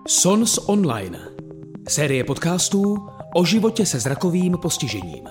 SONS Online. Série podcastů o životě se zrakovým postižením.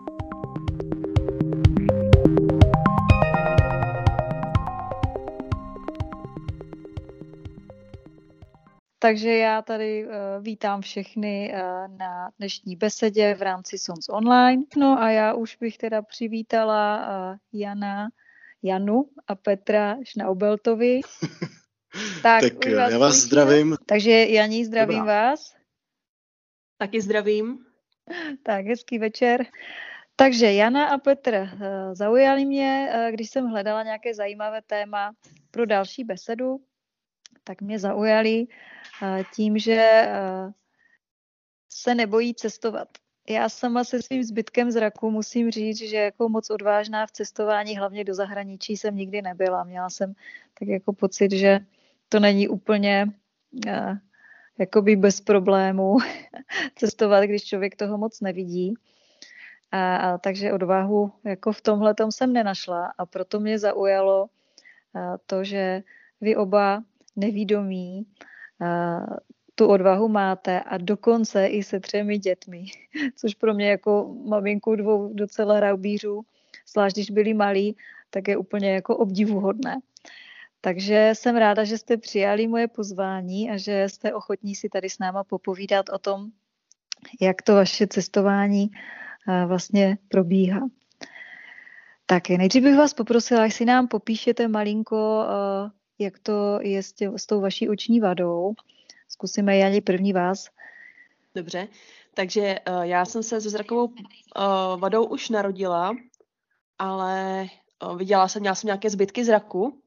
Takže já tady vítám všechny na dnešní besedě v rámci SONS Online. No a já už bych teda přivítala Janu a Petra Schnaubeltovi. Tak já vás zdravím. Takže Janí, zdravím vás. Taky zdravím. Tak, hezký večer. Takže Jana a Petr zaujali mě, když jsem hledala nějaké zajímavé téma pro další besedu, tak mě zaujali tím, že se nebojí cestovat. Já sama se svým zbytkem zraku musím říct, že jako moc odvážná v cestování, hlavně do zahraničí, jsem nikdy nebyla. Měla jsem tak jako pocit, že to není úplně jakoby bez problémů cestovat, když člověk toho moc nevidí. Takže odvahu jako v tomhletom jsem nenašla a proto mě zaujalo to, že vy oba nevídomí tu odvahu máte a dokonce i se 3 dětmi, což pro mě jako maminku 2 docela raubířů, zvlášť když byli malí, tak je úplně jako obdivuhodné. Takže jsem ráda, že jste přijali moje pozvání a že jste ochotní si tady s náma popovídat o tom, jak to vaše cestování vlastně probíhá. Tak nejdřív bych vás poprosila, jestli nám popíšete malinko, jak to je s tou vaší oční vadou. Zkusíme, Jani, první vás. Dobře, takže já jsem se se zrakovou vadou už narodila, ale měla jsem nějaké zbytky zraku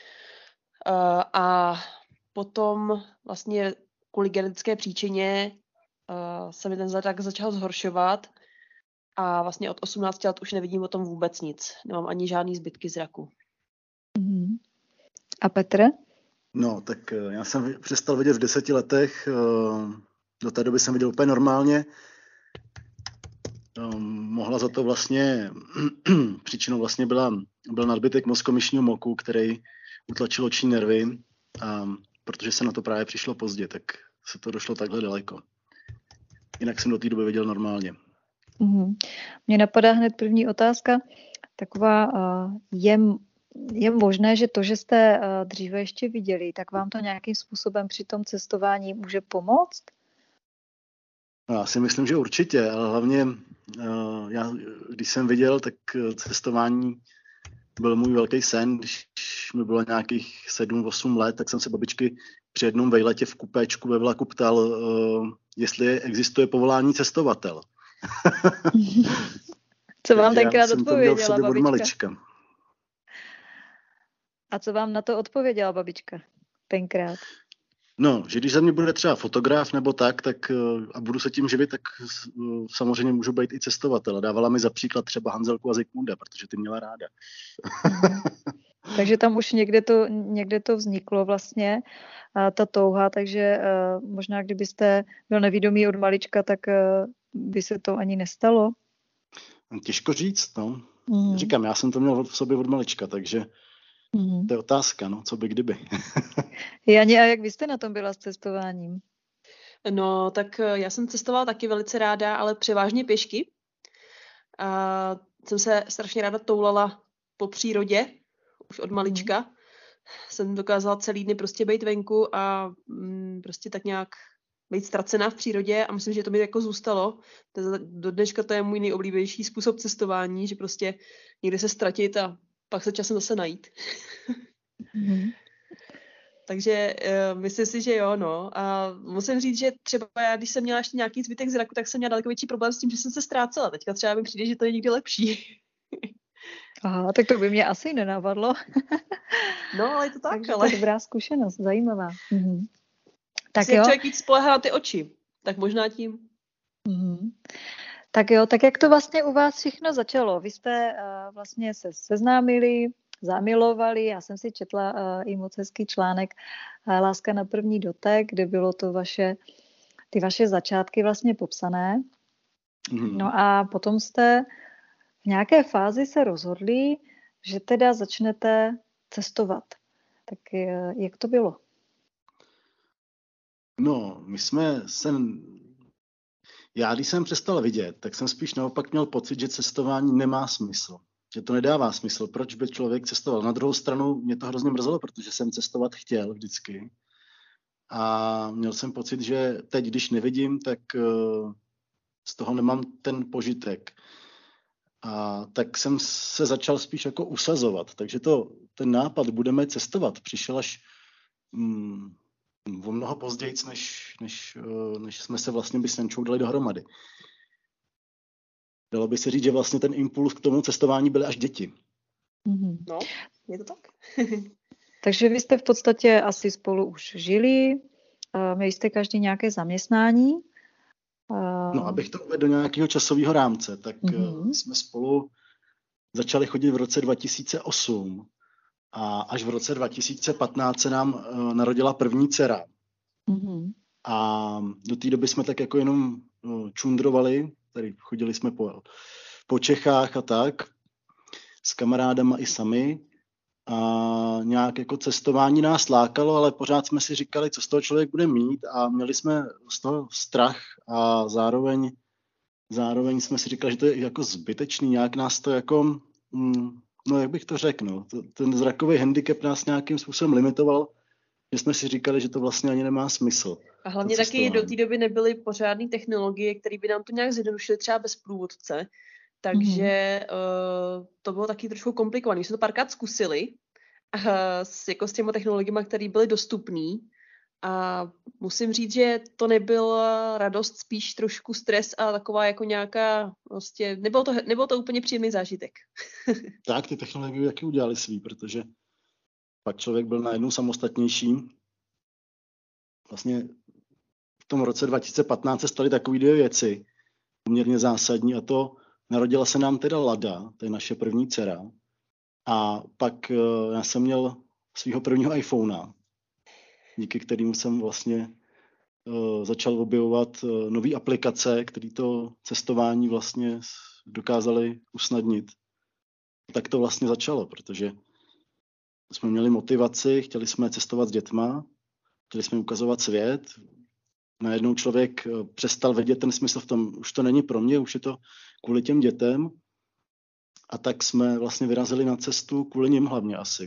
a potom vlastně kvůli genetické příčině se mi ten zrak začal zhoršovat a vlastně od 18 let už nevidím o tom vůbec nic. Nemám ani žádný zbytky zraku. A Petr? No, tak já jsem přestal vidět v 10 letech. Do té doby jsem viděl úplně normálně. Mohla za to vlastně, příčinou vlastně byl nadbytek mozkomyšního moku, který utlačil oční nervy. A protože se na to právě přišlo pozdě, tak se to došlo takhle daleko. Jinak jsem do té doby viděl normálně. Mně napadá hned první otázka. Taková, je možné, že to, že jste dříve ještě viděli, tak vám to nějakým způsobem při tom cestování může pomoct? Já si myslím, že určitě, ale hlavně já, když jsem viděl, tak cestování byl můj velký sen. Když mi bylo nějakých 7-8 let, tak jsem se babičky při jednom vejletě v kupéčku ve vlaku ptal, jestli existuje povolání cestovatel. Co vám tenkrát odpověděla babička? A co vám na to odpověděla babička tenkrát? No, že když za mě bude třeba fotograf nebo tak a budu se tím živit, tak samozřejmě můžu být i cestovatel. Dávala mi za příklad třeba Hanzelku a Zikmunda, protože ty měla ráda. Takže tam už někde to vzniklo vlastně, ta touha, takže možná kdybyste byl nevědomý od malička, tak by se to ani nestalo. Těžko říct, no. Říkám, já jsem to měl v sobě od malička, takže to je otázka, no, co by kdyby. Jani, a jak vy jste na tom byla s cestováním? No, tak já jsem cestovala taky velice ráda, ale převážně pěšky. Jsem se strašně ráda toulala po přírodě, už od malička. Jsem dokázala celý dny prostě být venku a prostě tak nějak být ztracená v přírodě a myslím, že to mi jako zůstalo. Do dneška to je můj nejoblíbenější způsob cestování, že prostě někde se ztratit a pak se časem zase najít. Takže myslím si, že jo, no. A musím říct, že třeba já, když jsem měla ještě nějaký zbytek zraku, tak jsem měla daleko větší problém s tím, že jsem se ztrácela. Teďka třeba mi přijde, že to je někdy lepší. Aha, tak to by mě asi nenavadlo. No, ale je to tak, takže ale... to je dobrá zkušenost, zajímavá. Tak jo. Člověk víc spolehá na ty oči, tak možná tím. Tak jo, tak jak to vlastně u vás všechno začalo? Vy jste vlastně se seznámili, zamilovali, já jsem si četla i moc hezký článek Láska na první dotek, kde bylo to ty vaše začátky vlastně popsané. No a potom jste v nějaké fázi se rozhodli, že teda začnete cestovat. Tak jak to bylo? No, já když jsem přestal vidět, tak jsem spíš naopak měl pocit, že cestování nemá smysl. Že to nedává smysl. Proč by člověk cestoval? Na druhou stranu mě to hrozně mrzelo, protože jsem cestovat chtěl vždycky. A měl jsem pocit, že teď, když nevidím, tak z toho nemám ten požitek. A tak jsem se začal spíš jako usazovat. Takže ten nápad budeme cestovat přišel až o mnoho později, než jsme se vlastně by s Jančou dali dohromady. Dalo by se říct, že vlastně ten impuls k tomu cestování byly až děti. Mm-hmm. No, je to tak. Takže vy jste v podstatě asi spolu už žili, měli jste každý nějaké zaměstnání. No, abych to uvedl do nějakého časového rámce, tak jsme spolu začali chodit v roce 2008 a až v roce 2015 se nám narodila první dcera. Mm-hmm. A do té doby jsme tak jako jenom čundrovali, tady chodili jsme po Čechách a tak, s kamarádama i sami. A nějak jako cestování nás lákalo, ale pořád jsme si říkali, co z toho člověk bude mít a měli jsme z toho strach a zároveň jsme si říkali, že to je jako zbytečný, nějak nás to jako, no jak bych to řekl, no, ten zrakový handicap nás nějakým způsobem limitoval, že jsme si říkali, že to vlastně ani nemá smysl. A hlavně taky do té doby nebyly pořádné technologie, které by nám to nějak zjednodušily třeba bez průvodce. Takže to bylo taky trošku komplikované. My jsme to párkrát zkusili jako s těma technologiemi, které byly dostupné. A musím říct, že to nebyla radost, spíš trošku stres a taková jako nějaká, vlastně, nebylo to úplně příjemný zážitek. Tak, ty technologie taky udělali svý, protože pak člověk byl najednou samostatnější. Vlastně v tom roce 2015 se staly takové dvě věci, poměrně zásadní, a to narodila se nám teda Lada, to je naše první dcera, a pak já jsem měl svého prvního iPhonea, díky kterému jsem vlastně začal objevovat nové aplikace, které to cestování vlastně dokázaly usnadnit. Tak to vlastně začalo, protože jsme měli motivaci, chtěli jsme cestovat s dětma, chtěli jsme ukazovat svět. Najednou člověk přestal vidět ten smysl v tom, už to není pro mě, už je to kvůli těm dětem. A tak jsme vlastně vyrazili na cestu kvůli nim hlavně asi.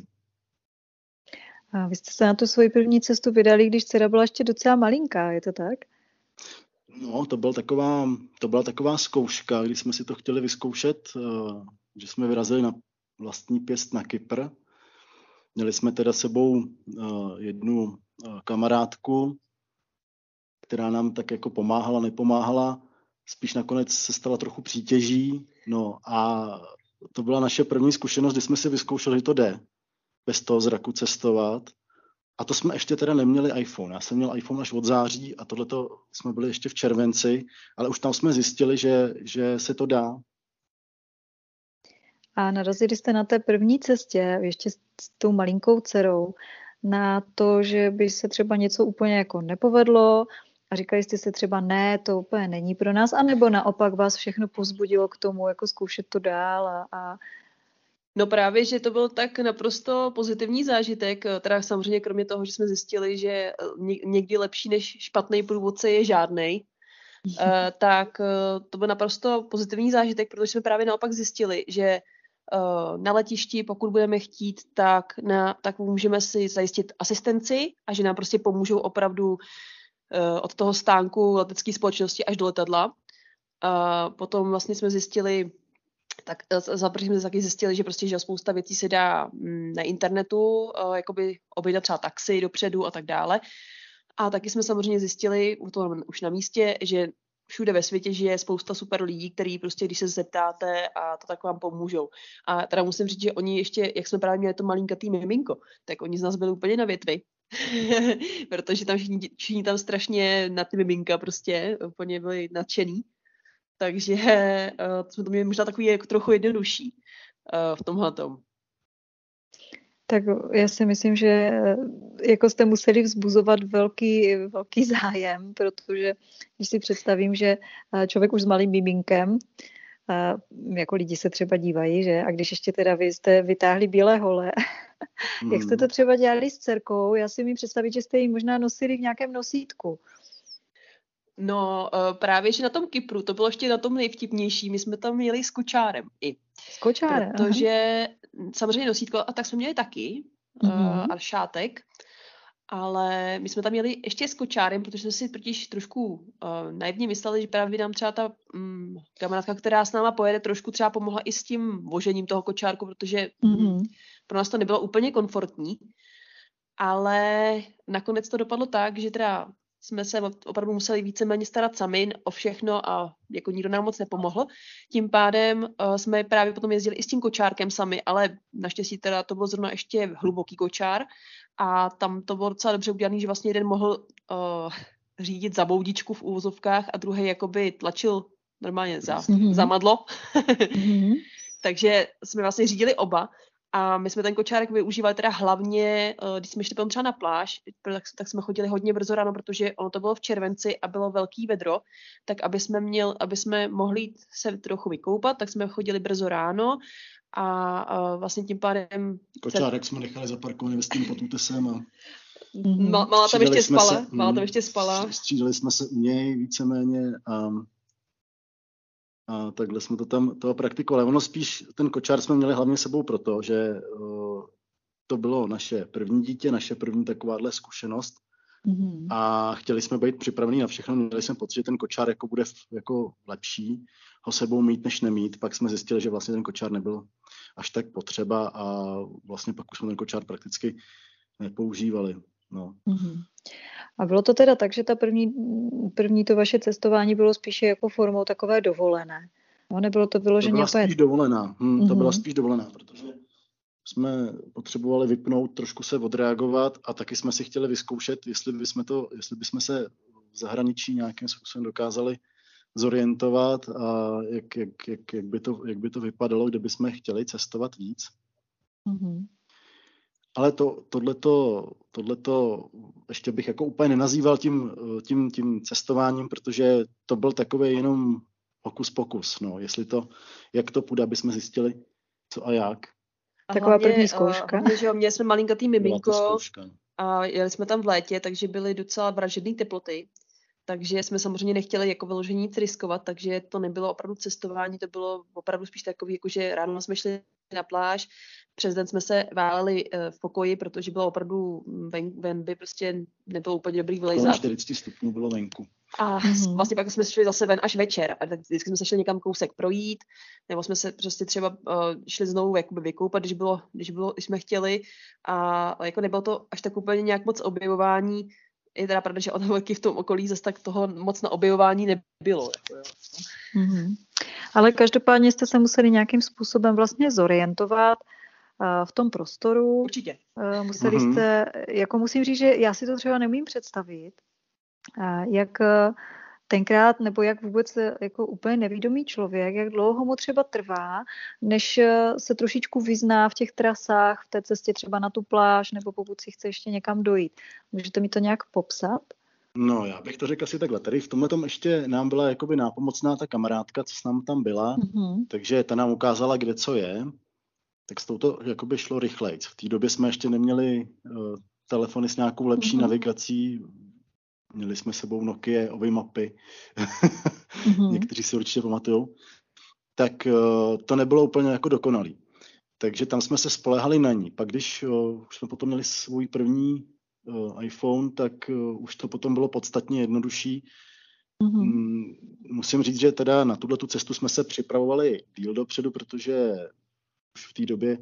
A vy jste se na tu svoji první cestu vydali, když dcera byla ještě docela malinká, je to tak? No, to byla taková zkouška, když jsme si to chtěli vyzkoušet, že jsme vyrazili na vlastní pěst na Kypr. Měli jsme teda sebou jednu kamarádku, která nám tak jako pomáhala, nepomáhala. Spíš nakonec se stala trochu přítěží. No a to byla naše první zkušenost, kdy jsme si vyzkoušeli, že to jde bez toho zraku cestovat. A to jsme ještě teda neměli iPhone. Já jsem měl iPhone až od září a tohleto jsme byli ještě v červenci, ale už tam jsme zjistili, že se to dá. A narazili jste na té první cestě, ještě s tou malinkou dcerou, na to, že by se třeba něco úplně jako nepovedlo a říkali jste si třeba ne, to úplně není pro nás, anebo naopak vás všechno povzbudilo k tomu, jako zkoušet to dál a... No právě, že to byl tak naprosto pozitivní zážitek, teda samozřejmě kromě toho, že jsme zjistili, že někdy lepší než špatný průvodce je žádnej, tak to byl naprosto pozitivní zážitek, protože jsme právě naopak zjistili, že na letišti, pokud budeme chtít, tak můžeme si zajistit asistenci a že nám prostě pomůžou opravdu od toho stánku letecké společnosti až do letadla. Potom vlastně jsme zjistili, tak jsme taky zjistili, že prostě že spousta věcí se dá na internetu, jakoby objednat třeba taxi dopředu a tak dále. A taky jsme samozřejmě zjistili už na místě, že všude ve světě žije spousta super lidí, který prostě, když se zeptáte a to tak vám pomůžou. A teda musím říct, že oni ještě, jak jsme právě měli to malinkatý miminko, tak oni z nás byli úplně na větvi. Protože tam všichni tam strašně na ty miminka prostě úplně byli nadšený. Takže jsme to měli možná takový jako trochu jednodušší v tomhletom. Tak já si myslím, že jako jste museli vzbuzovat velký zájem, protože když si představím, že člověk už s malým miminkem, jako lidi se třeba dívají, že? A když ještě teda vy jste vytáhli bílé hole Jak jste to třeba dělali s dcerkou? Já si mi představit, že jste ji možná nosili v nějakém nosítku. No, právě, že na tom Kypru, to bylo ještě na tom nejvtipnější, my jsme tam jeli s kočárem i. S kočárem? Protože samozřejmě nosítko, a tak jsme měli taky, a šátek, ale my jsme tam jeli ještě s kočárem, protože jsme si totiž trošku naivně mysleli, že právě nám třeba ta kamarádka, která s náma pojede, trošku třeba pomohla i s tím vožením toho kočárku, protože pro nás to nebylo úplně komfortní, ale nakonec to dopadlo tak, že teda jsme se opravdu museli víceméně starat sami o všechno a jako nikdo nám moc nepomohl. Tím pádem jsme právě potom jezdili i s tím kočárkem sami, ale naštěstí teda to bylo zrovna ještě hluboký kočár a tam to bylo docela dobře udělané, že vlastně jeden mohl řídit za boudičku v úvozovkách a druhý jakoby tlačil normálně za madlo. Takže jsme vlastně řídili oba. A my jsme ten kočárek využívali teda hlavně, když jsme šli potom třeba na pláž, tak jsme chodili hodně brzo ráno, protože ono to bylo v červenci a bylo velký vedro, tak aby jsme mohli jít se trochu vykoupat, tak jsme chodili brzo ráno a vlastně tím pádem... Kočárek jsme nechali zaparkovaný ve stým pod útesem a... Malá tam ještě spala. Střídali jsme se u něj víceméně a takhle jsme to tam praktikovali. Ono spíš, ten kočár jsme měli hlavně sebou proto, že to bylo naše první dítě, naše první takováhle zkušenost a chtěli jsme být připravení na všechno. Měli jsme pocit, že ten kočár jako bude jako lepší ho sebou mít, než nemít. Pak jsme zjistili, že vlastně ten kočár nebyl až tak potřeba a vlastně pak už jsme ten kočár prakticky nepoužívali. No. A bylo to teda tak, že ta první to vaše cestování bylo spíše jako formou takové dovolené? No, nebylo to vyloženě opět? To byla spíš dovolená. To byla spíš dovolená, protože jsme potřebovali vypnout, trošku se odreagovat a taky jsme si chtěli vyzkoušet, jestli bychom se v zahraničí nějakým způsobem dokázali zorientovat a jak by to vypadalo, kdyby jsme chtěli cestovat víc. Ale tohleto ještě bych jako úplně nenazýval tím cestováním, protože to byl takový jenom hokus pokus. No. Jak to půjde, aby jsme zjistili, co a jak. Taková první zkouška. Měli jsme malinkatý miminko a jeli jsme tam v létě, takže byly docela vražedné teploty. Takže jsme samozřejmě nechtěli jako vyložení nic riskovat, takže to nebylo opravdu cestování, to bylo opravdu spíš takový, jakože ráno jsme šli na pláž, přes den jsme se váleli v pokoji, protože bylo opravdu ven by prostě nebylo úplně dobrý vylejzat. 40 stupňů bylo venku. A vlastně pak jsme šli zase ven až večer a tak vždycky jsme se šli někam kousek projít, nebo jsme se prostě třeba šli znovu jakoby vykoupat, když jsme chtěli a jako nebylo to až tak úplně nějak moc objevování. Je teda pravda, že odhovorky v tom okolí zase tak toho moc na objevování nebylo. Jako, Ale každopádně jste se museli nějakým způsobem vlastně zorientovat v tom prostoru. Určitě. Museli jste, jako musím říct, že já si to třeba neumím představit, jak tenkrát, nebo jak vůbec jako úplně nevědomý člověk, jak dlouho mu třeba trvá, než se trošičku vyzná v těch trasách, v té cestě třeba na tu pláž, nebo pokud si chce ještě někam dojít. Můžete mi to nějak popsat? No, já bych to řekl asi takhle. Tady v tomhletom ještě nám byla jakoby nápomocná ta kamarádka, co s námi tam byla, takže ta nám ukázala, kde co je, tak s touto jakoby šlo rychlejc. V té době jsme ještě neměli telefony s nějakou lepší navigací, měli jsme sebou Nokia, mapy, někteří si určitě pamatujou, tak to nebylo úplně jako dokonalý. Takže tam jsme se spolehali na ní. Pak když už jsme potom měli svůj první iPhone, tak už to potom bylo podstatně jednodušší. Musím říct, že teda na tuhletu cestu jsme se připravovali díl dopředu, protože už v té době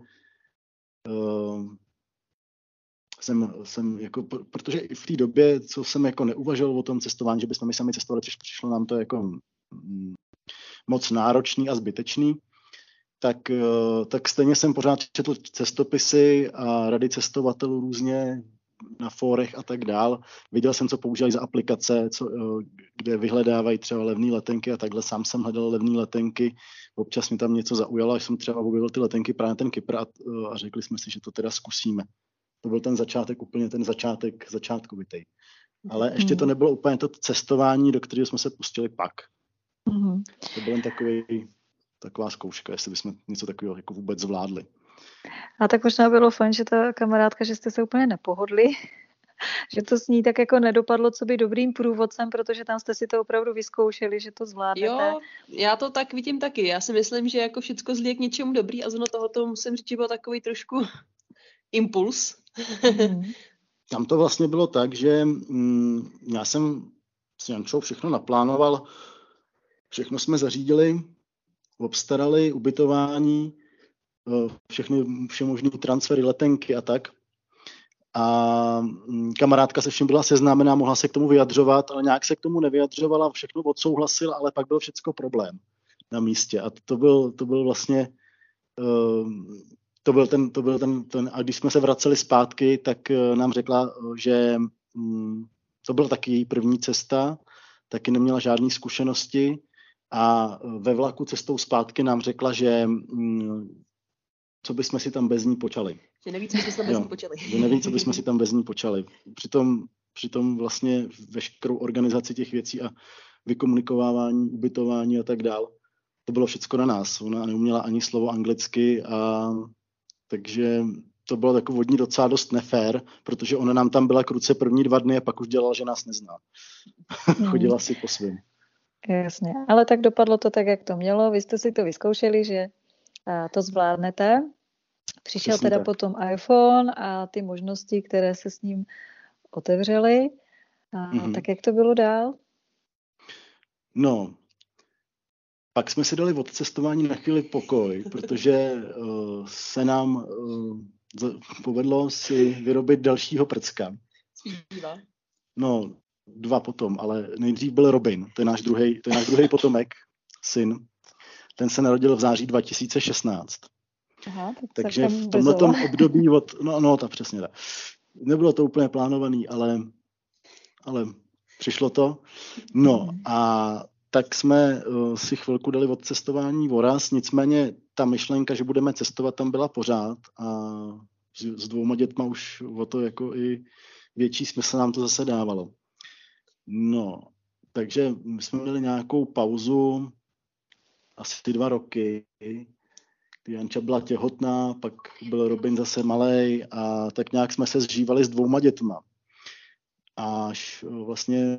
jsem jako, protože i v té době, co jsem jako neuvažoval o tom cestování, že bychom my sami cestovali, přišlo nám to jako moc náročný a zbytečný, tak stejně jsem pořád četl cestopisy a rady cestovatelů různě na fórech a tak dál. Viděl jsem, co používají za aplikace, kde vyhledávají třeba levné letenky a takhle. Sám jsem hledal levné letenky. Občas mi tam něco zaujalo, až jsem třeba objevil ty letenky právě na ten Kypr a řekli jsme si, že to teda zkusíme. To byl ten začátek, úplně ten začátkovitej. Ale ještě to nebylo úplně to cestování, do kterého jsme se pustili pak. To byl jen taková zkouška, jestli bychom něco takového jako vůbec zvládli. A tak možná bylo fajn, že ta kamarádka, že jste se úplně nepohodli, že to s ní tak jako nedopadlo, co by dobrým průvodcem, protože tam jste si to opravdu vyzkoušeli, že to zvládnete. Jo, já to tak vidím taky. Já si myslím, že jako všecko zlí je k něčemu dobrý a zrovna tohoto musím říct, že byl takový trošku impuls. Tam to vlastně bylo tak, že já jsem s Jančou všechno naplánoval, všechno jsme zařídili, obstarali, ubytování, všechny všemožné transfery, letenky a tak. A kamarádka se všem byla seznámená, mohla se k tomu vyjadřovat, ale nějak se k tomu nevyjadřovala, všechno odsouhlasila, ale pak byl všecko problém na místě. A to byl vlastně, to byl ten, a když jsme se vraceli zpátky, tak nám řekla, že to byla taky její první cesta, taky neměla žádné zkušenosti a ve vlaku cestou zpátky nám řekla, že co bychom si tam bez ní počali. Že neví, co bychom si tam bez ní počali. Že neví, co bychom si tam bez ní počali. Přitom vlastně veškerou organizaci těch věcí a vykomunikovávání, ubytování a tak dál, to bylo všecko na nás. Ona neuměla ani slovo anglicky, a takže to bylo takový vodní docela dost nefér, protože ona nám tam byla kruce první 2 dny a pak už dělala, že nás nezná. Chodila si po svém. Jasně, ale tak dopadlo to tak, jak to mělo. Vy jste si to vyzkoušeli, že to zvládnete. Přišel Přesně teda tak. potom iPhone a ty možnosti, které se s ním otevřely. Tak jak to bylo dál? No, pak jsme si dali od cestování na chvíli pokoj, protože se nám povedlo si vyrobit dalšího prcka. No, 2 potom, ale nejdřív byl Robin, to je náš druhý potomek, syn. Ten se narodil v září 2016. Aha, takže v tomhletom období tak přesně tak. Nebylo to úplně plánovaný, ale přišlo to. No a tak jsme si chvilku dali od cestování voraz, nicméně ta myšlenka, že budeme cestovat, tam byla pořád a s 2 dětma už o to jako i větší smysl nám to zase dávalo. No, takže my jsme měli nějakou pauzu, asi 2 roky, kdy Janča byla těhotná, pak byl Robin zase malej a tak nějak jsme se zžívali s 2 dětma. Až vlastně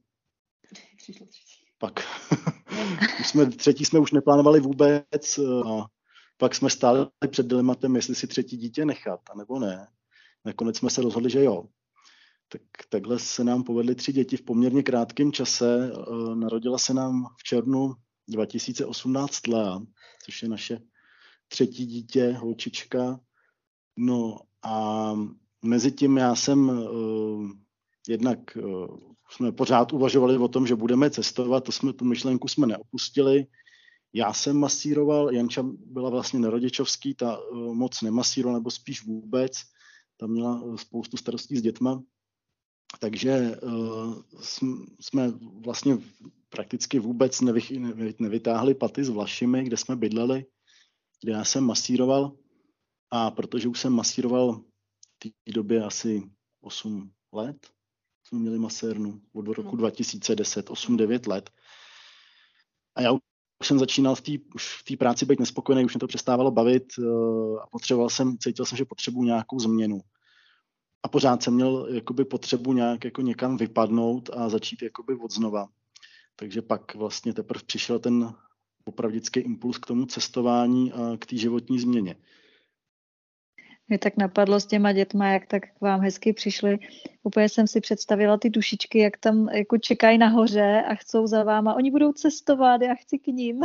pak třetí jsme už neplánovali vůbec a pak jsme stáli před dilematem, jestli si 3. dítě nechat, anebo ne. Nakonec jsme se rozhodli, že jo. Takhle se nám povedly 3 děti v poměrně krátkém čase. Narodila se nám v červnu 2018 Lea, což je naše 3. dítě, holčička. No a mezi tím já jsem jednak jsme pořád uvažovali o tom, že budeme cestovat, tu myšlenku jsme neopustili. Já jsem masíroval, Janča byla vlastně nerodičovský, ta moc nemasírovala, nebo spíš vůbec. Ta měla spoustu starostí s dětma. Takže jsme vlastně prakticky vůbec nevytáhli paty s Vlašimi, kde jsme bydleli, kde já jsem masíroval. A protože už jsem masíroval v té době asi 8 let, jsme měli masérnu od roku 2010, 8-9 let. A já už jsem začínal v té práci být nespokojený, už mě to přestávalo bavit a cítil jsem, že potřebuji nějakou změnu. A pořád jsem měl jakoby potřebu nějak jako někam vypadnout a začít jakoby od znova. Takže pak vlastně teprve přišel ten opravdický impuls k tomu cestování a k té životní změně. Mě tak napadlo s těma dětma, jak tak k vám hezky přišli. Úplně jsem si představila ty dušičky, jak tam jako čekají nahoře a chcou za váma. Oni budou cestovat, já chci k ním.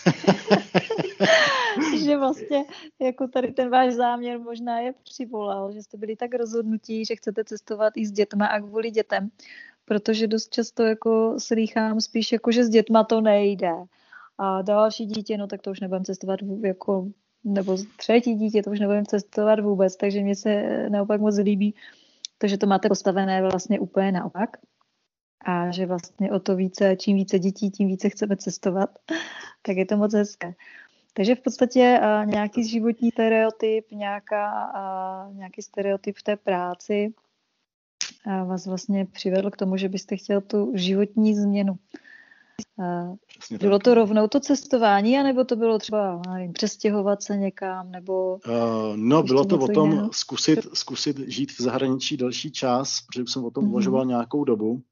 Že vlastně jako tady ten váš záměr možná je přivolal, že jste byli tak rozhodnutí, že chcete cestovat i s dětma a kvůli dětem. Protože dost často jako slýchám spíš jako, že s dětma to nejde. A další dítě, no tak to už nebudem cestovat jako, nebo 3. dítě, to už nebudem cestovat vůbec, takže mně se naopak moc líbí, takže to máte postavené vlastně úplně naopak. A že vlastně o to více, čím více dětí, tím více chceme cestovat, tak je to moc hezké. Takže v podstatě nějaký životní stereotyp, nějaký stereotyp v té práci vás vlastně přivedl k tomu, že byste chtěl tu životní změnu. Bylo to rovnou to cestování, anebo to bylo třeba, nevím, přestěhovat se někam, nebo... No, bylo to o tom zkusit žít v zahraničí delší čas, protože jsem o tom uvažoval nějakou dobu.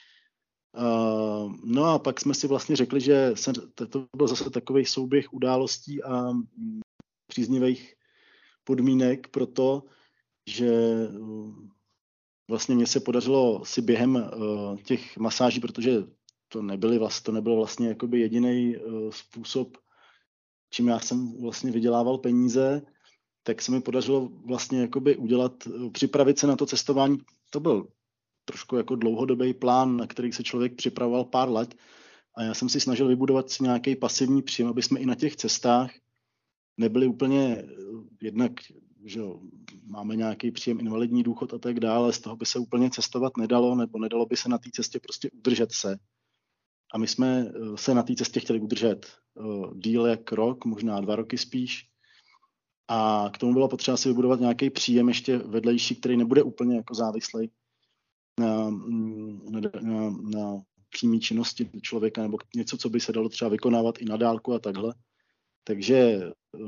No a pak jsme si vlastně řekli, že to byl zase takový souběh událostí a příznivých podmínek pro to, že vlastně mně se podařilo si během těch masáží, protože to nebyl vlastně jakoby jediný způsob, čím já jsem vlastně vydělával peníze, tak se mi podařilo vlastně jakoby připravit se na to cestování. To byl trošku jako dlouhodobý plán, na který se člověk připravoval pár let a já jsem si snažil vybudovat si nějaký pasivní příjem, aby jsme i na těch cestách nebyli úplně jednak, že máme nějaký příjem, invalidní důchod a tak dále, z toho by se úplně cestovat nedalo, nebo nedalo by se na té cestě prostě udržet se. A my jsme se na té cestě chtěli udržet díl jak rok, možná 2 roky spíš. A k tomu bylo potřeba si vybudovat nějaký příjem ještě vedlejší, který nebude úplně jako závislý na přímé činnosti člověka, nebo něco, co by se dalo třeba vykonávat i na dálku a takhle. Takže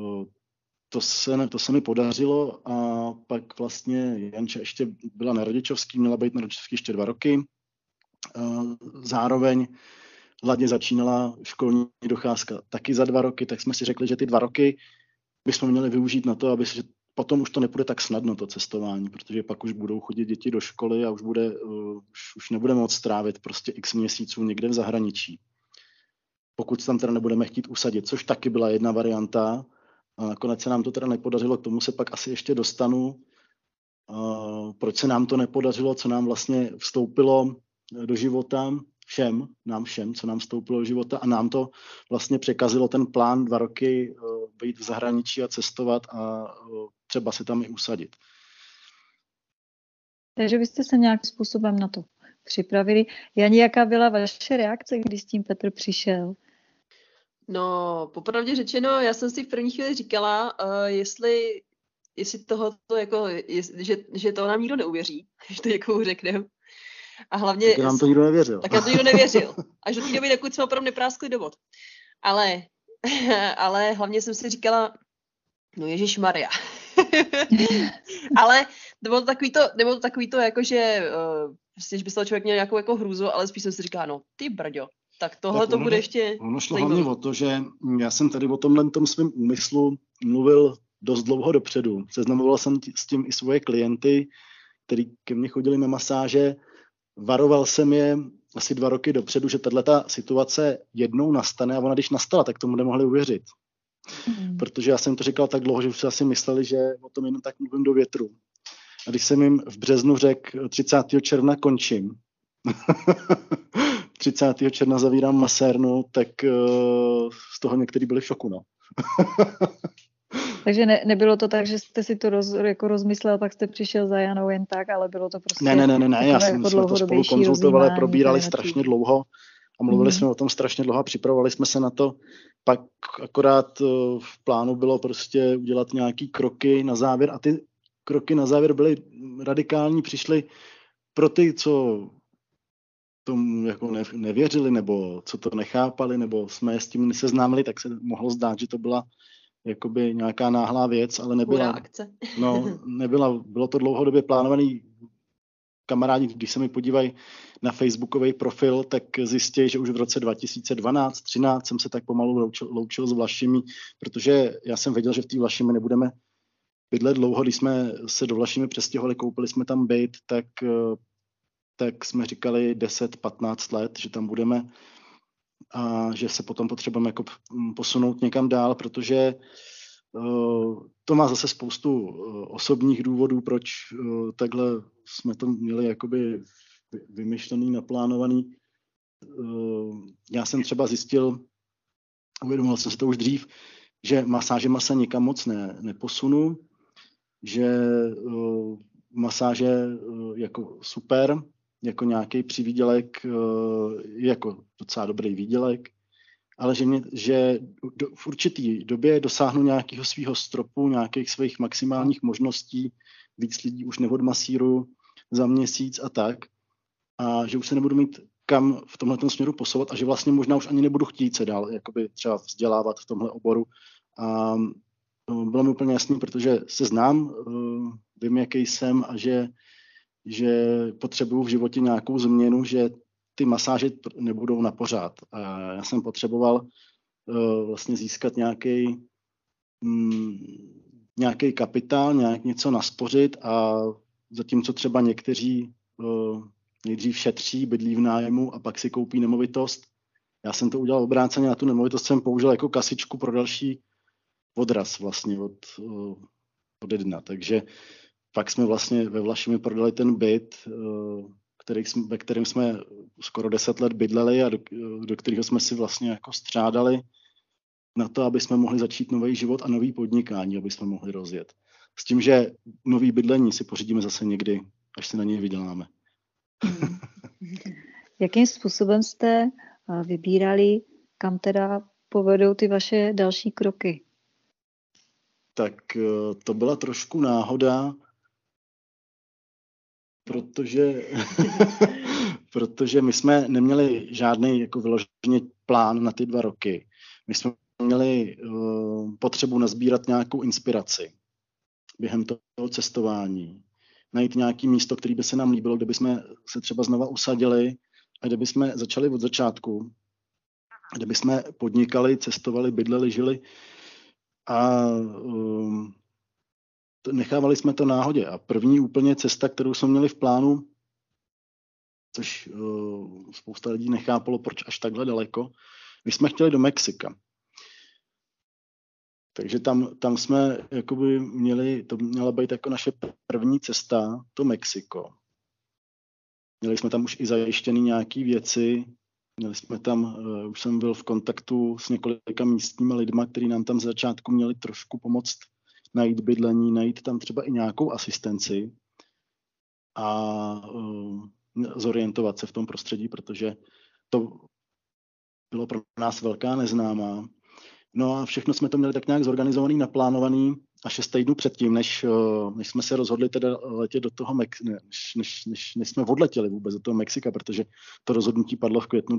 to se mi podařilo a pak vlastně Janča ještě byla na rodičovský, měla být na rodičovský ještě 2 roky. Zároveň hladně začínala školní docházka taky za 2 roky, tak jsme si řekli, že ty 2 roky bychom měli využít na to, aby se potom už to nepůjde tak snadno, to cestování, protože pak už budou chodit děti do školy a už nebudeme moc strávit prostě x měsíců někde v zahraničí. Pokud tam teda nebudeme chtít usadit, což taky byla jedna varianta. A nakonec se nám to teda nepodařilo, k tomu se pak asi ještě dostanu. Proč se nám to nepodařilo, co nám vlastně vstoupilo do života, nám všem, co nám vstoupilo do života a nám to vlastně překazilo ten plán 2 roky být v zahraničí a cestovat a třeba se tam i usadit. Takže vy jste se nějakým způsobem na to připravili. Jani, jaká byla vaše reakce, když s tím Petr přišel? No, popravdě řečeno, já jsem si v první chvíli říkala, jestli tohoto jako, že to nám nikdo neuvěří, že to někomu řekneme. A hlavně... Tak nám to nikdo nevěřil. Tak nám to nikdo nevěřil. Až do té doby, dokud jsme opravdu nepráskli do vod. Ale hlavně jsem si říkala, no ježišmarja. Ale nebylo to takový to jako, že prostě, že by se člověk měl nějakou jako hrůzu, ale spíš jsem si říkala, no ty brďo, tak tohle to bude ještě... Ono šlo hlavně o to, že já jsem tady o tomhle svém úmyslu mluvil dost dlouho dopředu. Seznamoval jsem s tím i svoje klienty, který ke mně chodili na masáže. Varoval jsem je asi 2 roky dopředu, že tato situace jednou nastane a ona když nastala, tak tomu nemohli uvěřit. Protože já jsem to říkal tak dlouho, že už si asi mysleli, že o tom jenom tak mluvím do větru. A když jsem jim v březnu řekl, 30. června končím, 30. června zavírám masérnu, tak z toho někteří byli v šoku, no. Takže nebylo to tak, že jste si to rozmyslel, pak jste přišel za Janou jen tak, ale bylo to prostě... Ne, já jsme to spolu konzultovali, probírali strašně dlouho a mluvili jsme o tom strašně dlouho a připravovali jsme se na to. Pak akorát v plánu bylo prostě udělat nějaký kroky na závěr a ty kroky na závěr byly radikální, přišly pro ty, co tomu jako nevěřili, nebo co to nechápali, nebo jsme s tím neseznámili, tak se mohlo zdát, že to byla jakoby nějaká náhlá věc, ale nebyla. Akce. Bylo to dlouhodobě plánovaný. Kamarádi, když se mi podívají na facebookový profil, tak zjistí, že už v roce 2012-13 jsem se tak pomalu loučil s Vlašimi, protože já jsem věděl, že v té Vlašimi nebudeme bydlet dlouho. Když jsme se do Vlašimi přestěhovali, koupili jsme tam byt, tak jsme říkali 10-15 let, že tam budeme a že se potom potřebujeme jako posunout někam dál, protože to má zase spoustu osobních důvodů, proč takhle jsme to měli jakoby vymyšlený, naplánovaný. Já jsem třeba zjistil, uvědomil jsem si to už dřív, že masážema se nikam moc neposunu, že masáže jako super, jako nějaký přivýdělek, jako docela dobrý výdělek, ale že v určitý době dosáhnu nějakého svého stropu, nějakých svých maximálních možností, víc lidí už neodmasíruju za měsíc a tak, a že už se nebudu mít kam v tomhletom směru posouvat a že vlastně možná už ani nebudu chtít se dál jakoby třeba vzdělávat v tomhle oboru. A bylo mi úplně jasný, protože se znám, vím, jaký jsem a že potřebuju v životě nějakou změnu, že ty masáže nebudou na pořád. A já jsem potřeboval vlastně získat nějaký kapitál, něco naspořit a zatímco třeba někteří nejdřív šetří, bydlí v nájmu a pak si koupí nemovitost. Já jsem to udělal obráceně, na tu nemovitost jsem použil jako kasičku pro další odraz vlastně od dna. Takže pak jsme vlastně ve Vlašimi prodali ten byt, ve kterém jsme skoro 10 let bydleli a do kterého jsme si vlastně jako střádali na to, aby jsme mohli začít nový život a nový podnikání, aby jsme mohli rozjet. S tím, že nový bydlení si pořídíme zase někdy, až se na něj vyděláme. Jakým způsobem jste vybírali, kam teda povedou ty vaše další kroky? Tak to byla trošku náhoda, protože my jsme neměli žádný jako vyloženě plán na ty 2 roky. My jsme měli potřebu nazbírat nějakou inspiraci během toho cestování. Najít nějaké místo, které by se nám líbilo, kde by jsme se třeba znova usadili a kde by jsme začali od začátku, kde by jsme podnikali, cestovali, bydleli, žili a nechávali jsme to náhodě. A první úplně cesta, kterou jsme měli v plánu, což spousta lidí nechápalo, proč až takhle daleko, my jsme chtěli do Mexika. Takže tam jsme jakoby to měla být jako naše první cesta, to Mexiko. Měli jsme tam už i zajištěný nějaký věci, měli jsme tam, už jsem byl v kontaktu s několika místními lidma, kteří nám tam z začátku měli trošku pomoct najít bydlení, najít tam třeba i nějakou asistenci a zorientovat se v tom prostředí, protože to bylo pro nás velká neznámá. No a všechno jsme to měli tak nějak zorganizovaný, naplánovaný a 6 týdnů předtím, než jsme se rozhodli teda letět do toho než jsme odletěli vůbec do toho Mexika, protože to rozhodnutí padlo v květnu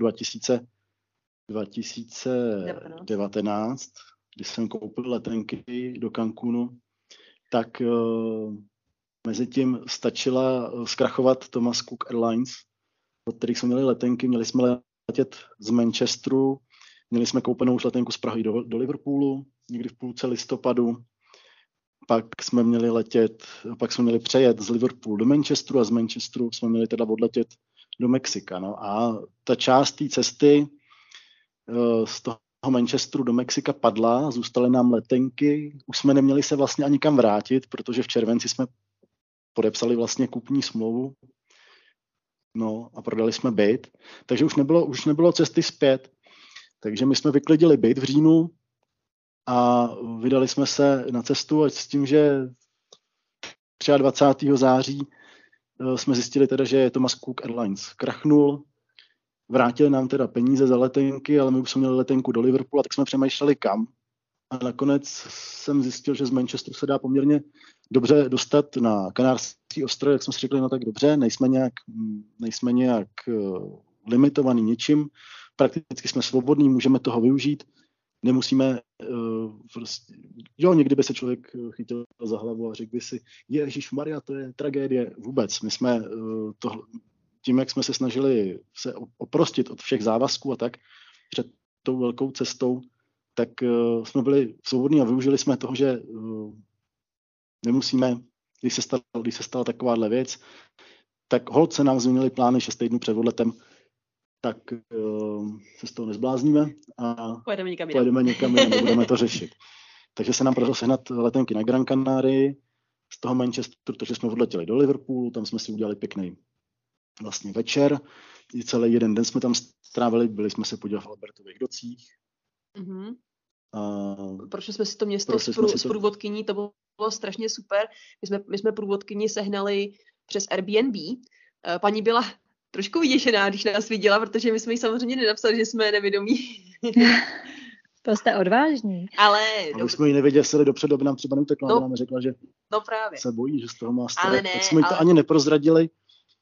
2019, když jsem koupil letenky do Cancúnu, tak mezi tím stačila zkrachovat Thomas Cook Airlines, od kterých jsme měli letenky. Měli jsme letět z Manchesteru, měli jsme koupenou už letenku z Prahy do Liverpoolu, někdy v půlce listopadu. Pak jsme měli přejet z Liverpoolu do Manchesteru a z Manchesteru jsme měli teda odletět do Mexika. No. A ta část té cesty z toho Manchesteru do Mexika padla, zůstaly nám letenky, už jsme neměli se vlastně ani kam vrátit, protože v červenci jsme podepsali vlastně kupní smlouvu, no a prodali jsme byt, takže už nebylo cesty zpět. Takže my jsme vyklidili byt v říjnu a vydali jsme se na cestu a s tím, že 23. září jsme zjistili teda, že Thomas Cook Airlines krachnul, vrátili nám teda peníze za letenky, ale my už jsme měli letenku do Liverpoolu, tak jsme přemýšleli kam. A nakonec jsem zjistil, že z Manchesteru se dá poměrně dobře dostat na Kanárský ostrovy, jak jsme si řekli, no tak dobře, nejsme nějak limitovaný ničím, prakticky jsme svobodní, můžeme toho využít, nemusíme někdy by se člověk chytil za hlavu a řekl by si, Ježišmarja, to je tragédie, vůbec. My jsme tím, jak jsme se snažili se oprostit od všech závazků a tak před tou velkou cestou, tak jsme byli svobodní a využili jsme toho, že nemusíme, když se stala takováhle věc, tak holt se nám změnily plány 6 týdnů před odletem, tak se z toho nezblázníme a pojedeme někam jinam, budeme to řešit. Takže se nám podařilo sehnat letenky na Gran Canarii, z toho Manchesteru, takže jsme odletěli do Liverpoolu, tam jsme si udělali pěkný vlastně večer. Celý jeden den jsme tam strávili, byli jsme se podívat v Albertových docích. Mm-hmm. Prošli jsme si to město s průvodkyní, to bylo strašně super. My jsme průvodkyni sehnali přes Airbnb. Paní byla trošku vyděšená, když nás viděla, protože my jsme jí samozřejmě nenapsali, že jsme nevědomí. To jste odvážní. Ale my jsme ji nevěděli dopředu, aby nám třeba neutekla, aby nám řekla, že právě se bojí, že z toho má strach. Tak jsme jí to ani neprozradili.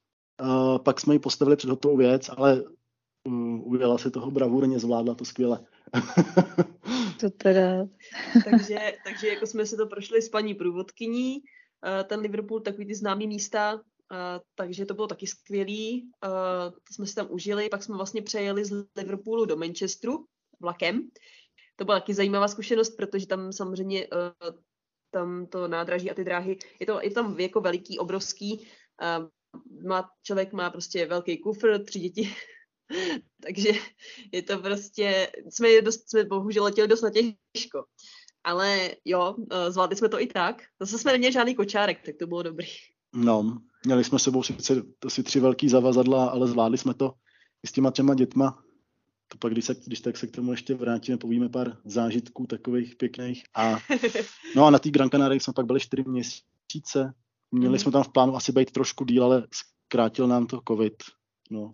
pak jsme ji postavili před hotovou věc, ale ujela si toho bravurně, zvládla to skvěle. To teda... takže jako jsme si to prošli s paní průvodkyní, ten Liverpool, takový ty známý místa, takže to bylo taky skvělý. To jsme si tam užili, pak jsme vlastně přejeli z Liverpoolu do Manchesteru vlakem. To byla taky zajímavá zkušenost, protože tam samozřejmě tam to nádraží a ty dráhy, je to tam jako veliký, obrovský. Člověk má prostě velký kufr, 3 děti, takže je to prostě, jsme bohužel letěli dost na těžko. Ale jo, zvládli jsme to i tak. Zase jsme neměli žádný kočárek, tak to bylo dobrý. No, měli jsme s sebou sice asi 3 velký zavazadla, ale zvládli jsme to i s těma 3 dětma. To pak, když tak se k tomu ještě vrátíme, povíme pár zážitků takových pěkných. No a na té Gran Canarii jsme pak byli 4 měsíce. Měli jsme tam v plánu asi být trošku díl, ale zkrátil nám to covid. No.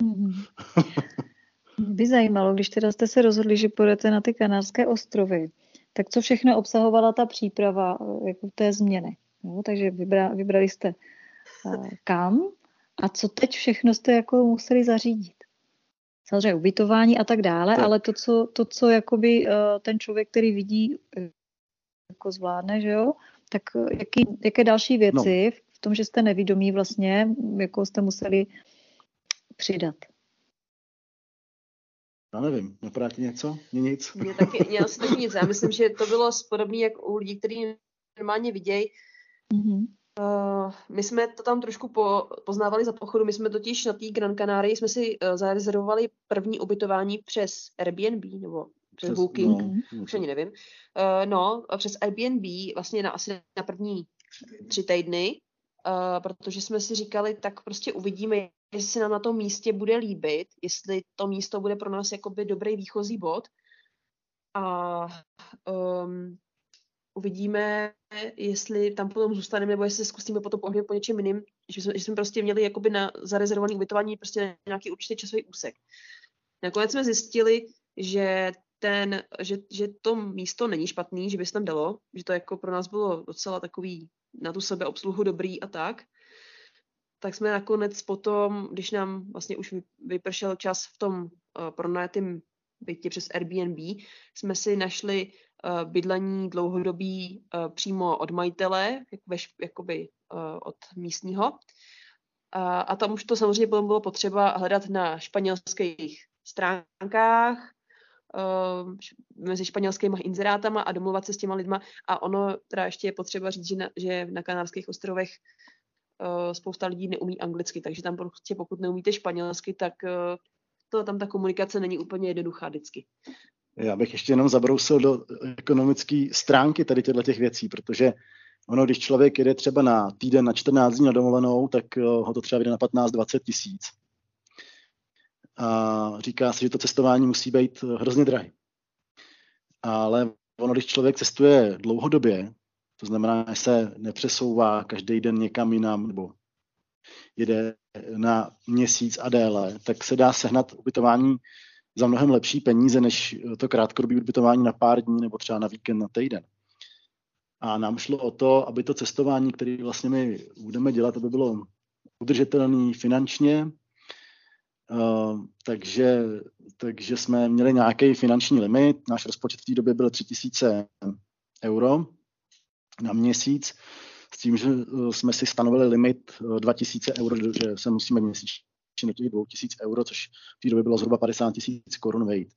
Mě by zajímalo, když teda jste se rozhodli, že půjdete na ty Kanárské ostrovy, tak co všechno obsahovala ta příprava jako té změny? Jo, takže vybrali jste kam a co teď všechno jste jako museli zařídit? Samozřejmě ubytování a tak dále, tak. Ale to, co jakoby ten člověk, který vidí, jako zvládne, že jo, tak jaké další věci v tom, že jste nevědomí vlastně, jako jste museli přidat? Já nevím, napadá ti něco? Mě nic? Mně asi taky nic. Já myslím, že to bylo podobné jak u lidí, kteří normálně vidějí. Mm-hmm. My jsme to tam trošku poznávali za pochodu. My jsme totiž na té Gran Canarii jsme si zarezervovali první ubytování přes Airbnb nebo přes Booking, už ani nevím. Přes Airbnb vlastně asi na první 3 týdny, protože jsme si říkali, tak prostě uvidíme, jestli se nám na tom místě bude líbit, jestli to místo bude pro nás jakoby dobrý výchozí bod. A uvidíme, jestli tam potom zůstaneme, nebo jestli zkusíme potom pohnout po něčem jiným, že jsme prostě měli jakoby na zarezervované ubytování prostě na nějaký určitý časový úsek. Nakonec jsme zjistili, že to místo není špatný, že by se tam dalo, že to jako pro nás bylo docela takový na tu sebeobsluhu dobrý a tak. Tak jsme nakonec potom, když nám vlastně už vypršel čas v tom pronajatém bytě přes Airbnb, jsme si našli bydlení dlouhodobí přímo od majitele, jakoby od místního. A tam už to samozřejmě bylo potřeba hledat na španělských stránkách, mezi španělskými inzerátama a domluvat se s těma lidma. A ono teda ještě je potřeba říct, že na Kanárských ostrovech spousta lidí neumí anglicky, takže tam prostě pokud neumíte španělsky, tak tam ta komunikace není úplně jednoduchá vždycky. Já bych ještě jenom zabrousil do ekonomické stránky tady těch věcí, protože ono, když člověk jede třeba na týden, na 14 dní na dovolenou, tak ho to třeba vyjde na 15-20 tisíc. A říká se, že to cestování musí být hrozně drahé. Ale ono, když člověk cestuje dlouhodobě, to znamená, že se nepřesouvá každý den někam jinam, nebo jede na měsíc a déle, tak se dá sehnat ubytování za mnohem lepší peníze, než to krátkodobé ubytování na pár dní nebo třeba na víkend, na týden. A nám šlo o to, aby to cestování, které vlastně my budeme dělat, aby bylo udržitelné finančně, takže jsme měli nějaký finanční limit. Náš rozpočet v té době byl 3000 euro na měsíc, s tím, že jsme si stanovili limit 2000 euro, že se musíme měsíčně do těch 2000 euro, což v té době bylo zhruba 50 000 korun vejít.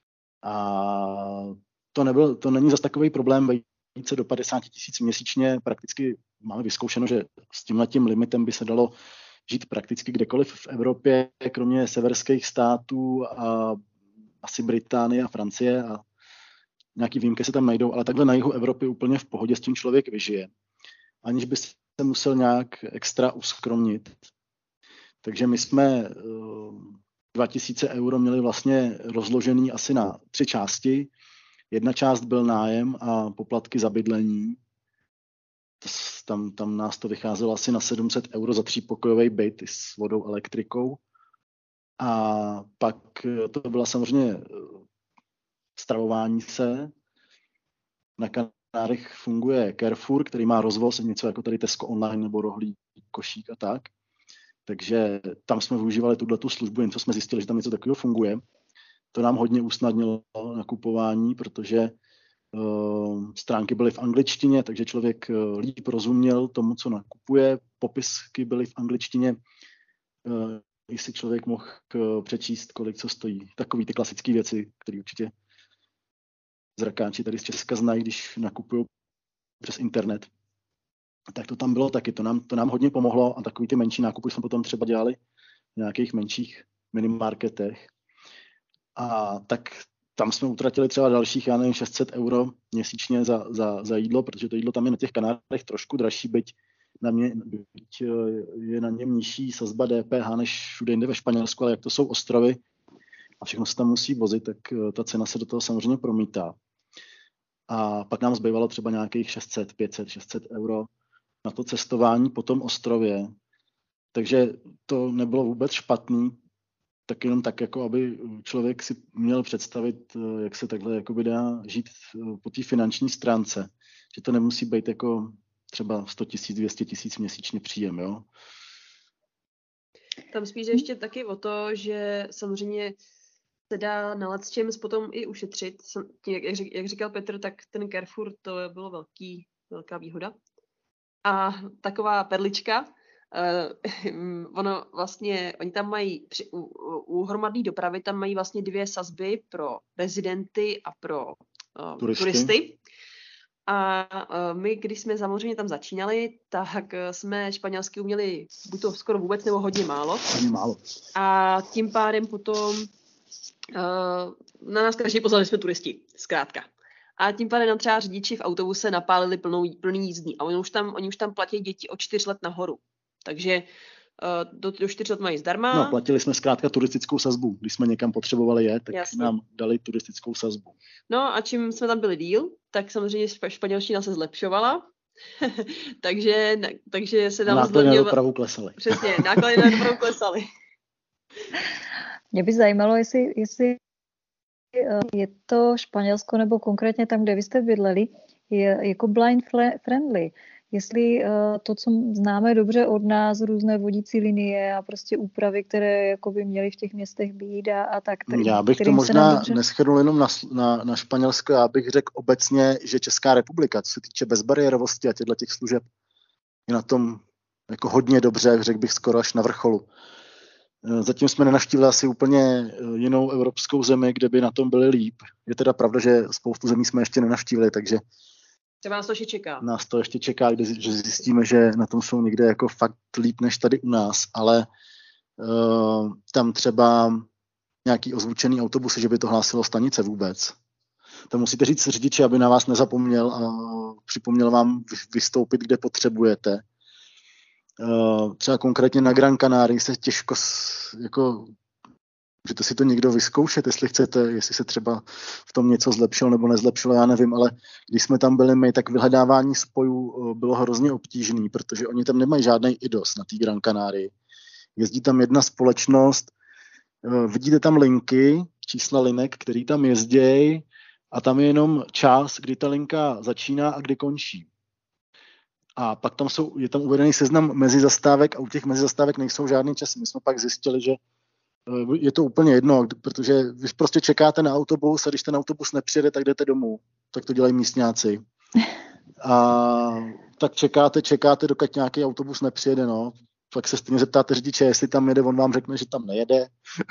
A to není zas takový problém vejít se do 50 000 měsíčně. Prakticky máme vyzkoušeno, že s tímhletím limitem by se dalo žít prakticky kdekoliv v Evropě, kromě severských států a asi Británie a Francie a nějaký výjimky se tam najdou, ale takhle na jihu Evropy úplně v pohodě s tím člověk vyžije, aniž by se musel nějak extra uskromnit. Takže my jsme 2000 euro měli vlastně rozložený asi na 3 části. Jedna část byl nájem a poplatky za bydlení. Tam nás to vycházelo asi na 700 euro za 3pokojový byt s vodou, elektrikou. A pak to byla samozřejmě stravování se. Na Kanárech funguje Carrefour, který má rozvoz, něco jako tady Tesco online nebo Rohlík, Košík a tak. Takže tam jsme využívali tuto službu, jen co jsme zjistili, že tam něco takového funguje. To nám hodně usnadnilo nakupování, protože stránky byly v angličtině, takže člověk líp rozuměl tomu, co nakupuje. Popisky byly v angličtině, jestli člověk mohl přečíst, kolik co stojí. Takový ty klasické věci, které určitě zrakáči tady z Česka znají, když nakupují přes internet. Tak to tam bylo taky, to nám hodně pomohlo a takový ty menší nákupy jsme potom třeba dělali v nějakých menších minimarketech. A tak tam jsme utratili třeba dalších, 600 euro měsíčně za jídlo, protože to jídlo tam je na těch Kanárech trošku dražší, byť je na něm nižší sazba DPH než všude jinde ve Španělsku, ale jak to jsou ostrovy a všechno se tam musí vozit, tak ta cena se do toho samozřejmě promítá. A pak nám zbývalo třeba nějakých 600 euro na to cestování po tom ostrově. Takže to nebylo vůbec špatný, tak jenom tak, jako aby člověk si měl představit, jak se takhle jakoby dá žít po té finanční stránce. Že to nemusí být jako třeba 100 000, 200 000 měsíčně příjem, jo? Tam spíš ještě taky o to, že samozřejmě se dá na lecčems potom i ušetřit. Jak říkal Petr, tak ten Carrefour to bylo velká výhoda. A taková perlička, ono vlastně, oni tam mají u hromadné dopravy tam mají vlastně 2 sazby pro rezidenty a pro turisty. A my, když jsme samozřejmě tam začínali, tak jsme španělsky uměli buď to skoro vůbec, nebo hodně málo. A tím pádem potom na nás každý poslali, že jsme turisti, zkrátka. A tím pádem nám třeba řidiči v autobuse napálili plný jízdní. A oni už tam platí děti od 4 let nahoru. Takže do 4 let mají zdarma. No, platili jsme zkrátka turistickou sazbu. Když jsme někam potřebovali jet, tak nám dali turistickou sazbu. No a čím jsme tam byli díl, tak samozřejmě španělština se zlepšovala. takže se nám náklady na dopravu klesaly. Přesně, náklady na dopravu klesaly. Mě by zajímalo, jestli je to Španělsko nebo konkrétně tam, kde vy jste bydleli, je jako blind friendly. Jestli to, co známe dobře od nás, různé vodící linie a prostě úpravy, které jako by měly v těch městech být a tak. Já bych to možná neschrnul jenom na Španělsko, já bych řekl obecně, že Česká republika, co se týče bezbariérovosti a těch služeb, je na tom jako hodně dobře, řekl bych skoro až na vrcholu. Zatím jsme nenavštívili asi úplně jinou evropskou zemi, kde by na tom byli líp. Je teda pravda, že spoustu zemí jsme ještě nenavštívili, takže třeba nás to ještě čeká. Nás to ještě čeká, že zjistíme, že na tom jsou někde jako fakt líp než tady u nás, ale tam třeba nějaký ozvučený autobusy, že by to hlásilo stanice vůbec. Tam musíte říct řidiči, aby na vás nezapomněl a připomněl vám vystoupit, kde potřebujete. Třeba konkrétně na Gran Canaria se těžko jako můžete si to někdo vyzkoušet, jestli chcete, jestli se třeba v tom něco zlepšilo nebo nezlepšilo, já nevím, ale když jsme tam byli my, tak vyhledávání spojů bylo hrozně obtížné, protože oni tam nemají žádný IDOS na té Gran Canarii. Jezdí tam jedna společnost, vidíte tam linky, čísla linek, který tam jezdějí a tam je jenom čas, kdy ta linka začíná a kdy končí. A pak je tam uvedený seznam mezizastávek a u těch mezizastávek nejsou žádný časy. My jsme pak zjistili, že je to úplně jedno, protože vy prostě čekáte na autobus a když ten autobus nepřijede, tak jdete domů. Tak to dělají místňáci. A tak čekáte, dokud nějaký autobus nepřijede, no. Pak se stejně zeptáte řidiče, jestli tam jede, on vám řekne, že tam nejede.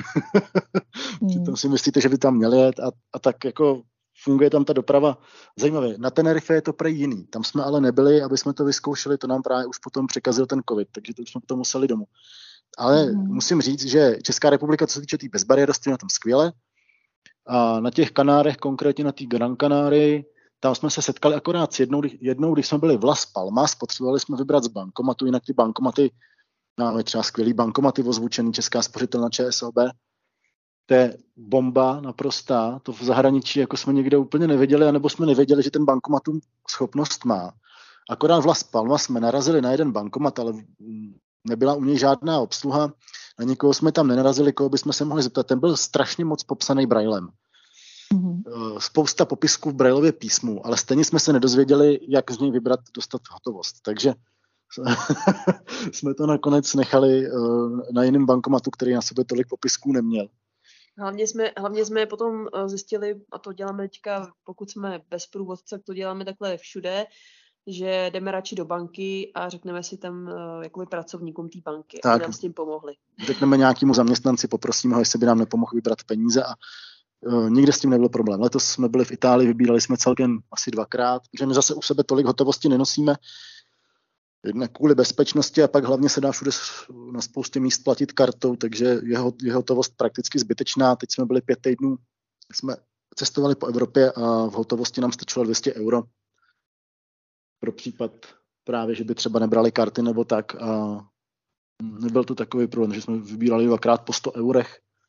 Přitom si myslíte, že by tam měl jet a tak jako funguje tam ta doprava zajímavě. Na Tenerife je to prej jiný. Tam jsme ale nebyli, aby jsme to vyzkoušeli, to nám právě už potom překazil ten covid, takže to jsme potom museli domů. Ale musím říct, že Česká republika, co se týče té bezbariérosti, je na tom skvěle. A na těch Kanárech, konkrétně na té Gran Canarii, tam jsme se setkali akorát jednou, když jsme byli v Las Palmas, potřebovali jsme vybrat z bankomatu, jinak ty bankomaty, máme třeba skvělý bankomaty ozvučený, Česká spořitelna ČSOB. To je bomba naprostá, to v zahraničí jako jsme někde úplně nevěděli, anebo jsme nevěděli, že ten bankomat tu schopnost má. Akorát v Las Palmas jsme narazili na jeden bankomat, ale nebyla u něj žádná obsluha, na nikoho jsme tam nenarazili, koho bychom se mohli zeptat. Ten byl strašně moc popsaný braillem. Spousta popisků v brailově písmu, ale stejně jsme se nedozvěděli, jak z něj vybrat, dostat hotovost. Takže jsme to nakonec nechali na jiném bankomatu, který na sebe tolik popisků neměl. Hlavně jsme potom zjistili, a to děláme teďka, pokud jsme bez průvodce, to děláme takhle všude, že jdeme radši do banky a řekneme si tam jakoby pracovníkům té banky, aby nám s tím pomohli. Řekneme nějakému zaměstnanci, poprosíme ho, jestli by nám nepomohl vybrat peníze a nikde s tím nebyl problém. Letos jsme byli v Itálii, vybírali jsme celkem asi 2krát, protože my zase u sebe tolik hotovosti nenosíme, jednak kvůli bezpečnosti a pak hlavně se dá všude na spoustě míst platit kartou, takže je hotovost prakticky zbytečná. Teď jsme byli 5 týdnů, jsme cestovali po Evropě a v hotovosti nám stačilo 200 € pro případ právě, že by třeba nebrali karty nebo tak a nebyl to takový problém, že jsme vybírali 2krát po 100 €.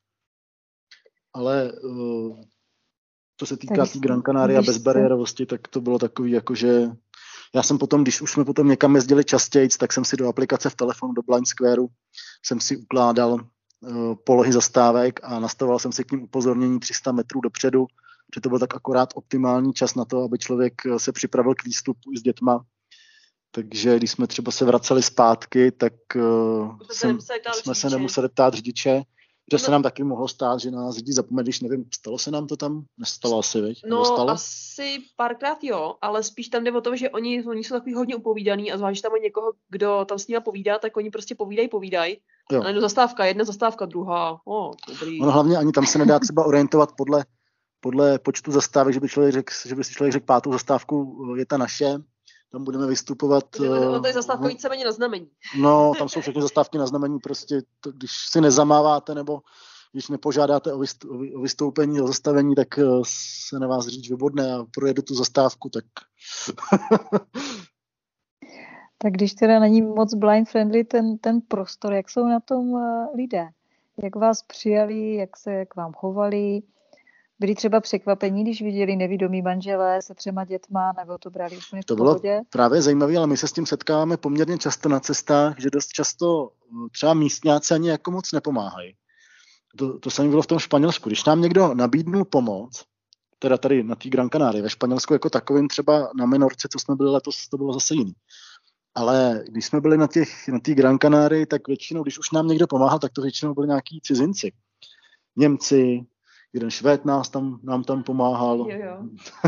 Ale co se týká té Gran Canaria bezbariérovosti, tak to bylo takový, jakože já jsem potom, když už jsme potom někam jezdili častěji, tak jsem si do aplikace v telefonu, do Blind Squareu, jsem si ukládal polohy zastávek a nastavoval jsem si k ním upozornění 300 metrů dopředu, že to byl tak akorát optimální čas na to, aby člověk se připravil k výstupu i s dětma. Takže když jsme třeba se vraceli zpátky, tak jsme se nemuseli ptát řidiče, že se nám taky mohlo stát, že nás řidič zapomene, když nevím, stalo se nám to tam? Nestalo asi, viď? No, asi párkrát jo, ale spíš tam jde o to, že oni jsou takový hodně upovídaný a zvlášť tam někoho, kdo tam s nimi povídá, tak oni prostě povídají. A najednou zastávka jedna, zastávka druhá. Dobrý. No hlavně ani tam se nedá třeba orientovat podle počtu zastávek, že by si člověk řekl 5. zastávku je ta naše, tam budeme vystupovat. To je zastávka víceméně na znamení. No, tam jsou všechny zastávky na znamení, prostě to, když si nezamáváte nebo když nepožádáte o vystoupení, o zastavení, tak se na vás řidič vybodne a projede tu zastávku, tak... Tak když teda není moc blind friendly ten prostor, jak jsou na tom lidé? Jak vás přijali, jak se k vám chovali? Byli třeba překvapení, když viděli nevidomí manželé se 3 dětma, nebo to brali úplně v pohodě? To bylo právě zajímavé, ale my se s tím setkáváme poměrně často na cestách, že dost často třeba místňáci ani jako moc nepomáhají. To samé bylo v tom Španělsku. Když nám někdo nabídnul pomoc, teda tady na té Gran Canarii, ve Španělsku jako takovým třeba na Menorce, co jsme byli letos, to bylo zase jiný. Ale když jsme byli na té Gran Canarii, tak většinou, když už nám někdo pomáhal, tak to většinou byli nějaký cizinci. Němci, jeden Švéd nám tam pomáhal. Jo.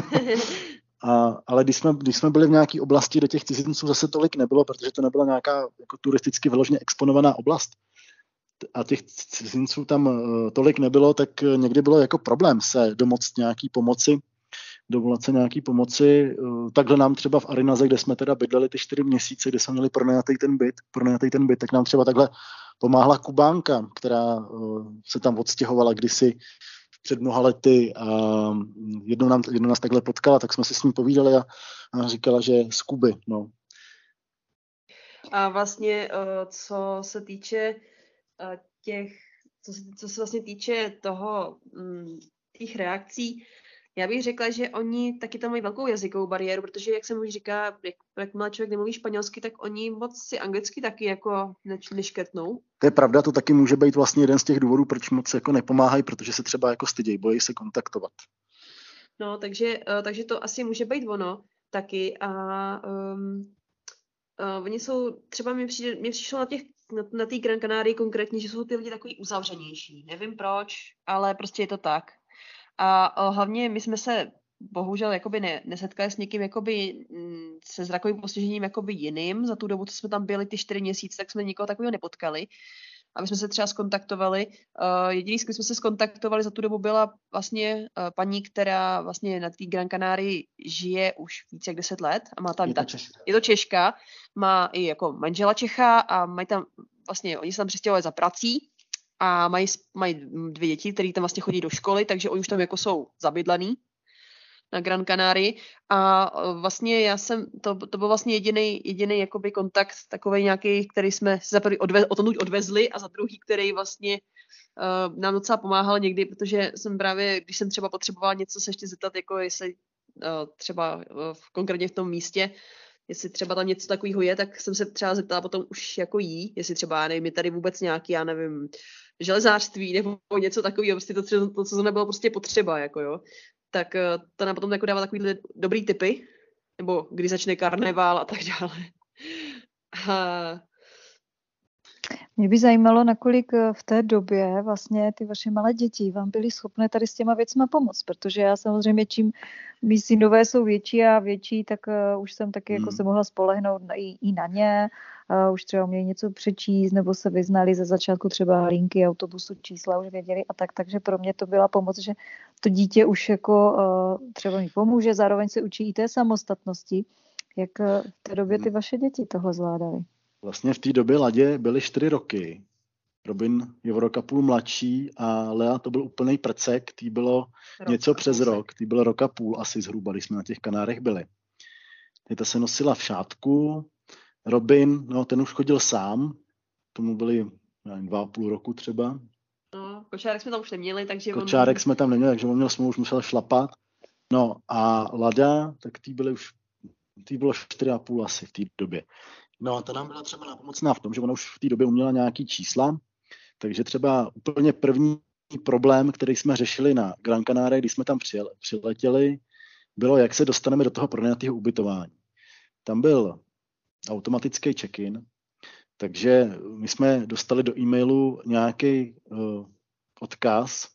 Ale když jsme byli v nějaké oblasti, do těch cizinců zase tolik nebylo, protože to nebyla nějaká jako turisticky vyloženě exponovaná oblast. A těch cizinců tam tolik nebylo, tak někdy bylo jako problém se domoct nějaký pomoci, dovolat se nějaký pomoci. Takhle nám třeba v Arinaze, kde jsme teda bydleli ty 4 měsíce, kde jsme měli pronajatý ten byt, tak nám třeba takhle pomáhla Kubánka, která se tam odstěhovala kdysi před mnoha lety a jednou nás takhle potkala, tak jsme si s ní povídali a říkala, že z Kuby. No. A vlastně, co se týče co se vlastně týče těch reakcí, já bych řekla, že oni taky tam mají velkou jazykovou bariéru, protože, jak jsem už říká, jakmile člověk nemluví španělsky, tak oni moc si anglicky taky jako neškrtnou. To je pravda, to taky může být vlastně jeden z těch důvodů, proč moc jako nepomáhají, protože se třeba jako stydějí, bojí se kontaktovat. No, takže to asi může být ono taky a oni jsou, třeba mě přišlo na té Gran Canarii konkrétně, že jsou ty lidi takový uzavřenější. Nevím proč, ale prostě je to tak. A hlavně my jsme se bohužel jakoby nesetkali s někým jakoby se zrakovým postižením jakoby jiným. Za tu dobu, co jsme tam byli ty 4 měsíce, tak jsme nikoho takového nepotkali. Aby jsme se třeba skontaktovali. Jediný, s kým jsme se skontaktovali za tu dobu, byla vlastně paní, která vlastně na té Gran Canarii žije už více jak 10 let. A má tam je to Češka, má i jako manžela Čecha a mají tam vlastně, oni se tam přestěhovali za prací a mají 2 děti, které tam vlastně chodí do školy, takže oni už tam jako jsou zabydlený na Gran Canarii a vlastně já jsem, to byl vlastně jediný jakoby kontakt takovej nějaký, který jsme za prvý odvezli a za druhý, který vlastně nám docela pomáhal někdy, protože jsem právě, když jsem třeba potřebovala něco se ještě zeptat, jako jestli třeba konkrétně v tom místě, jestli třeba tam něco takového je, tak jsem se třeba zeptala potom už jako jí, jestli třeba, nevím, je tady vůbec nějaký, já nevím, železářství nebo něco takového, prostě to, co nebylo prostě potřeba, jako jo. Tak to nám potom jako dává takový dobrý tipy, nebo kdy začne karneval a tak dále. Mě by zajímalo, nakolik v té době vlastně ty vaše malé děti vám byly schopné tady s těma věcma pomoct, protože já samozřejmě, čím mý synové jsou větší a větší, tak už jsem taky jako se mohla spolehnout i na ně, už třeba uměli něco přečíst, nebo se vyznali ze začátku třeba linky autobusu, čísla už věděli a tak, takže pro mě to byla pomoc, že to dítě už jako třeba mi pomůže, zároveň se učí i té samostatnosti. Jak v té době ty vaše děti tohle zvládaly? Vlastně v té době Ladě byly 4 roky. Robin je o rok a půl mladší a Lea to byl úplný prcek, tý bylo něco přes rok, tý bylo rok a půl asi zhruba, když jsme na těch Kanárech byli. Ta se nosila v šátku, Robin, no ten už chodil sám, tomu byli 2,5 roku třeba. No, kočárek jsme tam už neměli, takže jsme tam neměli, takže on už musel šlapat. No a Lada, tak tý bylo 4,5 asi v té době. No a ta nám byla třeba nápomocná v tom, že ona už v té době uměla nějaký čísla, takže třeba úplně první problém, který jsme řešili na Gran Canaria, když jsme tam přiletěli, bylo, jak se dostaneme do toho pronajatého ubytování. Tam byl automatický check-in, takže my jsme dostali do e-mailu nějaký odkaz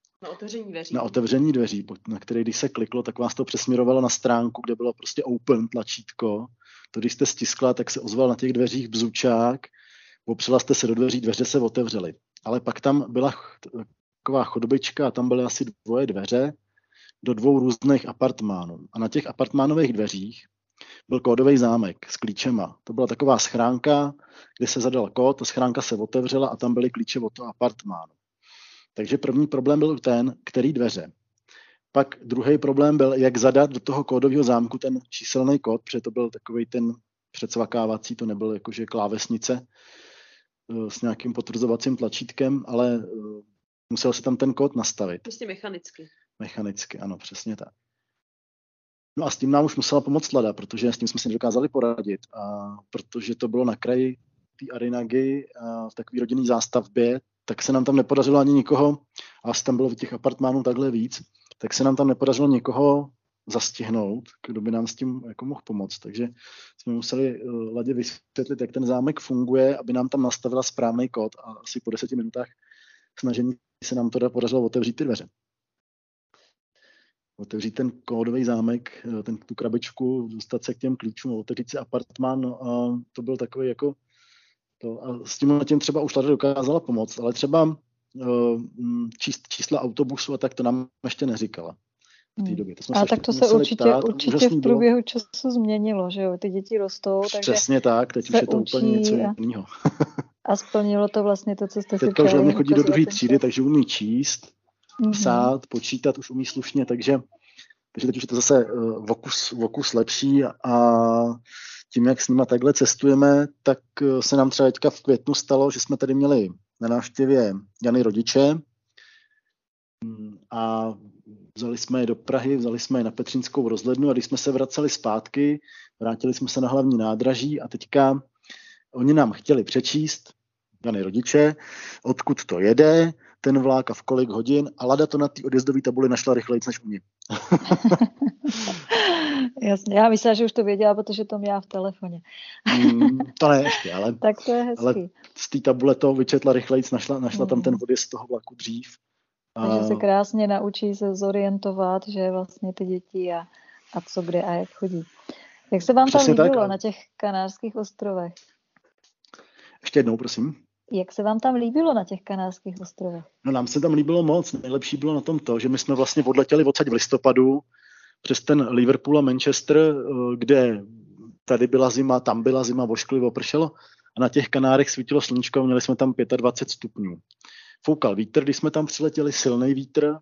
na otevření dveří, na který když se kliklo, tak vás to přesměrovalo na stránku, kde bylo prostě open tlačítko. To, když jste stiskla, tak se ozval na těch dveřích bzučák, opřela jste se do dveří, dveře se otevřely. Ale pak tam byla taková chodbička a tam byly asi 2 dveře do 2 různých apartmánů. A na těch apartmánových dveřích byl kódový zámek s klíčema. To byla taková schránka, kde se zadal kód, ta schránka se otevřela a tam byly klíče od toho apartmánu. Takže první problém byl ten, který dveře. Pak druhý problém byl, jak zadat do toho kódového zámku ten číselný kód, protože to byl takovej ten předsvakávací, to nebyl jakože klávesnice s nějakým potvrzovacím tlačítkem, ale musel se tam ten kód nastavit. Prostě mechanicky. Mechanicky, ano, přesně tak. No a s tím nám už musela pomoct Lada, protože s tím jsme si nedokázali poradit. A protože to bylo na kraji té Arinagy v takové rodinné zástavbě, tak se nám tam nepodařilo ani nikoho, a tam bylo v těch apartmánů takhle víc, tak se nám tam nepodařilo nikoho zastihnout, kdo by nám s tím jako mohl pomoct. Takže jsme museli Ladě vysvětlit, jak ten zámek funguje, aby nám tam nastavila správný kód a asi po 10 minutách snažení se nám to podařilo otevřít ty dveře. Otevřít ten kódový zámek, tu krabičku, dostat se k těm klíčům, otevřít si apartmán, no a to byl takový jako to. A s tím třeba už Lada dokázala pomoct, ale třeba čísla autobusu a tak to nám ještě neříkala v té době. Ale tak to se určitě v průběhu času změnilo, že jo? Ty děti rostou, takže přesně tak, teď už je to úplně něco jiného. A splnilo to vlastně to, co jste si teďka už hlavně chodí do 2. třídy, takže umí číst, psát, počítat, už umí slušně, takže teď už je to zase vokus lepší a tím, jak s nima takhle cestujeme, tak se nám třeba teďka v květnu stalo, že jsme tady měli na návštěvě Jany rodiče a vzali jsme je do Prahy, vzali jsme je na Petřínskou rozhlednu a když jsme se vraceli zpátky, vrátili jsme se na hlavní nádraží a teďka oni nám chtěli přečíst, Jany rodiče, odkud to jede, ten vlák a v kolik hodin a Lada to na té odjezdové tabuli našla rychleji než u mě. Jasně, já myslela, že už to věděla, protože to měla v telefoně. To ne ještě, ale, tak to je hezký. Ale z té tabule to vyčetla rychleji, našla tam ten odjezd z toho vlaku dřív. Takže se krásně naučí se zorientovat, že vlastně ty děti a co kde a jak chodí. Jak se vám přesně tam líbilo na těch Kanárských ostrovech? Ještě jednou, prosím. Jak se vám tam líbilo na těch Kanárských ostrovech? No nám se tam líbilo moc. Nejlepší bylo na tom to, že my jsme vlastně odletěli odsaď v listopadu přes ten Liverpool a Manchester, kde tady byla zima, tam byla zima, vošklivo pršelo a na těch Kanárech svítilo sluníčko a měli jsme tam 25 stupňů. Foukal vítr, když jsme tam přiletěli, silný vítr.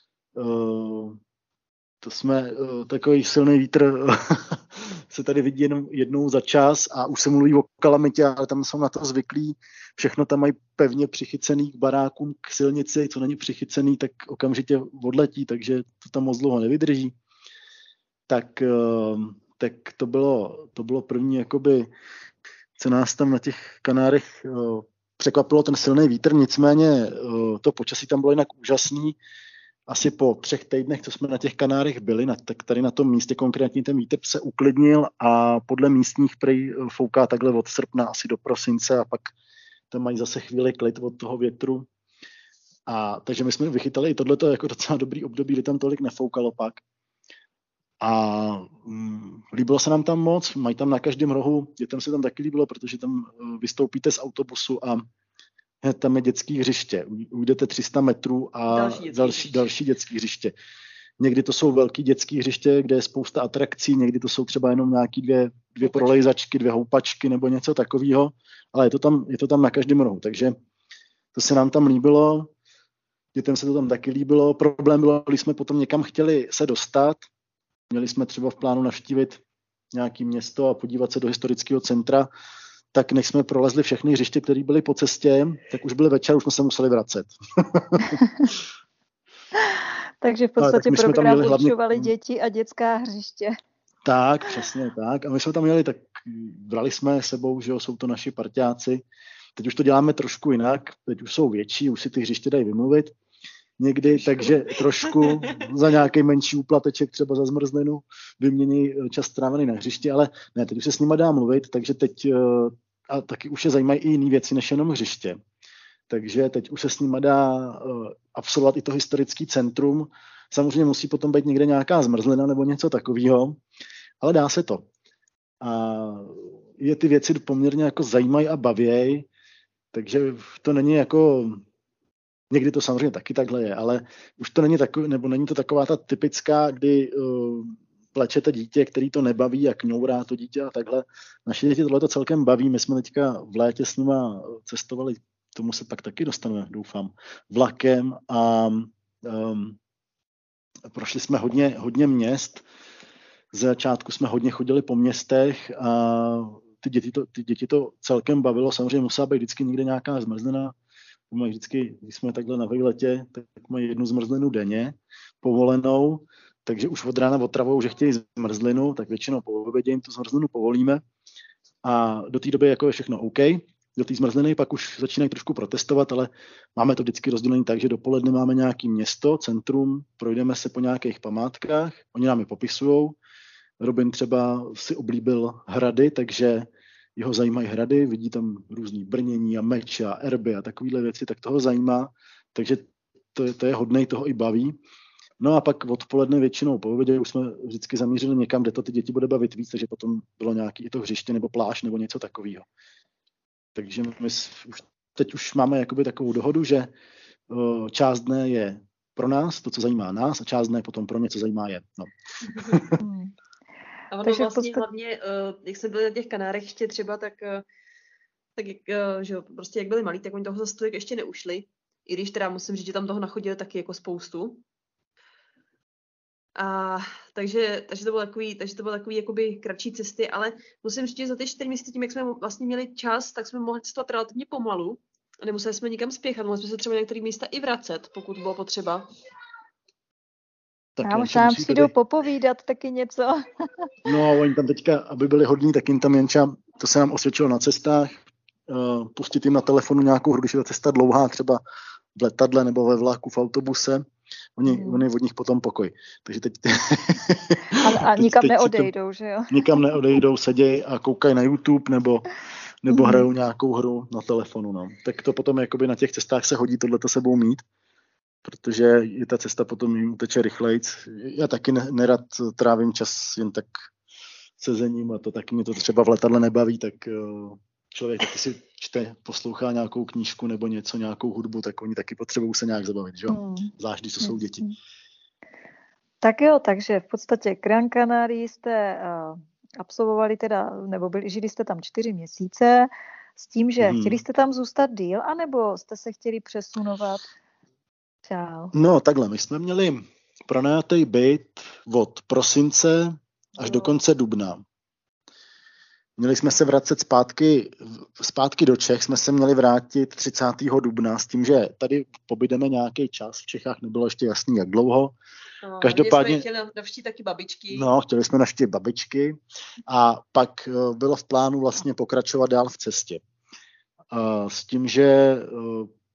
To jsme takový silný vítr se tady vidí jenom jednou za čas a už se mluví o kalamitě, ale tam jsou na to zvyklí. Všechno tam mají pevně přichycený k barákům, k silnici, co není přichycený, tak okamžitě odletí, takže to tam moc dlouho nevydrží. Tak to bylo první, jakoby, co nás tam na těch Kanárech překvapilo, ten silný vítr, nicméně to počasí tam bylo jinak úžasný. asi po 3 týdnech, co jsme na těch Kanárech byli, tak tady na tom místě konkrétně ten vítr se uklidnil a podle místních prej fouká takhle od srpna asi do prosince a pak tam mají zase chvíli klid od toho větru. A takže my jsme vychytali i tohleto jako docela dobrý období, kdy tam tolik nefoukalo pak. A líbilo se nám tam moc, mají tam na každém rohu, dětem se tam taky líbilo, protože tam vystoupíte z autobusu a tam je dětské hřiště. Ujdete 300 metrů a další dětské hřiště. Někdy to jsou velký dětské hřiště, kde je spousta atrakcí, někdy to jsou třeba jenom nějaký dvě prolejzačky, 2 houpačky nebo něco takového, ale je to tam na každém rohu, takže to se nám tam líbilo, dětem se to tam taky líbilo. Problém bylo, když jsme potom někam chtěli se dostat, měli jsme třeba v plánu navštívit nějaké město a podívat se do historického centra, tak než jsme prolezli všechny hřiště, které byly po cestě, tak už byly večer, už jsme se museli vracet. Takže v podstatě program určovali děti a dětská hřiště. Tak, přesně tak. A my jsme tam měli, tak brali jsme sebou, že jo, jsou to naši parťáci. Teď už to děláme trošku jinak, teď už jsou větší, už si ty hřiště dají vymluvit někdy, takže trošku za nějaký menší úplateček, třeba za zmrzlinu, vymění čas strávený na hřišti, ale ne, teď už se s nima dá mluvit, takže teď a taky už je zajímají i jiné věci než jenom hřiště. Takže teď už se s nima dá absolvovat i to historické centrum. Samozřejmě musí potom být někde nějaká zmrzlina nebo něco takového, ale dá se to. A je ty věci poměrně jako zajímají a bavěj, takže to není jako, někdy to samozřejmě taky takhle je, ale už to není takový, nebo není to taková ta typická, kdy plečete dítě, který to nebaví a kňourá to dítě a takhle. Naše děti tohle to celkem baví, my jsme teďka v létě s nima cestovali, tomu se pak taky dostaneme, doufám, vlakem a prošli jsme hodně měst. Z začátku jsme hodně chodili po městech a ty děti to celkem bavilo. Samozřejmě musela být vždycky někde nějaká zmrzlina. Mají vždycky, když jsme takhle na výletě, tak mají 1 zmrzlinu denně povolenou, takže už od rána otravou, že chtějí zmrzlinu, tak většinou po obědě jim tu zmrzlinu povolíme a do té doby jako je všechno OK. Do té zmrzliny pak už začínají trošku protestovat, ale máme to vždycky rozdělené tak, že dopoledne máme nějaké město, centrum, projdeme se po nějakých památkách, oni nám je popisujou. Robin třeba si oblíbil hrady, takže jeho zajímají hrady, vidí tam různý brnění a meče a erby a takovéhle věci, tak toho zajímá, takže to je hodnej, toho i baví. No a pak odpoledne většinou po obědě už jsme vždycky zamířili někam, kde to ty děti bude bavit víc, takže potom bylo nějaké i to hřiště nebo pláž nebo něco takového. Takže my teď už máme jakoby takovou dohodu, že část dne je pro nás, to, co zajímá nás, a část dne je potom pro ně, co zajímá je. No. A ono vlastně hlavně, jak jsme byli na těch Kanárech ještě třeba, tak že prostě jak byli malí, tak oni toho zase tolik ještě neušli. I když teda musím říct, že tam toho nachodili taky jako spoustu. A takže to bylo takový jakoby kratší cesty, ale musím říct, že za ty 4 měsíce tím, jak jsme vlastně měli čas, tak jsme mohli cestovat relativně pomalu. A nemuseli jsme nikam spěchat, mohli jsme se třeba některé místa i vracet, pokud bylo potřeba. Tak já možná přijdou popovídat taky něco. No, oni tam teďka, aby byli hodní, tak jim tam Jenča, to se nám osvědčilo na cestách, pustit jim na telefonu nějakou hru, když je ta cesta dlouhá, třeba v letadle nebo ve vlaku, v autobuse, oni od nich potom pokoj. Takže teď a nikam neodejdou, že jo? Nikam neodejdou, sedějí a koukají na YouTube nebo hrajou nějakou hru na telefonu. No. Tak to potom jakoby na těch cestách se hodí tohleto sebou mít, protože i ta cesta potom jim uteče rychlejc. Já taky nerad trávím čas jen tak sezením a to taky mě to třeba v letadle nebaví, tak člověk taky si čte, poslouchá nějakou knížku nebo něco, nějakou hudbu, tak oni taky potřebují se nějak zabavit, že jo? Zvlášť, když to jsou děti. Tak jo, takže v podstatě Gran Canaria jste absolvovali teda, nebo žili jste tam 4 měsíce s tím, že chtěli jste tam zůstat díl, anebo jste se chtěli přesunovat? Čau. No takhle, my jsme měli pronajatý byt od prosince až do konce dubna. Měli jsme se vracet zpátky do Čech, jsme se měli vrátit 30. dubna s tím, že tady pobydeme nějaký čas, v Čechách nebylo ještě jasný, jak dlouho. No, každopádně jsme chtěli navštívit taky babičky. No, chtěli jsme navštívit babičky a pak bylo v plánu vlastně pokračovat dál v cestě. S tím, že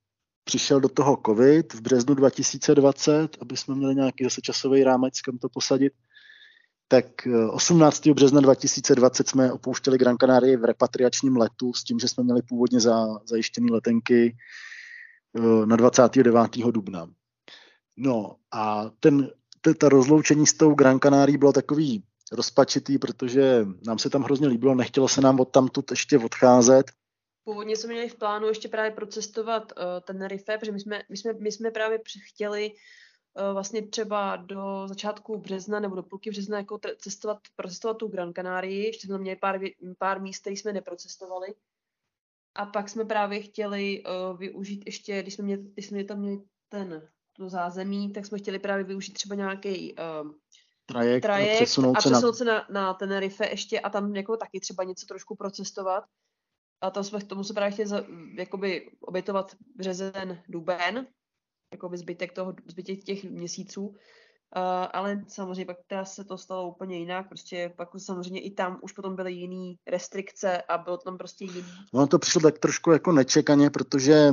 přišel do toho covid v březnu 2020, aby jsme měli nějaký zase časový rámec, kam to posadit. Tak 18. března 2020 jsme opouštěli Gran Canaria v repatriačním letu s tím, že jsme měli původně zajištěné letenky na 29. dubna. No a ta rozloučení s tou Gran Canaria bylo takový rozpačitý, protože nám se tam hrozně líbilo, nechtělo se nám odtamtud ještě odcházet. Původně jsme měli v plánu ještě právě procestovat Tenerife, protože my jsme právě chtěli vlastně třeba do začátku března nebo do půlky března jako procestovat tu Gran Canarii. Ještě jsme měli pár míst, které jsme neprocestovali. A pak jsme právě chtěli využít ještě, když jsme tam měli to zázemí, tak jsme chtěli právě využít třeba nějaký trajekt a přesunout se na Tenerife ještě a tam jako taky třeba něco trošku procestovat. A tam jsme k tomu se právě chtěli jakoby obětovat březen, duben, jakoby zbytek těch měsíců. Ale samozřejmě pak teda se to stalo úplně jinak, prostě pak samozřejmě i tam už potom byly jiný restrikce a bylo tam prostě jiný. Ono to přišlo tak trošku jako nečekaně, protože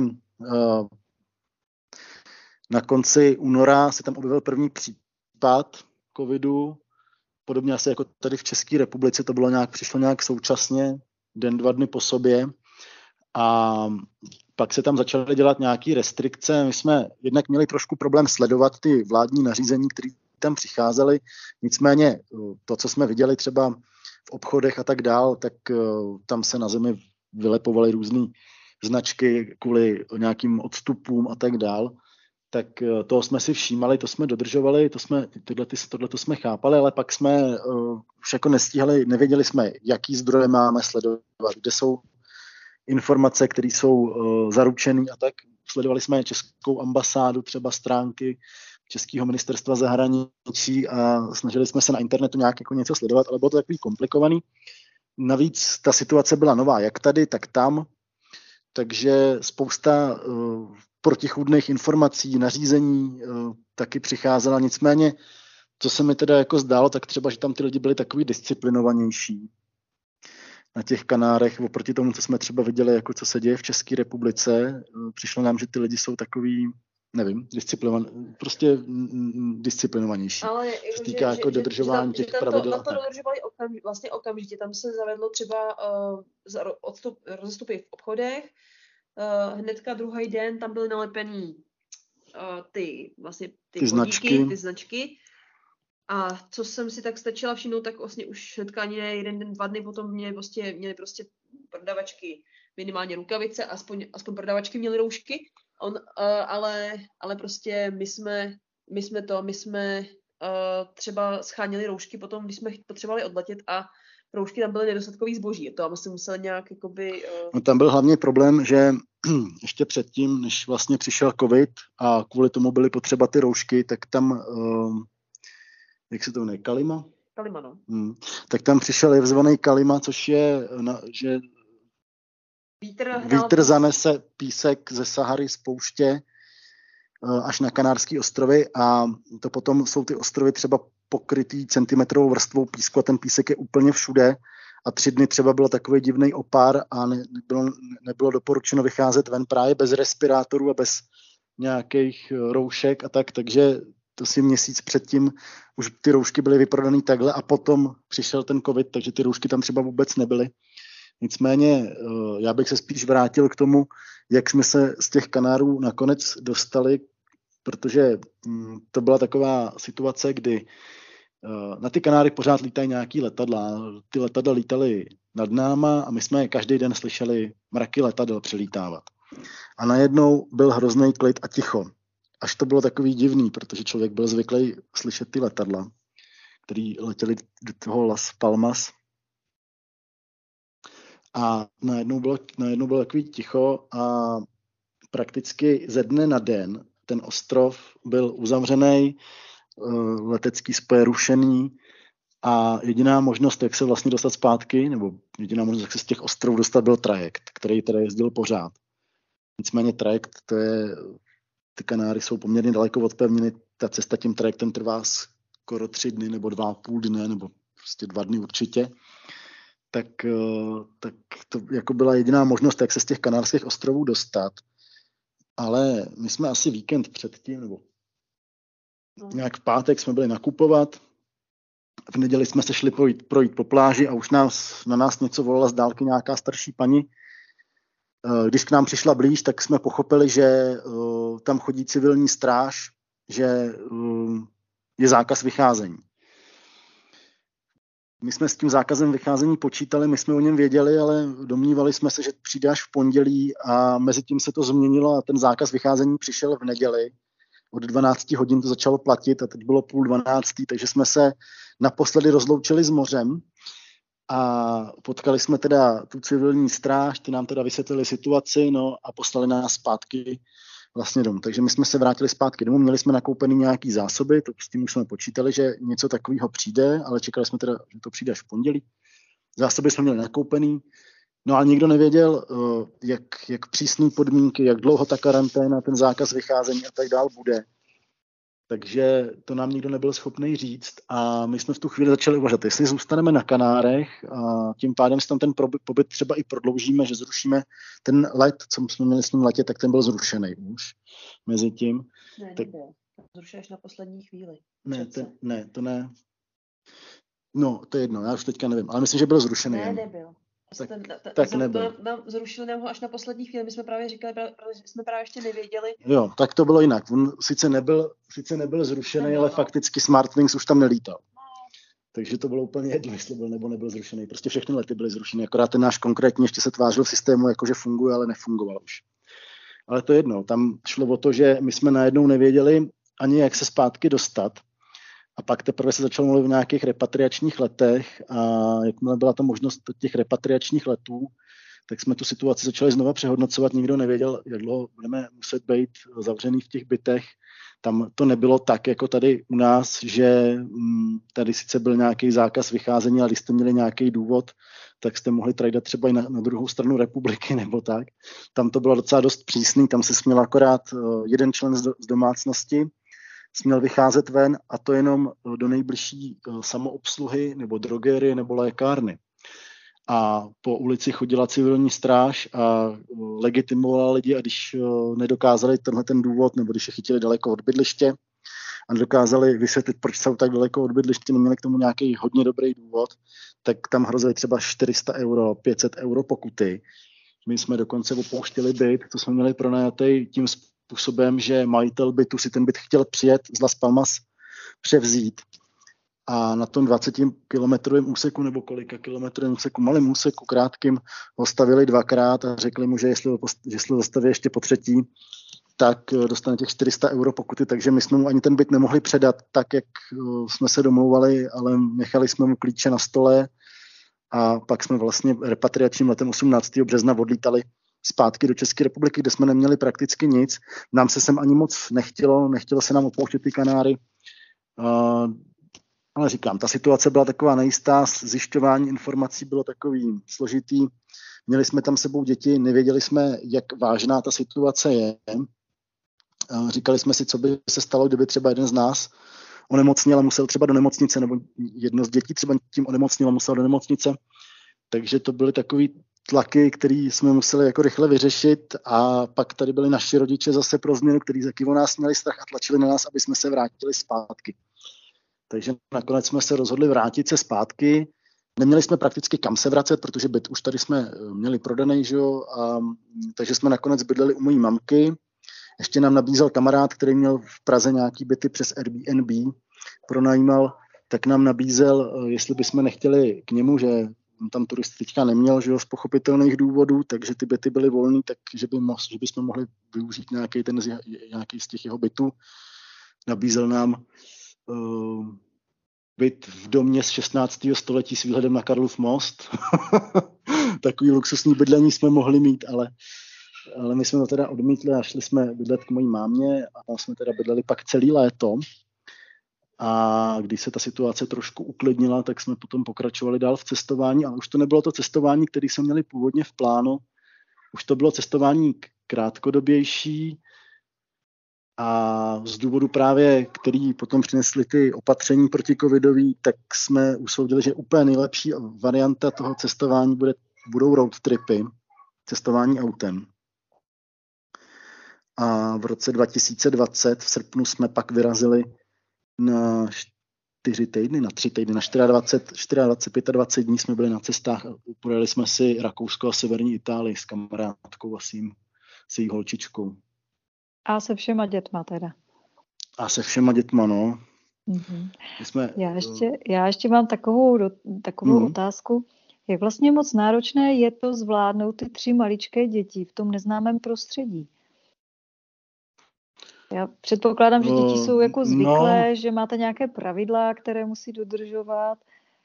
na konci února se tam objevil první případ covidu, podobně asi jako tady v České republice, to přišlo nějak současně, dva dny po sobě a pak se tam začaly dělat nějaké restrikce. My jsme jednak měli trošku problém sledovat ty vládní nařízení, které tam přicházely. Nicméně to, co jsme viděli třeba v obchodech a tak dál, tak tam se na zemi vylepovaly různé značky kvůli nějakým odstupům a tak dál. Tak toho jsme si všímali, to jsme dodržovali, tohle jsme chápali, ale pak jsme už jako nestíhali, nevěděli jsme, jaký zdroje máme sledovat, kde jsou informace, které jsou zaručené a tak. Sledovali jsme českou ambasádu, třeba stránky Českého ministerstva zahraničí a snažili jsme se na internetu nějak jako něco sledovat, ale bylo to takový komplikovaný. Navíc ta situace byla nová, jak tady, tak tam, takže spousta protichůdných informací, nařízení taky přicházela. Nicméně, co se mi teda jako zdálo, tak třeba, že tam ty lidi byli takový disciplinovanější na těch Kanárech, oproti tomu, co jsme třeba viděli, jako co se děje v České republice. Přišlo nám, že ty lidi jsou takový, nevím, disciplinovanější. Ale co se týká jako dodržování těch pravidel. Na to dodržovali okamžitě. Tam se zavedlo třeba rozestupy v obchodech. Hnedka druhý den tam byly nalepený ty značky. A co jsem si tak stačila všimnout, tak vlastně už hnedka ani ne 1 den, 2 dny potom měli prostě prodavačky minimálně rukavice, aspoň prodavačky měly roušky, ale prostě my jsme třeba scháněli roušky potom, když jsme potřebovali odletět a roušky tam byly nedostatkový zboží. To jsme museli nějak jakoby... No, tam byl hlavně problém, že ještě předtím, než vlastně přišel covid a kvůli tomu byly potřeba ty roušky, tak tam, jak se to jmenuje, Kalima? Kalima, no. Tak tam přišel jevzvaný Kalima, což je, že vítr zanese písek ze Sahary z pouště až na Kanárské ostrovy a to potom jsou ty ostrovy třeba pokrytý centimetrovou vrstvou písku a ten písek je úplně všude a 3 dny třeba byl takový divný opár a nebylo doporučeno vycházet ven právě bez respirátorů a bez nějakých roušek a tak, takže to si měsíc předtím už ty roušky byly vyprodané takhle a potom přišel ten covid, takže ty roušky tam třeba vůbec nebyly. Nicméně já bych se spíš vrátil k tomu, jak jsme se z těch Kanárů nakonec dostali, protože to byla taková situace, kdy na ty Kanáry pořád lítají nějaký letadla. Ty letadla lítaly nad náma a my jsme každý den slyšeli mraky letadel přelítávat. A najednou byl hrozný klid a ticho. Až to bylo takový divný, protože člověk byl zvyklý slyšet ty letadla, které letěly do toho Las Palmas. A najednou bylo takový ticho a prakticky ze dne na den ten ostrov byl uzavřený, letecký spoje rušený a jediná možnost, jak se vlastně dostat zpátky, nebo jediná možnost, jak se z těch ostrovů dostat, byl trajekt, který teda jezdil pořád. Nicméně trajekt, ty Kanáry jsou poměrně daleko od pevniny, ta cesta tím trajektem trvá skoro 3 dny nebo 2,5 dne, nebo prostě 2 dny určitě. Tak to jako byla jediná možnost, jak se z těch Kanárských ostrovů dostat. ale my jsme asi víkend předtím, nebo nějak v pátek jsme byli nakupovat. V neděli jsme se šli projít po pláži a už na nás něco volala z dálky nějaká starší paní. Když k nám přišla blíž, tak jsme pochopili, že tam chodí civilní stráž, že je zákaz vycházení. My jsme s tím zákazem vycházení počítali, my jsme o něm věděli, ale domnívali jsme se, že přijde až v pondělí a mezi tím se to změnilo a ten zákaz vycházení přišel v neděli. Od 12 hodin to začalo platit a teď bylo 11:30, takže jsme se naposledy rozloučili s mořem a potkali jsme teda tu civilní stráž, ty nám teda vysvětlili situaci, no a poslali nás zpátky vlastně domů. Takže my jsme se vrátili zpátky domů, měli jsme nakoupený nějaký zásoby, to s tím už jsme počítali, že něco takového přijde, ale čekali jsme teda, že to přijde až v pondělí. Zásoby jsme měli nakoupený, no ale nikdo nevěděl, jak přísné podmínky, jak dlouho ta karanténa, ten zákaz vycházení a tak dál bude. Takže to nám nikdo nebyl schopný říct a my jsme v tu chvíli začali uvažovat, jestli zůstaneme na Kanárech a tím pádem si tam ten pobyt třeba i prodloužíme, že zrušíme ten let, co jsme měli s ním letě, tak ten byl zrušený už mezi tím. Ne, nebyl. Zrušil až na poslední chvíli. To ne. No, to je jedno, já už teďka nevím, ale myslím, že byl zrušený. Ne, nebyl. Tak nebyl. Zrušili nám ho až na poslední chvíli, my jsme právě říkali, jsme právě ještě nevěděli. Jo, tak to bylo jinak. On sice nebyl zrušený, ale fakticky Smartwings už tam nelítal. Takže to bylo úplně jedno, jestli byl nebo nebyl zrušený. Prostě všechny lety byly zrušeny, akorát ten náš konkrétní ještě se tvářil v systému, jakože funguje, ale nefungoval už. Ale to je jedno, tam šlo o to, že my jsme najednou nevěděli ani jak se zpátky dostat. A pak teprve se začalo mluvit o nějakých repatriačních letech a jakmile byla ta možnost těch repatriačních letů, tak jsme tu situaci začali znova přehodnocovat. Nikdo nevěděl, jak dlouho budeme muset být zavřený v těch bytech. Tam to nebylo tak, jako tady u nás, že tady sice byl nějaký zákaz vycházení, ale když jste měli nějaký důvod, tak jste mohli trajdat třeba i na druhou stranu republiky nebo tak. Tam to bylo docela dost přísný, tam se směl akorát jeden člen z domácnosti, směl vycházet ven a to jenom do nejbližší samoobsluhy nebo drogerie nebo lékárny. A po ulici chodila civilní stráž a legitimovala lidi a když nedokázali tenhle ten důvod nebo když je chytili daleko od bydliště a nedokázali vysvětlit, proč jsou tak daleko od bydliště, neměli k tomu nějaký hodně dobrý důvod, tak tam hrozili třeba 400 euro, 500 euro pokuty. My jsme dokonce opouštěli byt, to jsme měli pronajatý tím způsobem, že majitel bytu si ten byt chtěl přijet z Las Palmas převzít. A na tom 20-kilometrovém úseku nebo kolika kilometrovém úseku, malém úseku, krátkým, ho stavili dvakrát a řekli mu, že jestli ho zastaví ještě po třetí, tak dostane těch 400 euro pokuty, takže my jsme mu ani ten byt nemohli předat tak, jak jsme se domlouvali, ale nechali jsme mu klíče na stole a pak jsme vlastně repatriačním letem 18. března odlítali zpátky do České republiky, kde jsme neměli prakticky nic. Nám se sem ani moc nechtělo se nám opouštět ty Kanáry. Ale říkám, ta situace byla taková nejistá, zjišťování informací bylo takový složitý. Měli jsme tam sebou děti, nevěděli jsme, jak vážná ta situace je. Říkali jsme si, co by se stalo, kdyby třeba jeden z nás onemocněl a musel třeba do nemocnice, nebo jedno z dětí třeba tím onemocnilo a musel do nemocnice. Takže to byly takový tlaky, které jsme museli jako rychle vyřešit a pak tady byli naši rodiče zase pro změnu, kteří taky o nás měli strach a tlačili na nás, aby jsme se vrátili zpátky. Takže nakonec jsme se rozhodli vrátit se zpátky. Neměli jsme prakticky kam se vracet, protože byt už tady jsme měli prodaný, že jo? Takže jsme nakonec bydleli u mojí mamky. Ještě nám nabízel kamarád, který měl v Praze nějaký byty přes Airbnb, pronajímal, tak nám nabízel, jestli bychom nechtěli k němu, že tam turistička neměl, že jo, z pochopitelných důvodů, takže ty byty byly volný, takže bychom mohli využít nějaký z těch jeho bytů. Nabízel nám byt v domě z 16. století s výhledem na Karlův most. Takový luxusní bydlení jsme mohli mít, ale my jsme to teda odmítli a šli jsme bydlet k mojí mámě a tam jsme teda bydleli pak celý léto. A když se ta situace trošku uklidnila, tak jsme potom pokračovali dál v cestování, ale už to nebylo to cestování, které jsme měli původně v plánu. Už to bylo cestování krátkodobější a z důvodu právě, který potom přinesli ty opatření protikovidový, tak jsme usoudili, že úplně nejlepší varianta toho cestování budou road tripy, cestování autem. a v roce 2020 v srpnu jsme pak vyrazili na 4 týdny, na 3 týdny, na 24, 25 dní jsme byli na cestách a projeli jsme si Rakousko a severní Itálii s kamarádkou a s její holčičkou. A se všema dětma teda. A se všema dětma, no. Mm-hmm. Jsme, já ještě mám takovou otázku. Jak vlastně moc náročné je to zvládnout ty 3 maličké děti v tom neznámém prostředí? Já předpokládám, že děti jsou jako zvyklé, že máte nějaké pravidla, které musí dodržovat.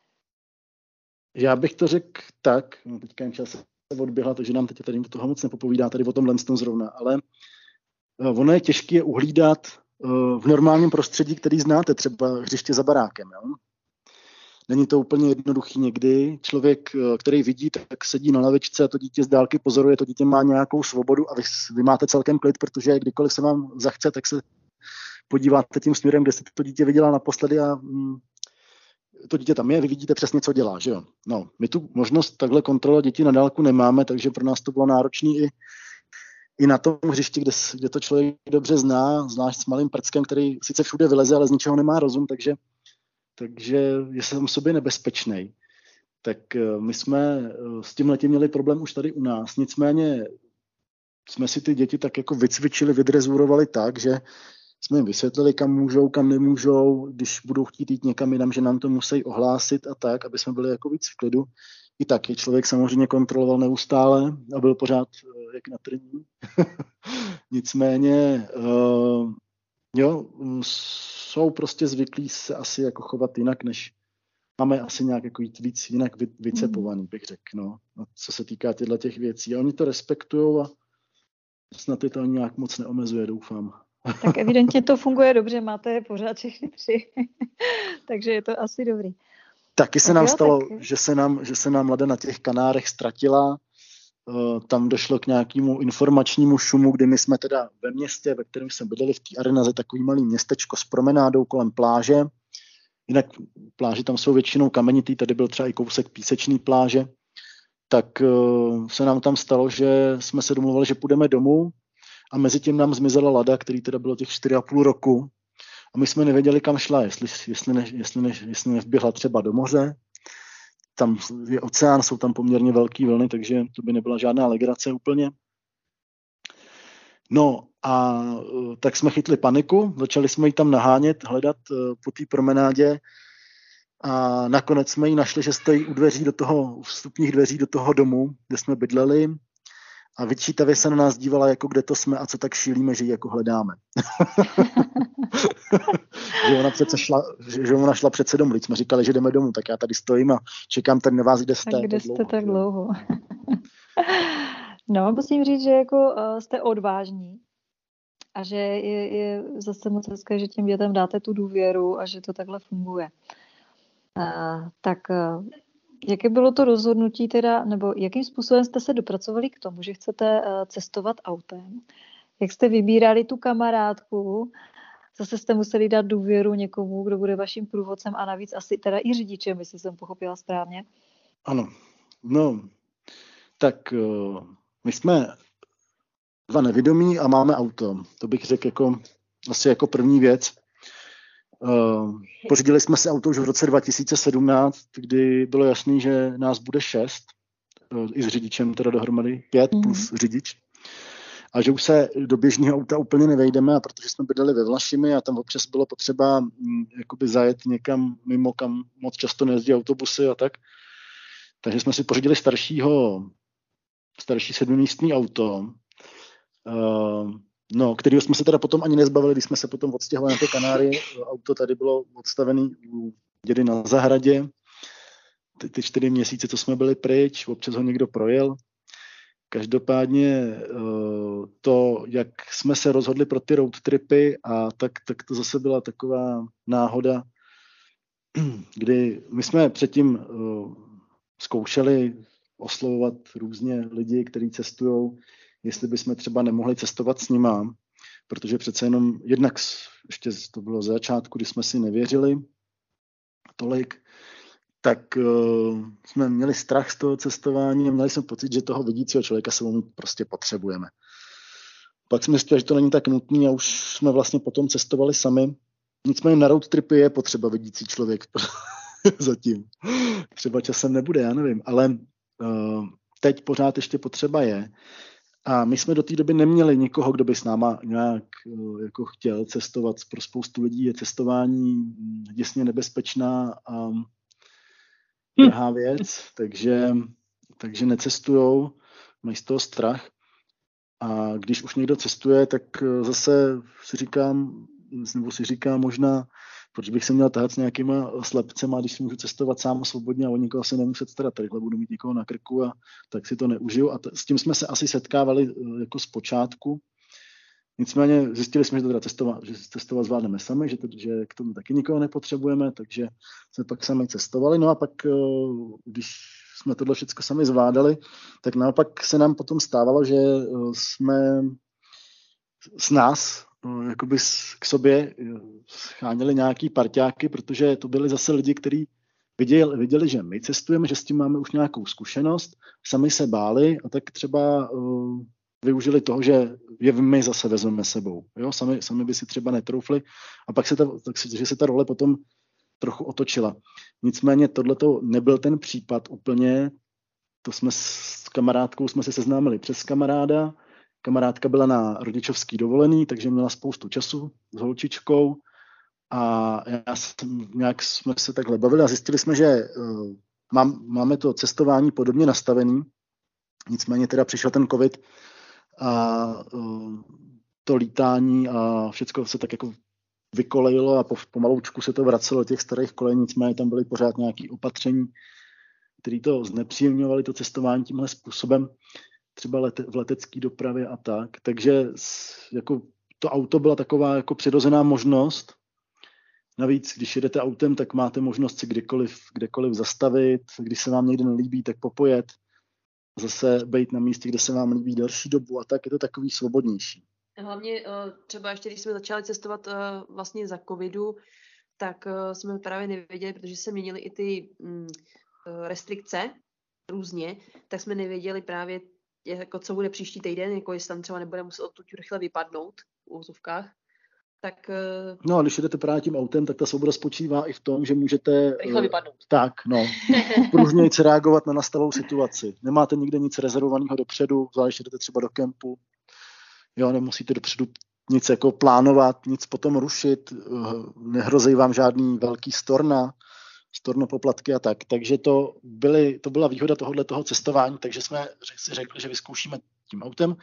Já bych to řekl tak, teďka jen čas se odběhla, takže nám teď tady toho moc nepopovídá tady o tomhle zrovna, ale ono je těžké uhlídat v normálním prostředí, který znáte, třeba hřiště za barákem. Jo? Není to úplně jednoduchý někdy. Člověk, který vidí, tak sedí na lavičce a to dítě z dálky pozoruje, to dítě má nějakou svobodu a vy máte celkem klid, protože kdykoliv se vám zachce, tak se podíváte tím směrem, kde jste to dítě viděla naposledy a to dítě tam je, vy vidíte přesně, co dělá. Že jo? No, my tu možnost takhle kontrolovat děti na dálku nemáme, takže pro nás to bylo náročné i na tom hřišti, kde to člověk dobře zná, zvlášť s malým prckem, který sice všude vyleze, ale z ničeho nemá rozum, takže je sám sobě nebezpečný. Tak my jsme s tímhletím měli problém už tady u nás. Nicméně jsme si ty děti tak jako vycvičili, vydrezurovali tak, že jsme jim vysvětlili, kam můžou, kam nemůžou, když budou chtít jít někam jinam, že nám to musí ohlásit a tak, aby jsme byli jako víc v klidu. I tak je člověk samozřejmě kontroloval neustále a byl pořád jak na trní. Nicméně jsou prostě zvyklí se asi jako chovat jinak, než máme asi nějak jako víc jinak vycepovaný, bych řekl, no, co se týká těch věcí. A oni to respektujou a snad je to nějak moc neomezuje, doufám. Tak evidentně to funguje dobře, máte je pořád všechny 3, takže je to asi dobrý. Taky se nám stalo, že se nám Lada na těch Kanárech ztratila. Tam došlo k nějakému informačnímu šumu, kdy my jsme teda ve městě, ve kterém jsme bydleli v té Arenaze, takový malý městečko s promenádou kolem pláže. Jinak pláže tam jsou většinou kamenitý, tady byl třeba i kousek písečný pláže. Tak se nám tam stalo, že jsme se domluvili, že půjdeme domů a mezi tím nám zmizela Lada, který teda bylo těch 4,5 roku. A my jsme nevěděli, kam šla, jestli nevběhla třeba do moře. Tam je oceán, jsou tam poměrně velký vlny, takže to by nebyla žádná legrace úplně. No a tak jsme chytli paniku, začali jsme ji tam nahánět, hledat po té promenádě a nakonec jsme ji našli, že stojí u vstupních dveří do toho domu, kde jsme bydleli a vyčítavě se na nás dívala, jako kde to jsme a co tak šílíme, že ji jako hledáme. že ona šla přece domů, když jsme říkali, že jdeme domů, tak já tady stojím a čekám tady na vás, kde jste. A kde jste tak dlouho? No, musím říct, že jako jste odvážní a že je zase moc hezké, že těm dětem dáte tu důvěru a že to takhle funguje. Jaké bylo to rozhodnutí teda, nebo jakým způsobem jste se dopracovali k tomu, že chcete cestovat autem? Jak jste vybírali tu kamarádku? Zase jste museli dát důvěru někomu, kdo bude vaším průvodcem a navíc asi teda i řidičem, jestli jsem pochopila správně. Ano, no, tak my jsme 2 nevědomí a máme auto. To bych řekl asi jako první věc. Pořídili jsme si auto už v roce 2017, kdy bylo jasný, že nás bude 6, i s řidičem teda dohromady 5 plus řidič. A že už se do běžného auta úplně nevejdeme, a protože jsme bydleli ve Vlašimi a tam občas bylo potřeba jakoby zajet někam mimo, kam moc často nejezdí autobusy a tak. Takže jsme si pořídili starší 7místný auto, kterého jsme se teda potom ani nezbavili, když jsme se potom odstěhovali na ty Kanáry. Auto tady bylo odstavené u dědy na zahradě. Ty 4 měsíce, co jsme byli pryč, občas ho někdo projel. Každopádně to, jak jsme se rozhodli pro ty road tripy, a tak to zase byla taková náhoda, kdy my jsme předtím zkoušeli oslovovat různě lidi, kteří cestujou, jestli bychom třeba nemohli cestovat s nima, protože přece jenom jednak ještě to bylo ze začátku, kdy jsme si nevěřili tolik, tak jsme měli strach z toho cestování a měli jsme pocit, že toho vidícího člověka sebou prostě potřebujeme. Pak jsme zjistili, že to není tak nutný a už jsme vlastně potom cestovali sami. Nicméně na road tripy je potřeba vidící člověk zatím. Třeba časem nebude, já nevím, ale teď pořád ještě potřeba je. A my jsme do té doby neměli nikoho, kdo by s náma nějak jako chtěl cestovat. Pro spoustu lidí je cestování děsně nebezpečná a drahá věc, takže necestujou, mají z toho strach. A když už někdo cestuje, tak zase si říkám možná, proč bych se měl tahat s nějakýma slepcema, když si můžu cestovat sám svobodně a o nikoho se nemuset starat. Tadyhle budu mít někoho na krku a tak si to neužiju. A s tím jsme se asi setkávali jako zpočátku. Nicméně zjistili jsme, že to teda cestovat zvládneme sami, že k tomu taky nikoho nepotřebujeme, takže jsme pak sami cestovali. No a pak, když jsme tohle všechno sami zvládali, tak naopak se nám potom stávalo, že jsme s nás jakoby k sobě scháněli nějaký parťáky, protože to byli zase lidi, kteří viděli, že my cestujeme, že s tím máme už nějakou zkušenost, sami se báli a tak třeba využili toho, že je my zase vezmeme sebou. Jo? Sami by si třeba netroufli a pak se ta role potom trochu otočila. Nicméně tohleto nebyl ten případ úplně. To jsme s kamarádkou jsme se seznámili přes kamaráda. Kamarádka byla na rodičovský dovolený, takže měla spoustu času s holčičkou a nějak jsme se takhle bavili a zjistili jsme, že máme to cestování podobně nastavený. Nicméně teda přišel ten covid a to lítání a všechno se tak jako vykolejilo a pomaloučku se to vracelo do těch starých kolejí, nicméně tam byly pořád nějaké opatření, které to znepříjemňovaly, to cestování tímhle způsobem, třeba v letecké dopravě a tak. Takže jako to auto byla taková jako přirozená možnost. Navíc, když jedete autem, tak máte možnost si kdekoliv zastavit, když se vám někde nelíbí, tak popojet, zase být na místě, kde se vám líbí delší dobu a tak je to takový svobodnější. Hlavně třeba ještě, když jsme začali cestovat vlastně za covidu, tak jsme právě nevěděli, protože se měnily i ty restrikce různě, tak jsme nevěděli právě, jako co bude příští týden, jako jestli tam třeba nebude muset odtud rychle vypadnout v úzovkách. Tak, no a když jedete právě tím autem, tak ta svoboda spočívá i v tom, že můžete rychle vypadnout. Tak, no. Pružnějc reagovat na nastalou situaci. Nemáte nikde nic rezervovaného dopředu, zvlášť jdete třeba do kempu. Jo, nemusíte dopředu nic jako plánovat, nic potom rušit, nehrozí vám žádný velký stornopoplatky a tak. Takže to byla výhoda toho cestování, takže jsme si řekli, že vyzkoušíme tím autem.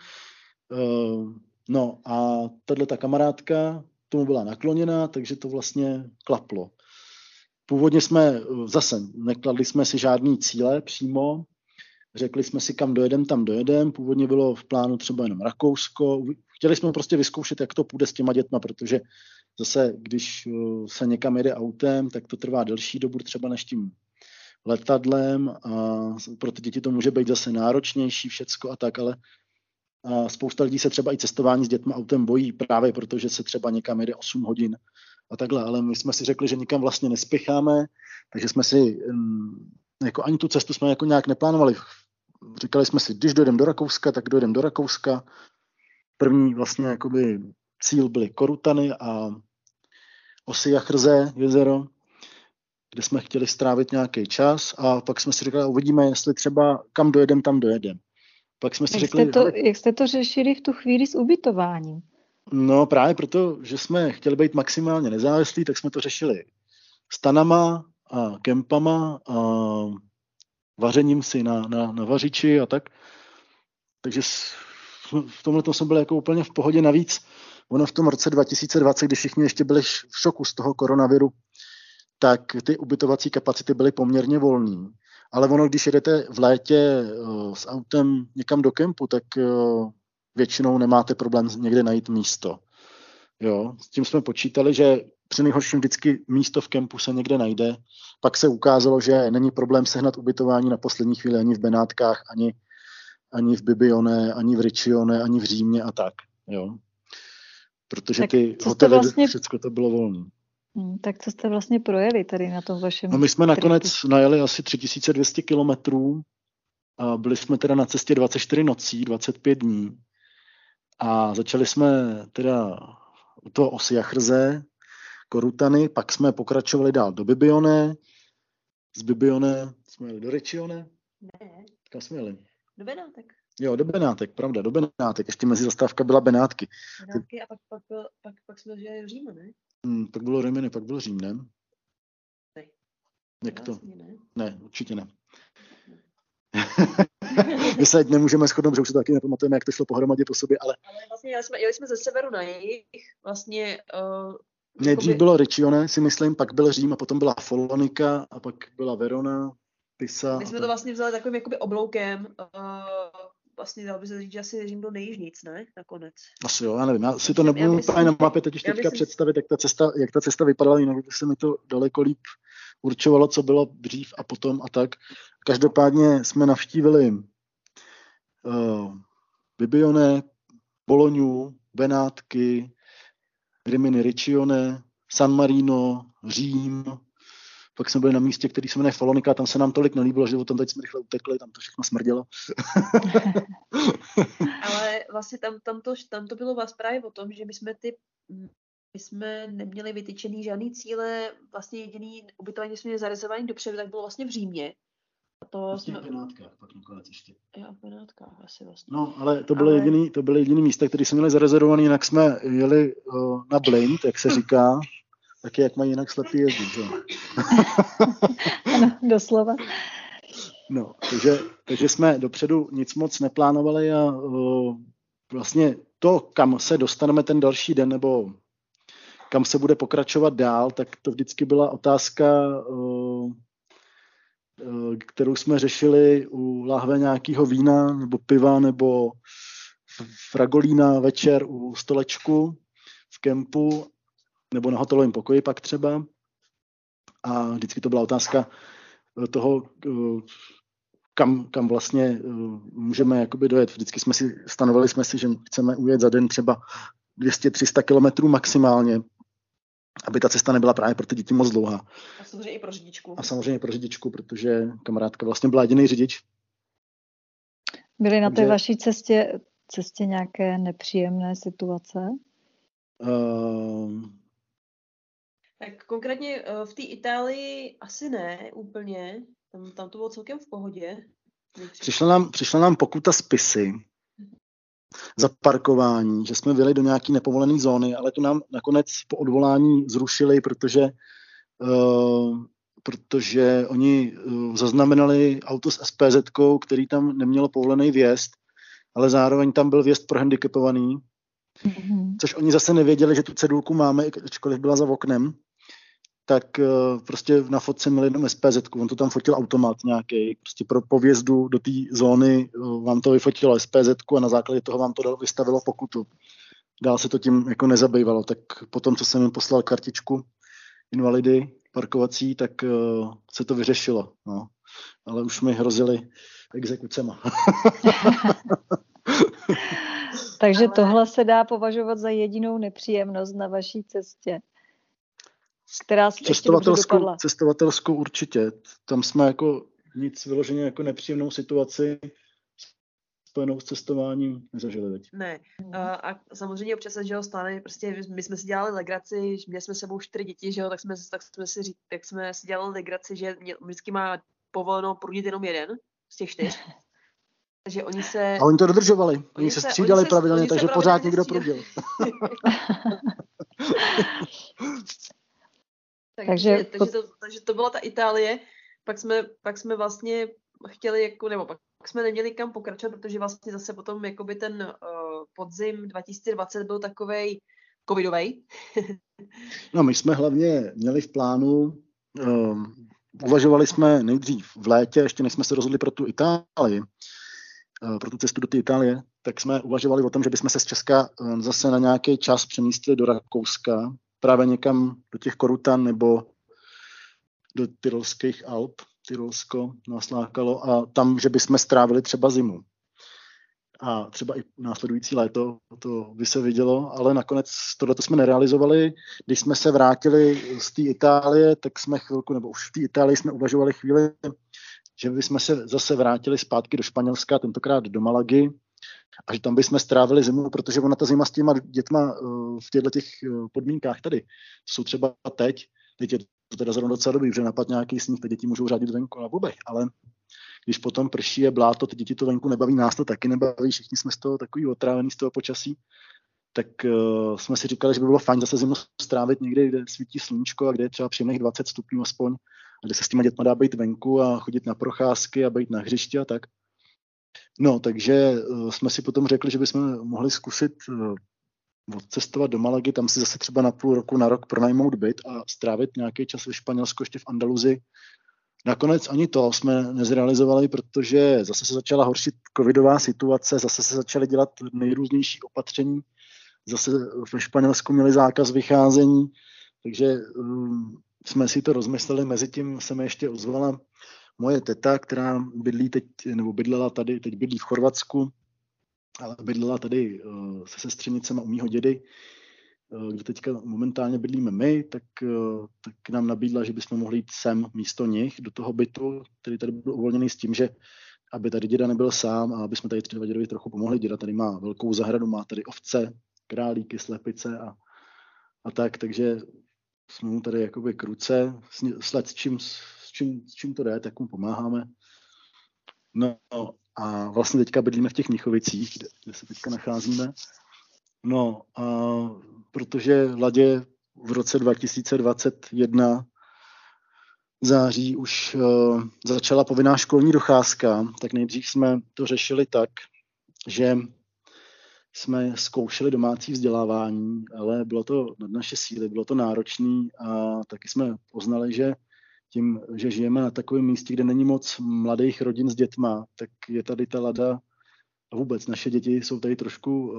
No a tato kamarádka tomu byla nakloněná, takže to vlastně klaplo. Původně jsme zase nekladli jsme si žádný cíle přímo, řekli jsme si, kam dojedem, tam dojedem. Původně bylo v plánu třeba jenom Rakousko. Chtěli jsme prostě vyzkoušet, jak to půjde s těma dětma, protože zase, když se někam jede autem, tak to trvá delší dobu třeba než tím letadlem a pro ty děti to může být zase náročnější všecko a tak, ale a spousta lidí se třeba i cestování s dětma autem bojí právě protože se třeba někam jede 8 hodin a takhle, ale my jsme si řekli, že nikam vlastně nespěcháme, takže jsme si jako ani tu cestu jsme jako nějak neplánovali. Říkali jsme si, když dojdeme do Rakouska, tak dojdeme do Rakouska. První vlastně jakoby cíl byly Korutany a Osijachrze jezero, kde jsme chtěli strávit nějaký čas a pak jsme si říkali, uvidíme, jestli třeba kam dojedeme, tam dojedeme. Pak jsme si řekli, jak jste to řešili v tu chvíli s ubytováním? No právě proto, že jsme chtěli být maximálně nezávislí, tak jsme to řešili stanama a kempama a vařením si na vařiči a tak. Takže v tomhle jsme byli jako úplně v pohodě. Navíc ono v tom roce 2020, když všichni ještě byli v šoku z toho koronaviru, tak ty ubytovací kapacity byly poměrně volný. Ale ono, když jedete v létě s autem někam do kempu, tak většinou nemáte problém někde najít místo. Jo? S tím jsme počítali, že při nejhorším vždycky místo v kempu se někde najde. Pak se ukázalo, že není problém sehnat ubytování na poslední chvíli ani v Benátkách, ani v Bibione, ani v Riccione, ani v Římě a tak. Jo? Protože tak ty hotely, vlastně všechno to bylo volné. Tak co jste vlastně projeli tady na tom vašem No my jsme nakonec najeli asi 3200 kilometrů a byli jsme teda na cestě 24 nocí, 25 dní A začali jsme teda u toho Osiachrze, Korutany, pak jsme pokračovali dál do Bibione, z Bibione jsme jeli do Riccione. Ne, Kam jsme jeli? do Benátek. Jo, do Benátek, pravda, do Benátek. Ještě mezi zastávka byla Benátky. Benátky a pak jsme jeli do Říma, ne? Pak bylo Rimini, pak byl Řím, ne? Ne. Jak to? Vlastně ne. Ne, určitě ne. My se nemůžeme shodnout, že už se taky nepamatujeme, jak to šlo pohromadě po sobě, ale vlastně jeli jsme ze severu na jih, vlastně nejdřív bylo Riccione, si myslím, pak byl Řím a potom byla Folonika a pak byla Verona, Pisa. My jsme to vlastně vzali takovým jakoby obloukem, vlastně dalo by se říct, že asi Řím byl nejjižníc, ne? Nakonec. Asi jo, já nevím, já si to nebudu úplně na mapě teď teďka představit, jak ta cesta vypadala, jinak by se mi to daleko líp určovalo, co bylo dřív a potom a tak. Každopádně jsme navštívili Bibione, Bolognu, Benátky, Rimini, Riccione, San Marino, Řím. Pak jsme byli na místě, který se jmenuje Folonika, tam se nám tolik nelíbilo, že o tom teď jsme rychle utekli, tam to všechno smrdělo. Ale vlastně tam to bylo vás právě o tom, že my jsme neměli vytyčený žádný cíle, vlastně jediný ubytování, jsme měli zarezervovaný dopředu, tak bylo vlastně v Římě. A to jsme... v Benátkách, pak nakonec ještě. Jo, v Benátkách asi vlastně. No, ale to byly jediný místa, které jsme měli zarezervovaný, jinak jsme jeli na blind, jak se říká, taky jak mají jinak slepý jezdit, že? Ano, doslova. No, takže jsme dopředu nic moc neplánovali a vlastně to, kam se dostaneme ten další den, nebo kam se bude pokračovat dál, tak to vždycky byla otázka, kterou jsme řešili u láhve nějakého vína nebo piva nebo fragolína večer u stolečku v kempu nebo na hotelovém pokoji pak třeba. A vždycky to byla otázka toho, kam vlastně můžeme jakoby dojet. Vždycky stanovili jsme si, že chceme ujet za den třeba 200-300 kilometrů maximálně, aby ta cesta nebyla právě pro ty děti moc dlouhá. A samozřejmě i pro řidičku. A samozřejmě pro řidičku, protože kamarádka vlastně byla jediný řidič. Byly na té vaší cestě nějaké nepříjemné situace? Tak konkrétně v té Itálii asi ne úplně. Tam to bylo celkem v pohodě. Přišla nám pokuta z Pisy za parkování, že jsme vyjeli do nějaký nepovolené zóny, ale to nám nakonec po odvolání zrušili, protože oni zaznamenali auto s SPZ-kou, který tam nemělo povolený vjezd, ale zároveň tam byl vjezd pro handicapovaný, což oni zase nevěděli, že tu cedulku máme, ačkoliv byla za oknem, tak prostě na fotce měli jenom SPZ-ku, on to tam fotil automat nějaký, prostě po vjezdu do té zóny vám to vyfotilo SPZ-ku a na základě toho vám to vystavilo pokutu. Dál se to tím jako nezabývalo, tak potom, co jsem jim poslal kartičku invalidy parkovací, tak se to vyřešilo, no. Ale už mi hrozili exekucema. Takže tohle se dá považovat za jedinou nepříjemnost na vaší cestě, která ještě dobře dopadla. Cestovatelskou určitě. Tam jsme jako nic vyloženě jako nepříjemnou situaci spojenou s cestováním nezažili teď. Ne. A samozřejmě občas se, že jo, stane, prostě my jsme si dělali legraci, měli jsme sebou 4 děti, že jo, tak jsme si dělali legraci, že vždycky má povoleno prudit jenom jeden z těch 4. Takže oni se... A oni to dodržovali. Oni se střídali pravidelně, takže pořád někdo prudil. Takže to byla ta Itálie. Pak jsme vlastně chtěli, nebo pak jsme neměli kam pokračovat, protože vlastně zase potom jakoby ten podzim 2020 byl takovej covidovej. No, my jsme hlavně měli v plánu, uvažovali jsme nejdřív v létě, ještě než jsme se rozhodli pro tu Itálii, pro tu cestu do té Itálie, tak jsme uvažovali o tom, že bychom se z Česka zase na nějaký čas přemístili do Rakouska, právě někam do těch Korutan nebo do Tyrolských Alp. Tyrolsko nás lákalo a tam, že bychom strávili třeba zimu. A třeba i následující léto, to by se vidělo, ale nakonec tohleto jsme nerealizovali. Když jsme se vrátili z té Itálie, tak jsme chvilku, nebo už v té Itálii jsme uvažovali chvíli, že bychom se zase vrátili zpátky do Španělska, tentokrát do Malagy, a že tam bychom strávili zimu, protože ona ta zima s těma dětma v těchto těch podmínkách tady, to jsou třeba teď je to teda zrovna docela dobrý, že napad nějaký sníh, ty děti můžou řádit venku na bobech, ale když potom prší je bláto, ty děti to venku nebaví, nás to taky nebaví, všichni jsme z toho takový otrávený z toho počasí, tak jsme si říkali, že by bylo fajn zase zimu strávit někde, kde svítí sluníčko a kde je třeba příjemných 20 stupňů aspoň, a kde se s těma dětma dá být venku a chodit na procházky a být na hřišti a tak. No, takže jsme si potom řekli, že bychom mohli zkusit odcestovat do Malagy, tam si zase třeba na půl roku, na rok pronajmout byt a strávit nějaký čas ve Španělsku, ještě v Andaluzii. Nakonec ani to jsme nezrealizovali, protože zase se začala horšit covidová situace, zase se začaly dělat nejrůznější opatření, zase ve Španělsku měli zákaz vycházení, takže jsme si to rozmysleli, mezitím se mi ještě ozvala moje teta, která bydlí teď, nebo bydlela tady, teď bydlí v Chorvatsku, ale bydlela tady se sestřenicema u mýho dědy, kde teďka momentálně bydlíme my, tak nám nabídla, že bychom mohli jít sem místo nich do toho bytu, který tady byl uvolněný s tím, že aby tady děda nebyl sám a aby jsme tady třeba dědovi trochu pomohli. Děda tady má velkou zahradu, má tady ovce, králíky, slepice a tak, takže jsme mu tady jakoby k ruce, s čím to jde, tak mu pomáháme. No a vlastně teďka bydlíme v těch Mnichovicích, kde se teďka nacházíme. No a protože Ladě v roce 2021 září už začala povinná školní docházka, tak nejdřív jsme to řešili tak, že jsme zkoušeli domácí vzdělávání, ale bylo to nad naše síly, bylo to náročné a taky jsme poznali, že tím, že žijeme na takovém místě, kde není moc mladých rodin s dětma, tak je tady ta Lada a vůbec naše děti jsou tady trošku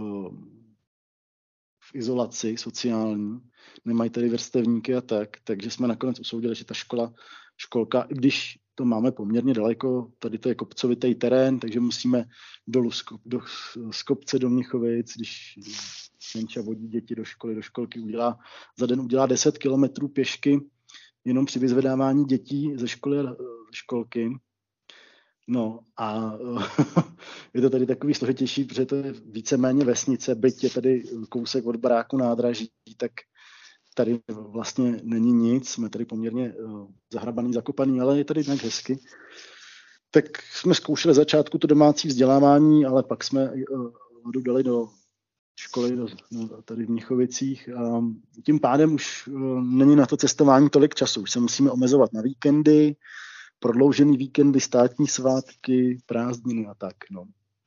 v izolaci sociální, nemají tady vrstevníky a tak, takže jsme nakonec usoudili, že ta školka, i když to máme poměrně daleko, tady to je kopcovitý terén, takže musíme dolů z kopce do Mnichovic, když Jenča vodí děti do školky, za den udělá 10 kilometrů pěšky, jenom při vyzvedávání dětí ze školy a školky. No a je to tady takový složitější, protože to je víceméně vesnice, byť je tady kousek od baráku nádraží, tak tady vlastně není nic, jsme tady poměrně zahrabaný, zakopaný, ale je tady jinak hezky. Tak jsme zkoušeli začátku to domácí vzdělávání, ale pak jsme dali do školy tady v Mnichovicích a tím pádem už není na to cestování tolik času, už se musíme omezovat na víkendy, prodloužený víkendy, státní svátky, prázdniny a tak, no.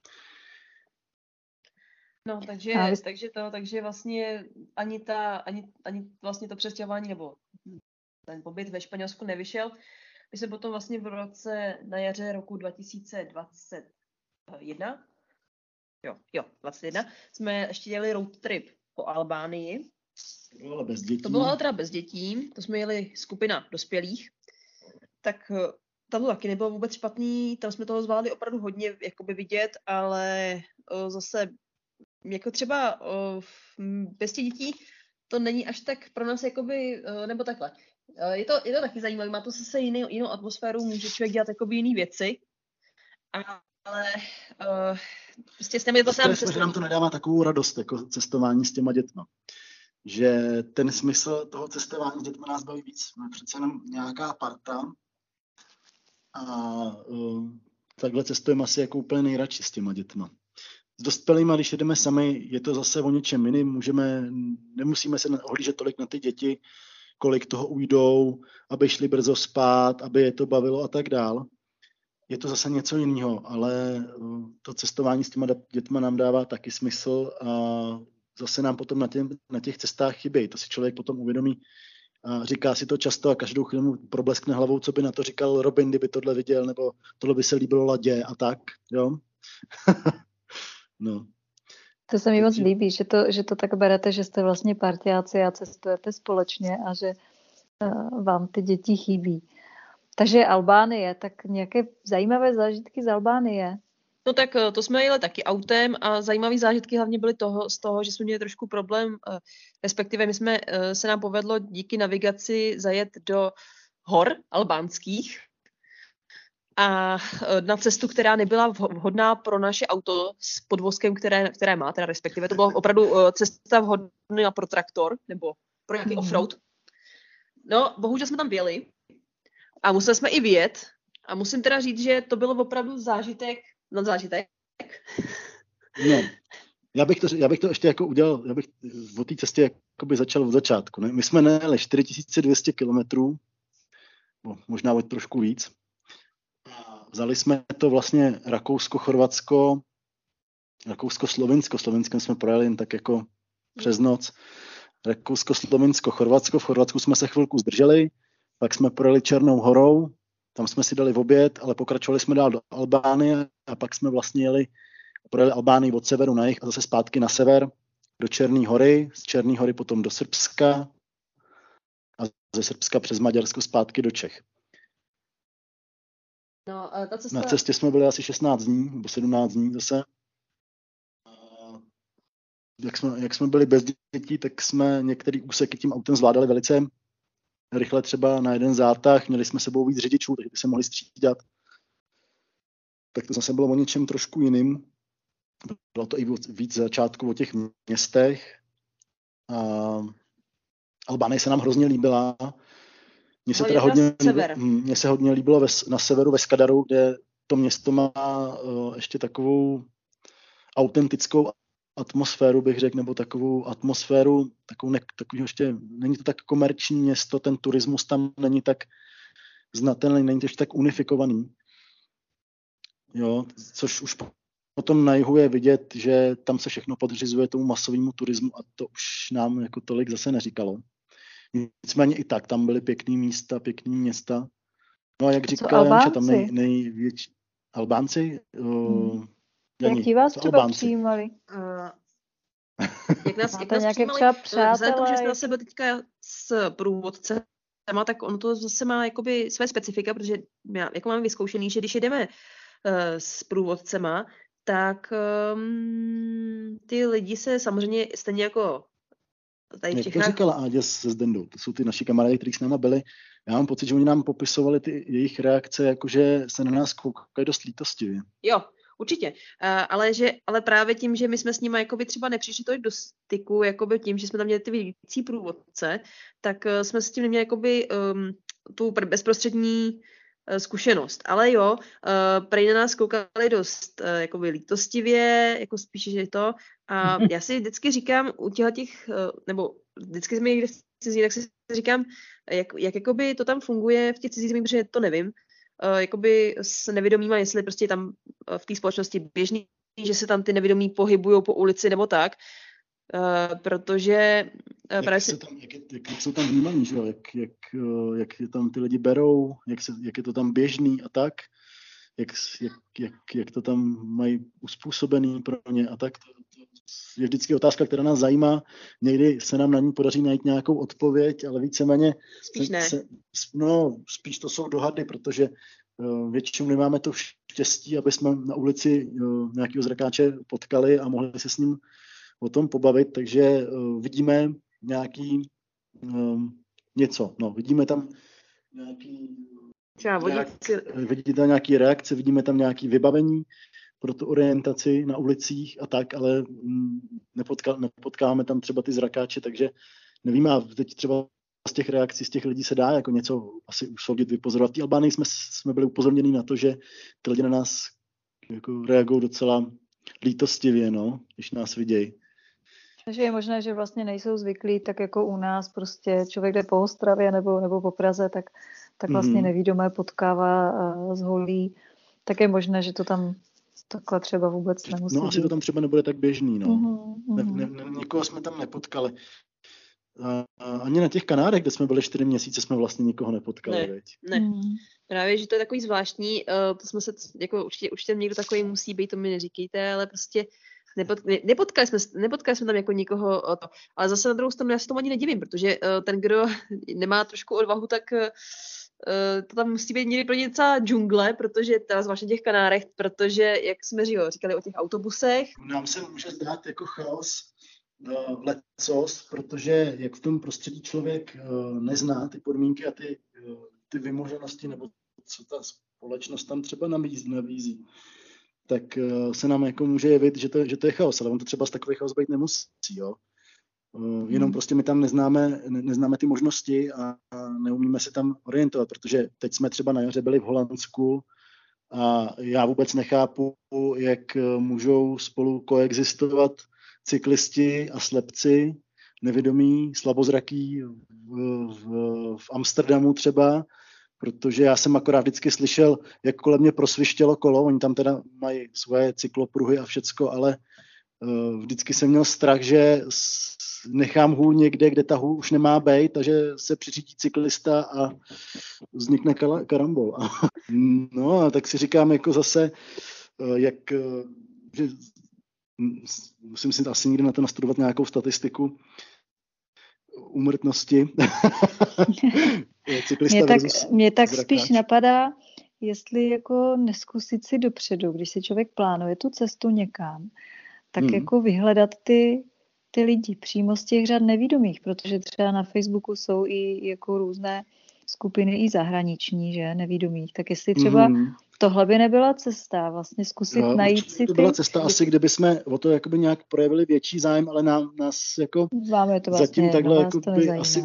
No, takže vlastně ani vlastně to přestěhování nebo ten pobyt ve Španělsku nevyšel. My jsme potom vlastně na jaře roku 2021, 21, jsme ještě dělali road trip po Albánii. To bylo ale teda bez dětí, to jsme jeli skupina dospělých, tak tam to taky nebylo vůbec špatný, tam jsme toho zvládli opravdu hodně jakoby vidět, ale zase jako třeba bez těch dětí to není až tak pro nás jakoby, nebo takhle. Je to taky zajímavé, má to zase jinou atmosféru, může člověk dělat jakoby jiný věci, ale prostě s těmi to sám že nám to nedává takovou radost jako cestování s těma dětma. Že ten smysl toho cestování s dětma nás baví víc. Jsme přece jenom nějaká parta a takhle cestujeme asi jako úplně nejradši s těma dětma. S dospělýma, když jedeme sami, je to zase o něčem jiným. Nemusíme se ohlížet tolik na ty děti, kolik toho ujdou, aby šli brzo spát, aby je to bavilo a tak dál. Je to zase něco jiného, ale to cestování s těma dětma nám dává taky smysl a zase nám potom na těch cestách chybí. To si člověk potom uvědomí a říká si to často a každou chvíli mu probleskne hlavou, co by na to říkal Robin, kdyby tohle viděl, nebo tohle by se líbilo Ladě a tak, jo. No. To se mi moc líbí, že to tak berete, že jste vlastně partiáci a cestujete společně a že vám ty děti chybí. Takže Albánie, tak nějaké zajímavé zážitky z Albánie? No tak to jsme jeli taky autem a zajímavé zážitky hlavně byly z toho, že jsme měli trošku problém, respektive se nám povedlo díky navigaci zajet do hor albánských. a na cestu, která nebyla vhodná pro naše auto s podvozkem, které má, teda respektive to byla opravdu cesta vhodná pro traktor nebo pro nějaký offroad. No, bohužel jsme tam vyjeli a museli jsme i vyjet a musím teda říct, že to bylo opravdu zážitek. No, já bych to ještě jako udělal, já bych o té cestě jakoby začal od začátku. Ne? My jsme nejeli 4200 kilometrů, možná o trošku víc. Vzali jsme to vlastně Rakousko-Chorvatsko, Rakousko-Slovinsko. Slovinskem jsme projeli jen tak jako přes noc. Rakousko-Slovinsko-Chorvatsko. V Chorvatsku jsme se chvilku zdrželi, pak jsme projeli Černou horou, tam jsme si dali v oběd, ale pokračovali jsme dál do Albánie a pak jsme vlastně projeli Albánii od severu na jih a zase zpátky na sever do Černé hory, z Černé hory potom do Srbska a ze Srbska přes Maďarsko zpátky do Čech. No, ta cesta... Na cestě jsme byli asi 16 dní, nebo 17 dní zase. Jak jsme byli bez dětí, tak jsme některý úseky tím autem zvládali velice rychle, třeba na jeden zátah. Měli jsme sebou víc řidičů, takže se mohli střídat. Tak to zase bylo o něčem trošku jiným. Bylo to i víc začátku o těch městech. Albánie se nám hrozně líbila. Mně se hodně líbilo na severu ve Skadaru, kde to město má ještě takovou autentickou atmosféru, bych řekl, nebo takovou atmosféru, takovou ještě, není to tak komerční město, ten turismus tam není tak znatelný, není to ještě tak unifikovaný. Jo, což už potom na jihu je vidět, že tam se všechno podřizuje tomu masovému turismu a to už nám jako tolik zase neříkalo. Nicméně i tak, tam byly pěkný místa, pěkný města. No a jak říkala Janča, tam největší... Albánci? Jak ti vás třeba přijímali? Jak nás nějaké třeba přátelé? Vzhledem tomu, že jsme zase byli teďka s průvodcem, tak on to zase má jakoby své specifika, protože jako máme vyzkoušený, že když jedeme s průvodcema, tak ty lidi se samozřejmě stejně jako tady v Čechách... Jak to říkala Áďa se Zdendou, to jsou ty naši kamarádi, kteří s náma byli. Já mám pocit, že oni nám popisovali ty jejich reakce, jakože se na nás koukají dost lítostivě. Jo, určitě. Ale právě tím, že my jsme s nimi jakoby třeba nepřišli tolik do styku, jakoby tím, že jsme tam měli ty vidící průvodce, tak jsme s tím neměli jakoby tu bezprostřední zkušenost. Ale jo, prej na nás koukali dost jakoby lítostivě, jako spíše, že to. A já si vždycky říkám u těch, nebo vždycky jsme někde v cizí, tak si říkám, jak jakoby to tam funguje v těch cizích zemích, protože to nevím. Jakoby s nevědomýma, jestli prostě tam v té společnosti běžný, že se tam ty nevědomí pohybujou po ulici nebo tak. Protože... Jak jsou tam vnímaní, že? Jak je tam ty lidi berou, jak je to tam běžný a tak, jak to tam mají uspůsobený pro ně a tak. To je vždycky otázka, která nás zajímá. Někdy se nám na ní podaří najít nějakou odpověď, ale víceméně... Spíš ne. Spíš to jsou dohady, protože většinou nemáme to štěstí, aby jsme na ulici nějakého zrakáče potkali a mohli se s ním o tom pobavit, takže vidíme nějaký něco. No, vidíme tam nějaký reakce, vidíme tam nějaký vybavení pro tu orientaci na ulicích a tak, ale nepotkáme tam třeba ty zrakáče, takže nevíme, a teď třeba z těch reakcí z těch lidí se dá jako něco asi usoudit, vypozorovat. V té Albánii jsme byli upozorněni na to, že ty lidi na nás jako reagují docela lítostivě, no, když nás vidějí. Takže je možné, že vlastně nejsou zvyklí, tak jako u nás prostě člověk jde po Ostravě nebo po Praze, tak vlastně nevídomé potkává z holí. Tak je možné, že to tam takhle třeba vůbec nemusí No asi být. to tam třeba nebude tak běžný, no. Nikoho jsme tam nepotkali. Ani na těch Kanárech, kde jsme byli 4 měsíce, jsme vlastně nikoho nepotkali. Ne. Právě, že to je takový zvláštní, to jsme se, jako určitě někdo takový musí být, to mi neříkejte, ale prostě nepotkali jsme tam jako nikoho, ale zase na druhou stranu já se tomu ani nedivím, protože ten, kdo nemá trošku odvahu, tak to tam musí být někdy pro ně docela džungle, protože teda zvláště těch Kanárech, protože, jak jsme říkali o těch autobusech. Nám se může zdát jako chaos lecos, protože jak v tom prostředí člověk nezná ty podmínky a ty vymoženosti nebo co ta společnost tam třeba nabízí, tak se nám jako může jevit, že to je chaos, ale on to třeba z takový chaos být nemusí, jo. Jenom prostě my tam neznáme ty možnosti a neumíme se tam orientovat, protože teď jsme třeba na jaře byli v Holandsku a já vůbec nechápu, jak můžou spolu koexistovat cyklisti a slepci, nevědomí, slabozraký v Amsterdamu třeba, protože já jsem akorát vždycky slyšel, jak kolem mě prosvištělo kolo, oni tam teda mají svoje cyklopruhy a všecko, ale vždycky jsem měl strach, že nechám hůl někde, kde ta hůl už nemá být, takže se přiřídí cyklista a vznikne karambol. No a tak si říkám jako zase, že musím si asi někdy na to nastudovat nějakou statistiku úmrtnosti. Mě tak spíš napadá, jestli jako neskusit si dopředu, když si člověk plánuje tu cestu někam, tak jako vyhledat ty lidi přímo z těch řad nevídomých, protože třeba na Facebooku jsou i jako různé skupiny i zahraniční, že, nevídomých. Tak jestli třeba tohle by nebyla cesta, vlastně zkusit najít si to byla cesta asi, kdyby jsme o to jakoby nějak projevili větší zájem, ale nás jako to vlastně, zatím takhle jakoby asi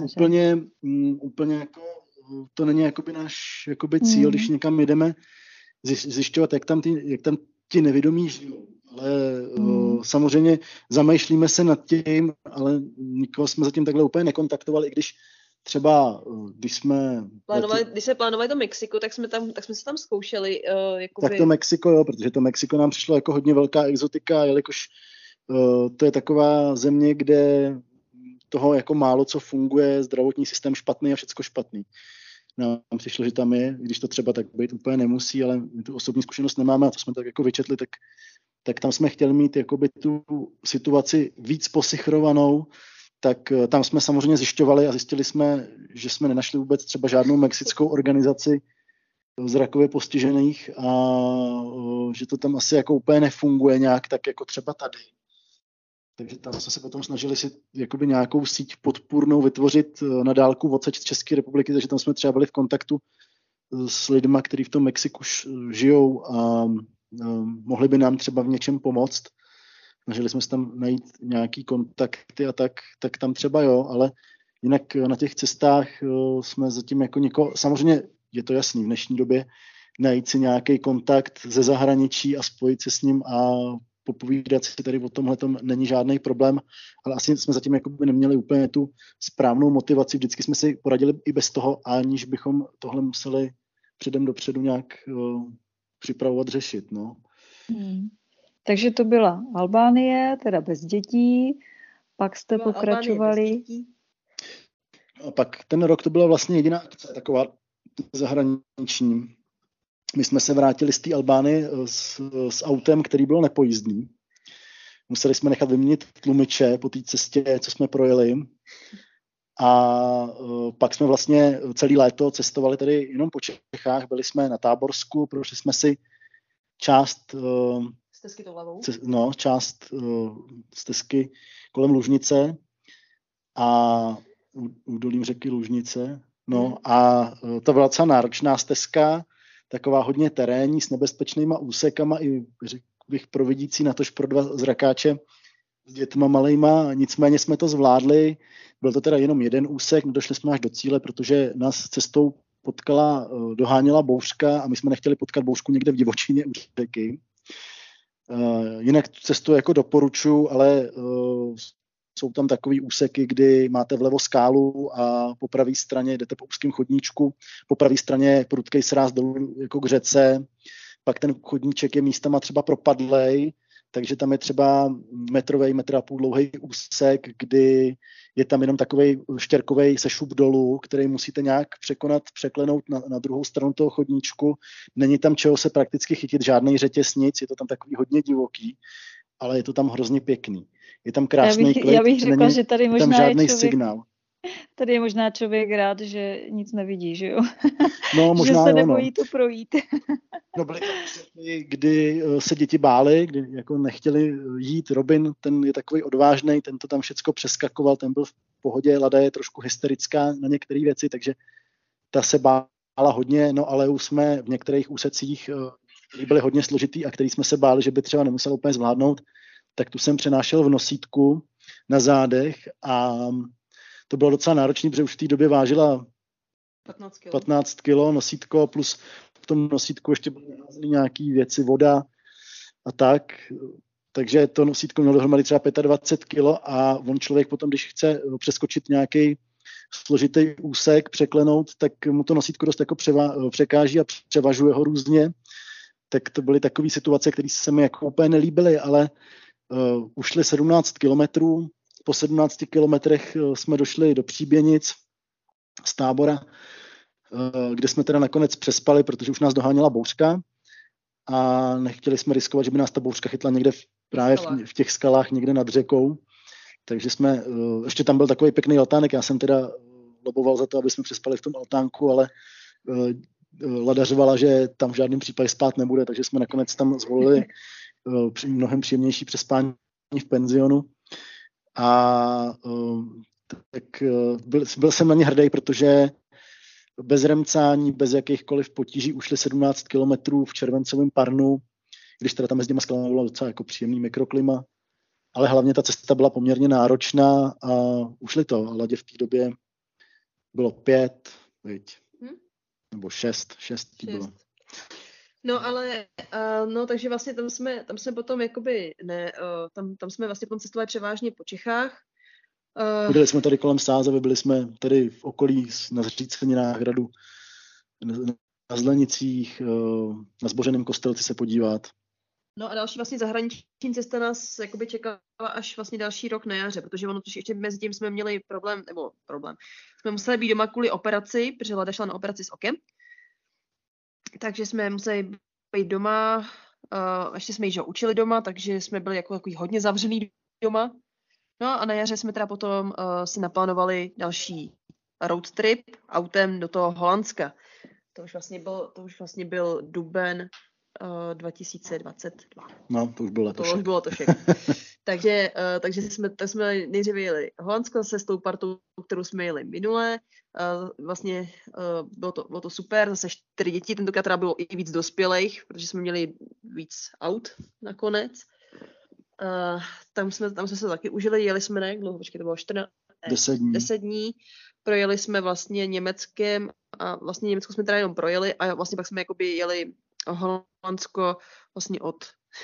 úplně jako to není jakoby náš jakoby cíl, když někam jdeme zjišťovat, jak tam ti nevědomí žijou. Ale samozřejmě zamýšlíme se nad tím, ale nikoho jsme zatím takhle úplně nekontaktovali, i když třeba, když jsme plánovali to Mexiko, tak jsme se tam zkoušeli. Tak to Mexiko, jo, protože to Mexiko nám přišlo jako hodně velká exotika, jelikož to je taková země, kde toho jako málo co funguje, zdravotní systém špatný a všecko špatný. Nám přišlo, že tam je, když to třeba tak být úplně nemusí, ale my tu osobní zkušenost nemáme a to jsme tak jako vyčetli, tak tam jsme chtěli mít jakoby tu situaci víc posichrovanou, tak tam jsme samozřejmě zjišťovali a zjistili jsme, že jsme nenašli vůbec třeba žádnou mexickou organizaci zrakově postižených a že to tam asi jako úplně nefunguje nějak tak jako třeba tady. Takže tam jsme se potom snažili si jakoby nějakou síť podpůrnou vytvořit na dálku odsaď z České republiky, takže tam jsme třeba byli v kontaktu s lidma, kteří v tom Mexiku žijou a mohli by nám třeba v něčem pomoct. Snažili jsme se tam najít nějaký kontakty a tak tam třeba jo, ale jinak na těch cestách jsme zatím jako samozřejmě je to jasný v dnešní době, najít si nějaký kontakt ze zahraničí a spojit se s ním a popovídat si tady o tomhletom není žádný problém, ale asi jsme zatím jako by neměli úplně tu správnou motivaci. Vždycky jsme si poradili i bez toho, aniž bychom tohle museli předem dopředu nějak připravovat, řešit. No. Takže to byla Albánie, teda bez dětí, pak jste pokračovali. A pak ten rok to byla vlastně jediná akce, taková zahraniční. My jsme se vrátili z té Albánie s autem, který byl nepojízdný. Museli jsme nechat vyměnit tlumiče po té cestě, co jsme projeli. A pak jsme vlastně celý léto cestovali tady jenom po Čechách. Byli jsme na Táborsku, prošli jsme si část stezky kolem Lužnice a údolím řeky Lužnice. No a to byla docela náročná stezka, taková hodně terénní s nebezpečnýma úsekama i řekl bych providící natož pro dva zrakáče s dětma malejma, nicméně jsme to zvládli. Byl to teda jenom jeden úsek, došli jsme až do cíle, protože nás cestou doháněla bouřka a my jsme nechtěli potkat bouřku někde v divočině u řeky. Jinak tu cestu jako doporučuji, ale jsou tam takový úseky, kdy máte vlevo skálu a po pravé straně jdete po úzkém chodníčku, po pravé straně prudkej sráz dolů jako k řece, pak ten chodníček je místama třeba propadlej, takže tam je třeba metr a půl dlouhý úsek, kdy je tam jenom takovej štěrkovej sešup dolů, který musíte nějak překlenout na druhou stranu toho chodníčku. Není tam čeho se prakticky chytit, žádnej řetěznic, je to tam takový hodně divoký, ale je to tam hrozně pěkný. Je tam krásný klid, já bych řekla, že tady možná tam žádný je člověk, signál. Tady je možná člověk rád, že nic nevidí, že jo? No, možná že se nebojí to projít. No, byly kdy se děti bály, kdy jako nechtěli jít. Robin, ten je takový odvážný, ten to tam všecko přeskakoval, ten byl v pohodě, Lada je trošku hysterická na některé věci, takže ta se bála hodně, no ale už jsme v některých úsecích, který byly hodně složitý a který jsme se báli, že by třeba nemusel úplně zvládnout, tak tu jsem přenášel v nosítku na zádech a to bylo docela náročné, protože už v té době vážila 15 kilo nosítko, plus v tom nosítku ještě byly nějaké věci, voda a tak. Takže to nosítko mělo dohromady třeba 25 kilo a on člověk potom, když chce přeskočit nějaký složitý úsek, překlenout, tak mu to nosítko dost jako překáží a převažuje ho různě. Tak to byly takové situace, které se mi jako úplně nelíbily, ale ušli 17 kilometrů. Po 17 kilometrech jsme došli do Příběnic z tábora, kde jsme teda nakonec přespali, protože už nás doháněla bouřka a nechtěli jsme riskovat, že by nás ta bouřka chytla někde právě v těch skalách, někde nad řekou. Takže jsme, ještě tam byl takový pěkný altánek, já jsem teda loboval za to, aby jsme přespali v tom altánku, ale Lada řvala, že tam v žádném případě spát nebude, takže jsme nakonec tam zvolili mnohem příjemnější přespání v penzionu. A tak byl jsem na ně hrdý, protože bez remcání, bez jakýchkoliv potíží ušli 17 kilometrů v červencovém parnu, když teda tam mezi těma skalami bylo docela jako příjemný mikroklima, ale hlavně ta cesta byla poměrně náročná a ušli to. A Ladě v té době bylo 5, nebo 6 bylo. No ale, takže vlastně tam jsme potom jakoby, tam jsme vlastně potom cestovali převážně po Čechách. Byli jsme tady kolem Sázavy, byli jsme tady v okolí na Zřícení, na Hradu, na Zlenicích, na Zbořeném Kostelci se podívat. No a další vlastně zahraniční cesta nás jakoby čekala až vlastně další rok na jaře, protože ono ještě mezi tím jsme měli problém. Jsme museli být doma kvůli operaci, protože Lada šla na operaci s okem. Takže jsme museli být doma, ještě jsme ji učili doma, takže jsme byli jako takový hodně zavřený doma. No a na jaře jsme teda potom si naplánovali další road trip autem do toho Holandska. To už vlastně byl duben 2022. No, to už bylo letošek. To už bylo letošek. takže jsme nejdříve jeli Holandsko se s tou partou, kterou jsme jeli minule. Vlastně bylo to super, zase 4 děti, tentokrát teda bylo i víc dospělých, protože jsme měli víc aut nakonec. Tam jsme se taky užili, jeli jsme na jak dlouho, počkej, to bylo 10 dní. Projeli jsme vlastně Německem a vlastně Německo jsme teda jenom projeli a vlastně pak jsme jakoby jeli Holandsko vlastně od...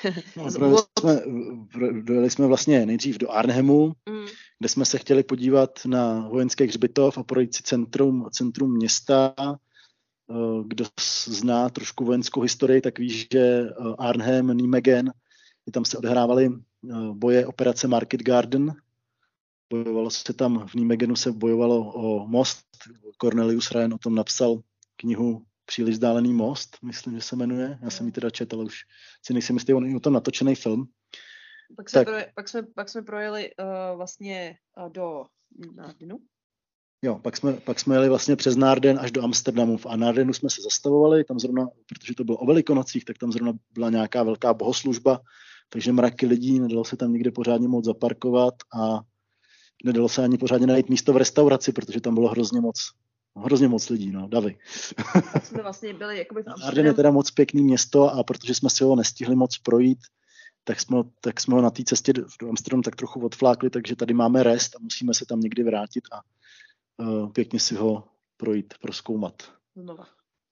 Dojeli jsme vlastně nejdřív do Arnhemu, kde jsme se chtěli podívat na vojenský hřbitov a projít si centrum města. Kdo zná trošku vojenskou historii, tak ví, že Arnhem, Nijmegen, tam se odehrávaly boje operace Market Garden. Bojovalo se tam, v Nijmegenu se bojovalo o most. Cornelius Ryan o tom napsal knihu Příliš vzdálený most, myslím, že se jmenuje. Já jsem ji teda četl, ale už si nejsem jistý, on je o tom natočený film. Pak jsme projeli vlastně do Nardenu. Jo, pak jsme jeli vlastně přes Narden až do Amsterdamu. A Nardenu jsme se zastavovali, tam zrovna, protože to bylo o Velikonocích, tak tam zrovna byla nějaká velká bohoslužba, takže mraky lidí, nedalo se tam nikde pořádně moc zaparkovat a nedalo se ani pořádně najít místo v restauraci, protože tam bylo hrozně moc lidí, no, davy. Tak jsme vlastně byli jakoby v Amsterdamu. Narden je teda moc pěkný město a protože jsme si ho nestihli moc projít, tak jsme ho na té cestě do Amsterdamu tak trochu odflákli, takže tady máme rest a musíme se tam někdy vrátit a pěkně si ho projít, prozkoumat. Znova.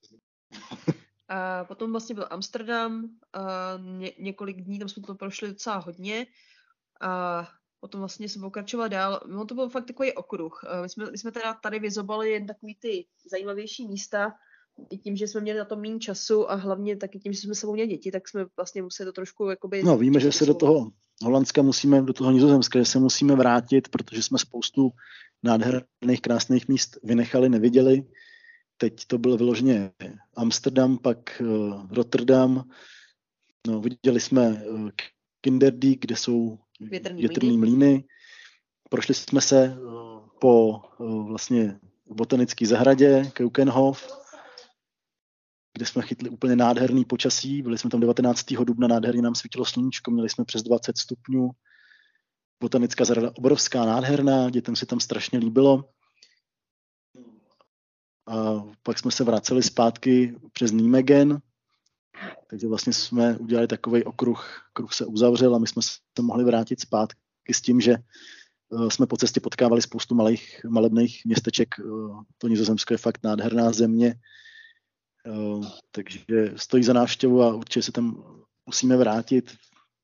A potom vlastně byl Amsterdam, několik dní, tam jsme to prošli docela hodně a potom vlastně jsme pokračovali dál. No to byl fakt takový okruh. My jsme teda tady vyzobali jen takový ty zajímavější místa, i tím, že jsme měli na to méně času a hlavně taky tím, že jsme sebou měli děti, tak jsme vlastně museli to trošku jakoby... No víme, že se do toho Holandska do toho Nizozemska, že se musíme vrátit, protože jsme spoustu nádherných, krásných míst vynechali, neviděli. Teď to bylo vyloženě Amsterdam, pak Rotterdam. No, viděli jsme Kinderdijk, kde jsou větrný mlýny. Prošli jsme se po vlastně botanické zahradě Keukenhof, kde jsme chytli úplně nádherný počasí. Byli jsme tam 19. dubna, nádherně nám svítilo sluníčko, měli jsme přes 20 stupňů. Botanická zahrada obrovská, nádherná, dětem se tam strašně líbilo. a pak jsme se vraceli zpátky přes Nijmegen, takže vlastně jsme udělali takový kruh se uzavřel a my jsme se mohli vrátit zpátky s tím, že jsme po cestě potkávali spoustu malebných městeček. To Nizozemsko je fakt nádherná země, takže stojí za návštěvu a určitě se tam musíme vrátit.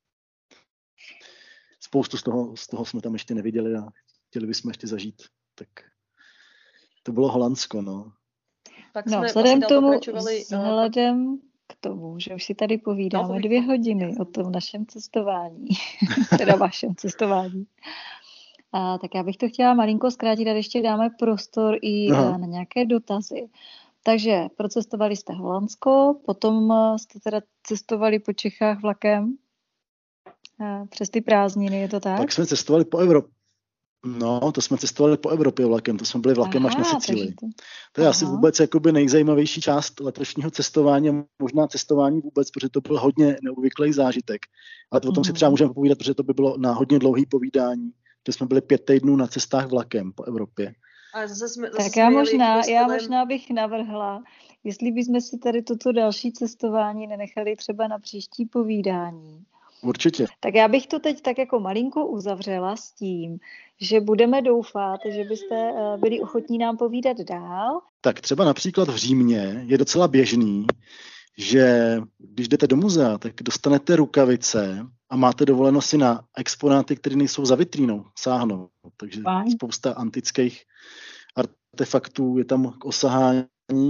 Spoustu z toho jsme tam ještě neviděli a chtěli bychom ještě zažít. Tak to bylo Holandsko, no. Tak No, jsme vzhledem pokračovali. k tomu, že už si tady povídáme 2 hodiny o tom našem cestování, teda vašem cestování, tak já bych to chtěla malinko zkrátit a ještě dáme prostor i na nějaké dotazy. Takže procestovali jste Holandsko, potom jste teda cestovali po Čechách vlakem přes ty prázdniny, je to tak? Tak jsme cestovali po Evropě. No, to jsme cestovali po Evropě vlakem, to jsme byli vlakem až na Sicílii. To je asi vůbec jakoby nejzajímavější část letošního cestování a možná cestování vůbec, protože to byl hodně neobvyklý zážitek. Ale o tom si třeba můžeme povídat, protože to by bylo na hodně dlouhý povídání, že jsme byli 5 týdnů na cestách vlakem po Evropě. Ale zase tak já možná bych navrhla, jestli bychom si tady toto další cestování nenechali třeba na příští povídání. Určitě. Tak já bych to teď tak jako malinko uzavřela s tím, že budeme doufat, že byste byli ochotní nám povídat dál. Tak třeba například v Římě je docela běžný, že když jdete do muzea, tak dostanete rukavice a máte dovoleno si na exponáty, které nejsou za vitrínou, sáhnout. Takže spousta antických artefaktů je tam k osahání.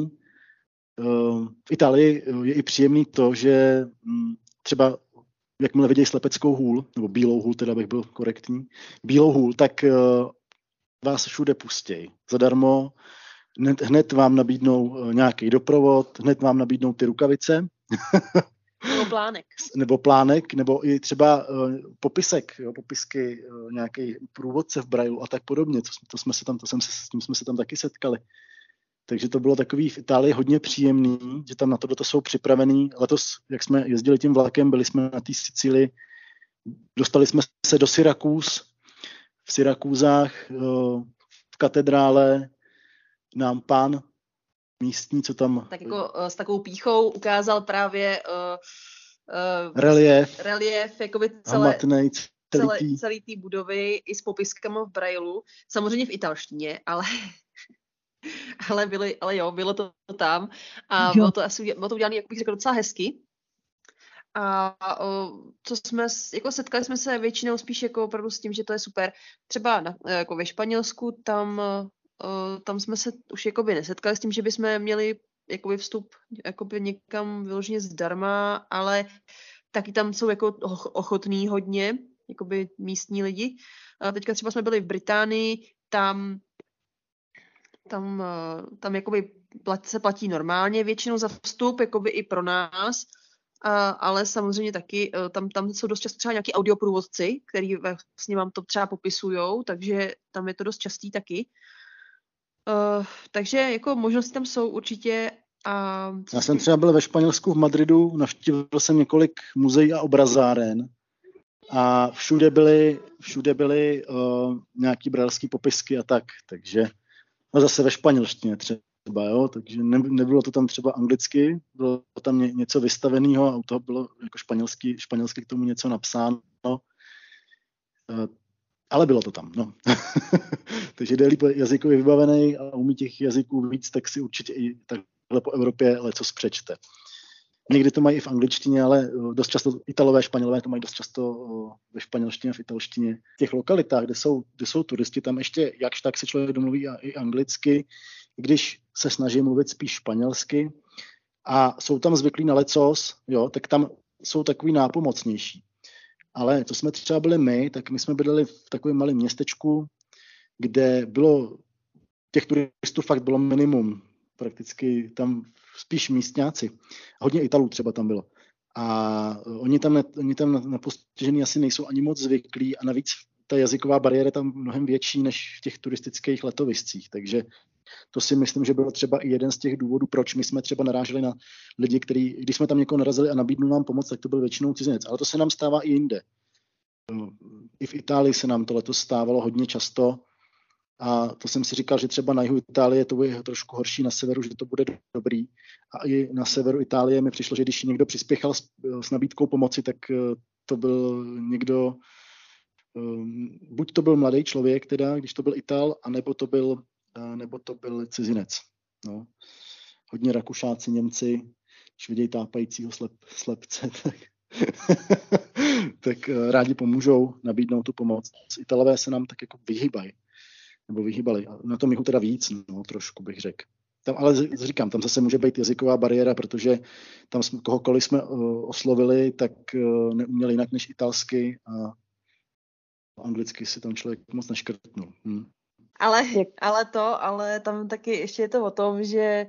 V Itálii je i příjemný to, že třeba jakmile vidějí slepeckou hůl, nebo bílou hůl, teda bych byl korektní, bílou hůl, tak vás všude pustějí. Zadarmo, hned vám nabídnou nějaký doprovod, hned vám nabídnou ty rukavice. Nebo plánek, nebo i třeba popisky, nějaký průvodce v Brailu a tak podobně. S tím jsme se tam taky setkali. Takže to bylo takový v Itálii hodně příjemný, že tam na tohleto jsou připravený. Letos, jak jsme jezdili tím vlakem, byli jsme na té Sicílii, dostali jsme se do Syrakúz. V Syrakúzách v katedrále nám pán místní, co tam... Tak jako s takovou pýchou ukázal právě relief jakoby celé té budovy i s popiskama v Brailu. Samozřejmě v italštině, ale bylo to tam a bylo to udělané, jak bych řekl, docela hezky. A setkali jsme se většinou spíš jako opravdu s tím, že to je super. Třeba jako ve Španělsku, tam jsme se už jakoby nesetkali s tím, že bychom měli jakoby vstup jakoby někam vyloženě zdarma, ale taky tam jsou jako ochotní hodně, jakoby místní lidi. A teďka třeba jsme byli v Británii, tam jakoby se platí normálně většinou za vstup, jakoby i pro nás, ale samozřejmě taky tam jsou dost často třeba nějaký audioprůvodci, který vlastně vám to třeba popisujou, takže tam je to dost častý taky. Takže jako možnosti tam jsou určitě. Já jsem třeba byl ve Španělsku v Madridu, navštívil jsem několik muzeí a obrazáren a všude byly nějaký brailský popisky a tak, takže a zase ve španělštině třeba, jo, takže nebylo to tam třeba anglicky, bylo tam něco vystaveného a u toho bylo jako španělsky k tomu něco napsáno, ale bylo to tam, no. Takže jde líp jazykově vybavený a umí těch jazyků víc, tak si určitě i takhle po Evropě lecos přečte. Někdy to mají i v angličtině, ale dost často Italové, Španělové to mají dost často ve španělštině a v italštině. V těch lokalitách, kde jsou turisti, tam ještě jakž tak se člověk domluví i anglicky, když se snaží mluvit spíš španělsky a jsou tam zvyklí na lecos, jo, tak tam jsou takový nápomocnější. Ale co jsme třeba byli my, tak my jsme bydleli v takovém malém městečku, kde bylo těch turistů fakt bylo minimum. Prakticky tam spíš místňáci. Hodně Italů třeba tam bylo. A oni tam na postižený asi nejsou ani moc zvyklí a navíc ta jazyková bariéra je tam mnohem větší než v těch turistických letoviscích. Takže to si myslím, že byl třeba i jeden z těch důvodů, proč my jsme třeba naráželi na lidi, když jsme tam někoho narazili a nabídnul nám pomoc, tak to byl většinou cizinec. Ale to se nám stává i jinde. I v Itálii se nám to letos stávalo hodně často, A to jsem si říkal, že třeba na jihu Itálie to bude trošku horší, na severu, že to bude dobrý. A i na severu Itálie mi přišlo, že když někdo přispěchal s nabídkou pomoci, tak to byl někdo, buď to byl mladý člověk, teda, když to byl Ital, anebo to byl cizinec. No. Hodně Rakušáci, Němci, když vidějí tápajícího slepce, tak rádi pomůžou nabídnout tu pomoc. Italové se nám tak jako vyhýbali. A na tom jihu teda víc, no, trošku bych řekl. Tam, ale říkám, tam zase může být jazyková bariéra, protože tam kohokoliv jsme oslovili, tak neuměli jinak než italsky a anglicky si tam člověk moc neškrtnul. Ale tam taky ještě je to o tom, že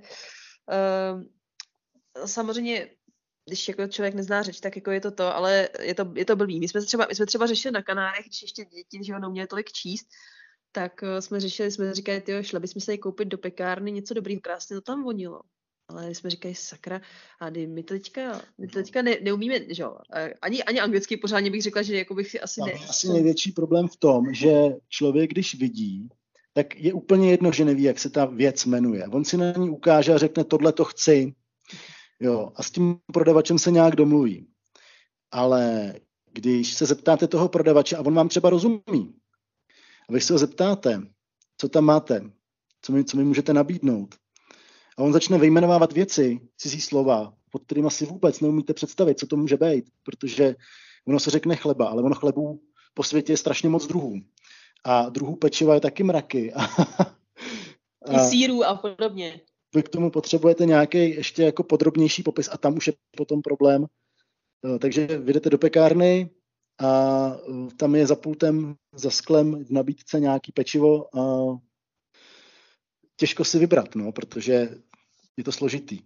samozřejmě, když jako člověk nezná řeč, tak jako je to, ale je to blbý. My jsme třeba řešili na Kanárech, když ještě děti, že ho neuměli tolik číst, tak jsme říkali, šli bychom se koupit do pekárny něco dobrýho, krásně to tam vonilo. Ale jsme říkali, sakra, a my to teďka neumíme, že jo, ani anglicky pořádně bych řekla, že jako bych si asi Asi největší problém v tom, že člověk, když vidí, tak je úplně jedno, že neví, jak se ta věc jmenuje. On si na ní ukáže a řekne, tohle to chci. Jo, a s tím prodavačem se nějak domluví. Ale když se zeptáte toho prodavače a on vám třeba rozumí, a vy se ho zeptáte, co tam máte, co mi můžete nabídnout, a on začne vyjmenovávat věci, cizí slova, pod kterými si vůbec neumíte představit, co to může být, protože ono se řekne chleba, ale ono chlebů po světě je strašně moc druhů. A druhů pečiva je taky mraky. I sýrů a podobně. Vy k tomu potřebujete nějaký ještě jako podrobnější popis a tam už je potom problém. Takže vy jdete do pekárny a tam je za pultem, za sklem v nabídce nějaký pečivo a těžko si vybrat, no, protože je to složitý.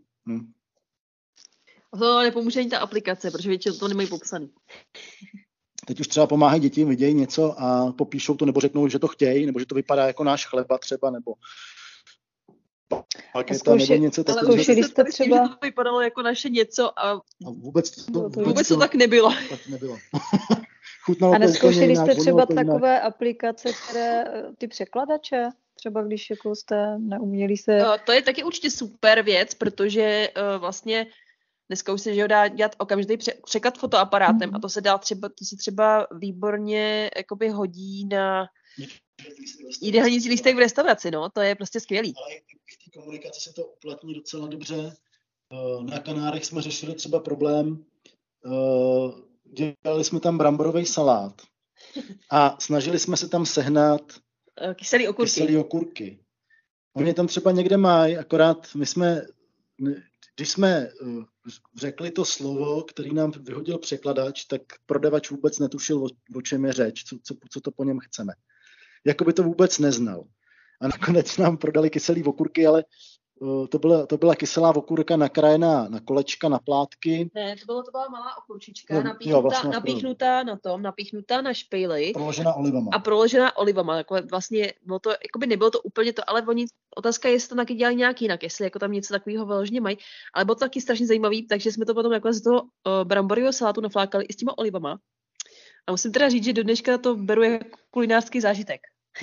A to nepomůže ani ta aplikace, protože většinou to nemají popsaný. Teď už třeba pomáhají děti, vidějí něco a popíšou to, nebo řeknou, že to chtějí, nebo že to vypadá jako náš chleba třeba, nebo paketa, nebo něco takového. Ale zkušili jste třeba... že to vypadalo jako naše něco a vůbec to tak nebylo. Tak nebylo. A neskoušeli jste třeba takové aplikace, které ty překladače? Třeba když jako jste neuměli se... To je taky určitě super věc, protože vlastně dneska už se dá dělat okamžitý překlad fotoaparátem a to se třeba výborně jakoby hodí na jídelnící lístek v restauraci, no, to je prostě skvělý. Ale v té komunikaci se to uplatní docela dobře. Na Kanárech jsme řešili třeba problém, dělali jsme tam bramborový salát a snažili jsme se tam sehnat kyselý okurky. Oni tam třeba někde mají, akorát když jsme řekli to slovo, který nám vyhodil překladač, tak prodavač vůbec netušil, o čem je řeč, co to po něm chceme. Jakoby to vůbec neznal. A nakonec nám prodali kyselý okurky, ale to byla kyselá okurka nakrájená na kolečka, na plátky. Ne, to byla malá okurčička, napíchnutá na špejli. Proložená olivama. Jako vlastně, nebylo to úplně to, ale otázka je, jestli to taky dělali nějak jinak, jestli jako tam něco takového vyloženě mají, ale bylo to taky strašně zajímavý, takže jsme to potom jako z toho bramborového salátu naflákali i s těma olivama. A musím teda říct, že do dneška to beru jako kulinářský zážitek.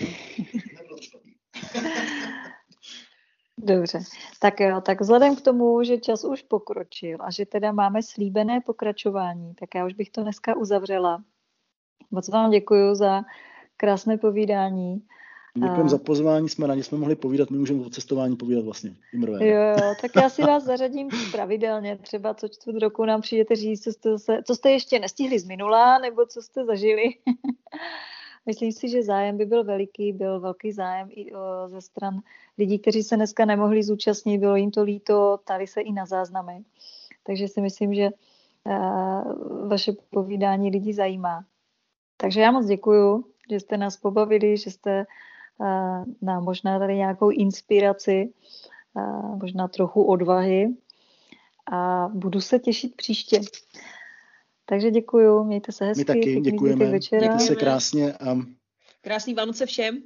Dobře, tak jo, tak vzhledem k tomu, že čas už pokročil a že teda máme slíbené pokračování, tak já už bych to dneska uzavřela. Moc vám děkuju za krásné povídání. Děkujeme za pozvání, jsme rádi, jsme mohli povídat, my můžeme o cestování povídat vlastně. Jo, tak já si vás zařadím pravidelně, třeba co čtvrt roku nám přijdete říct, co jste ještě nestihli z minula, nebo co jste zažili. Myslím si, že zájem by byl veliký, byl velký zájem i ze stran lidí, kteří se dneska nemohli zúčastnit, bylo jim to líto, ptali se i na záznamy. Takže si myslím, že vaše povídání lidi zajímá. Takže já moc děkuju, že jste nás pobavili, že jste nám možná tady nějakou inspiraci, možná trochu odvahy a budu se těšit příště. Takže děkuju, mějte se hezky. My taky děkujeme, mějte se krásně. Krásný Vánoce všem.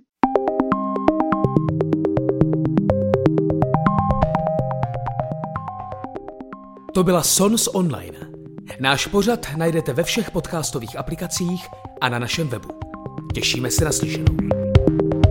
To byla Sons Online. Náš pořad najdete ve všech podcastových aplikacích a na našem webu. Těšíme se na slyšenou.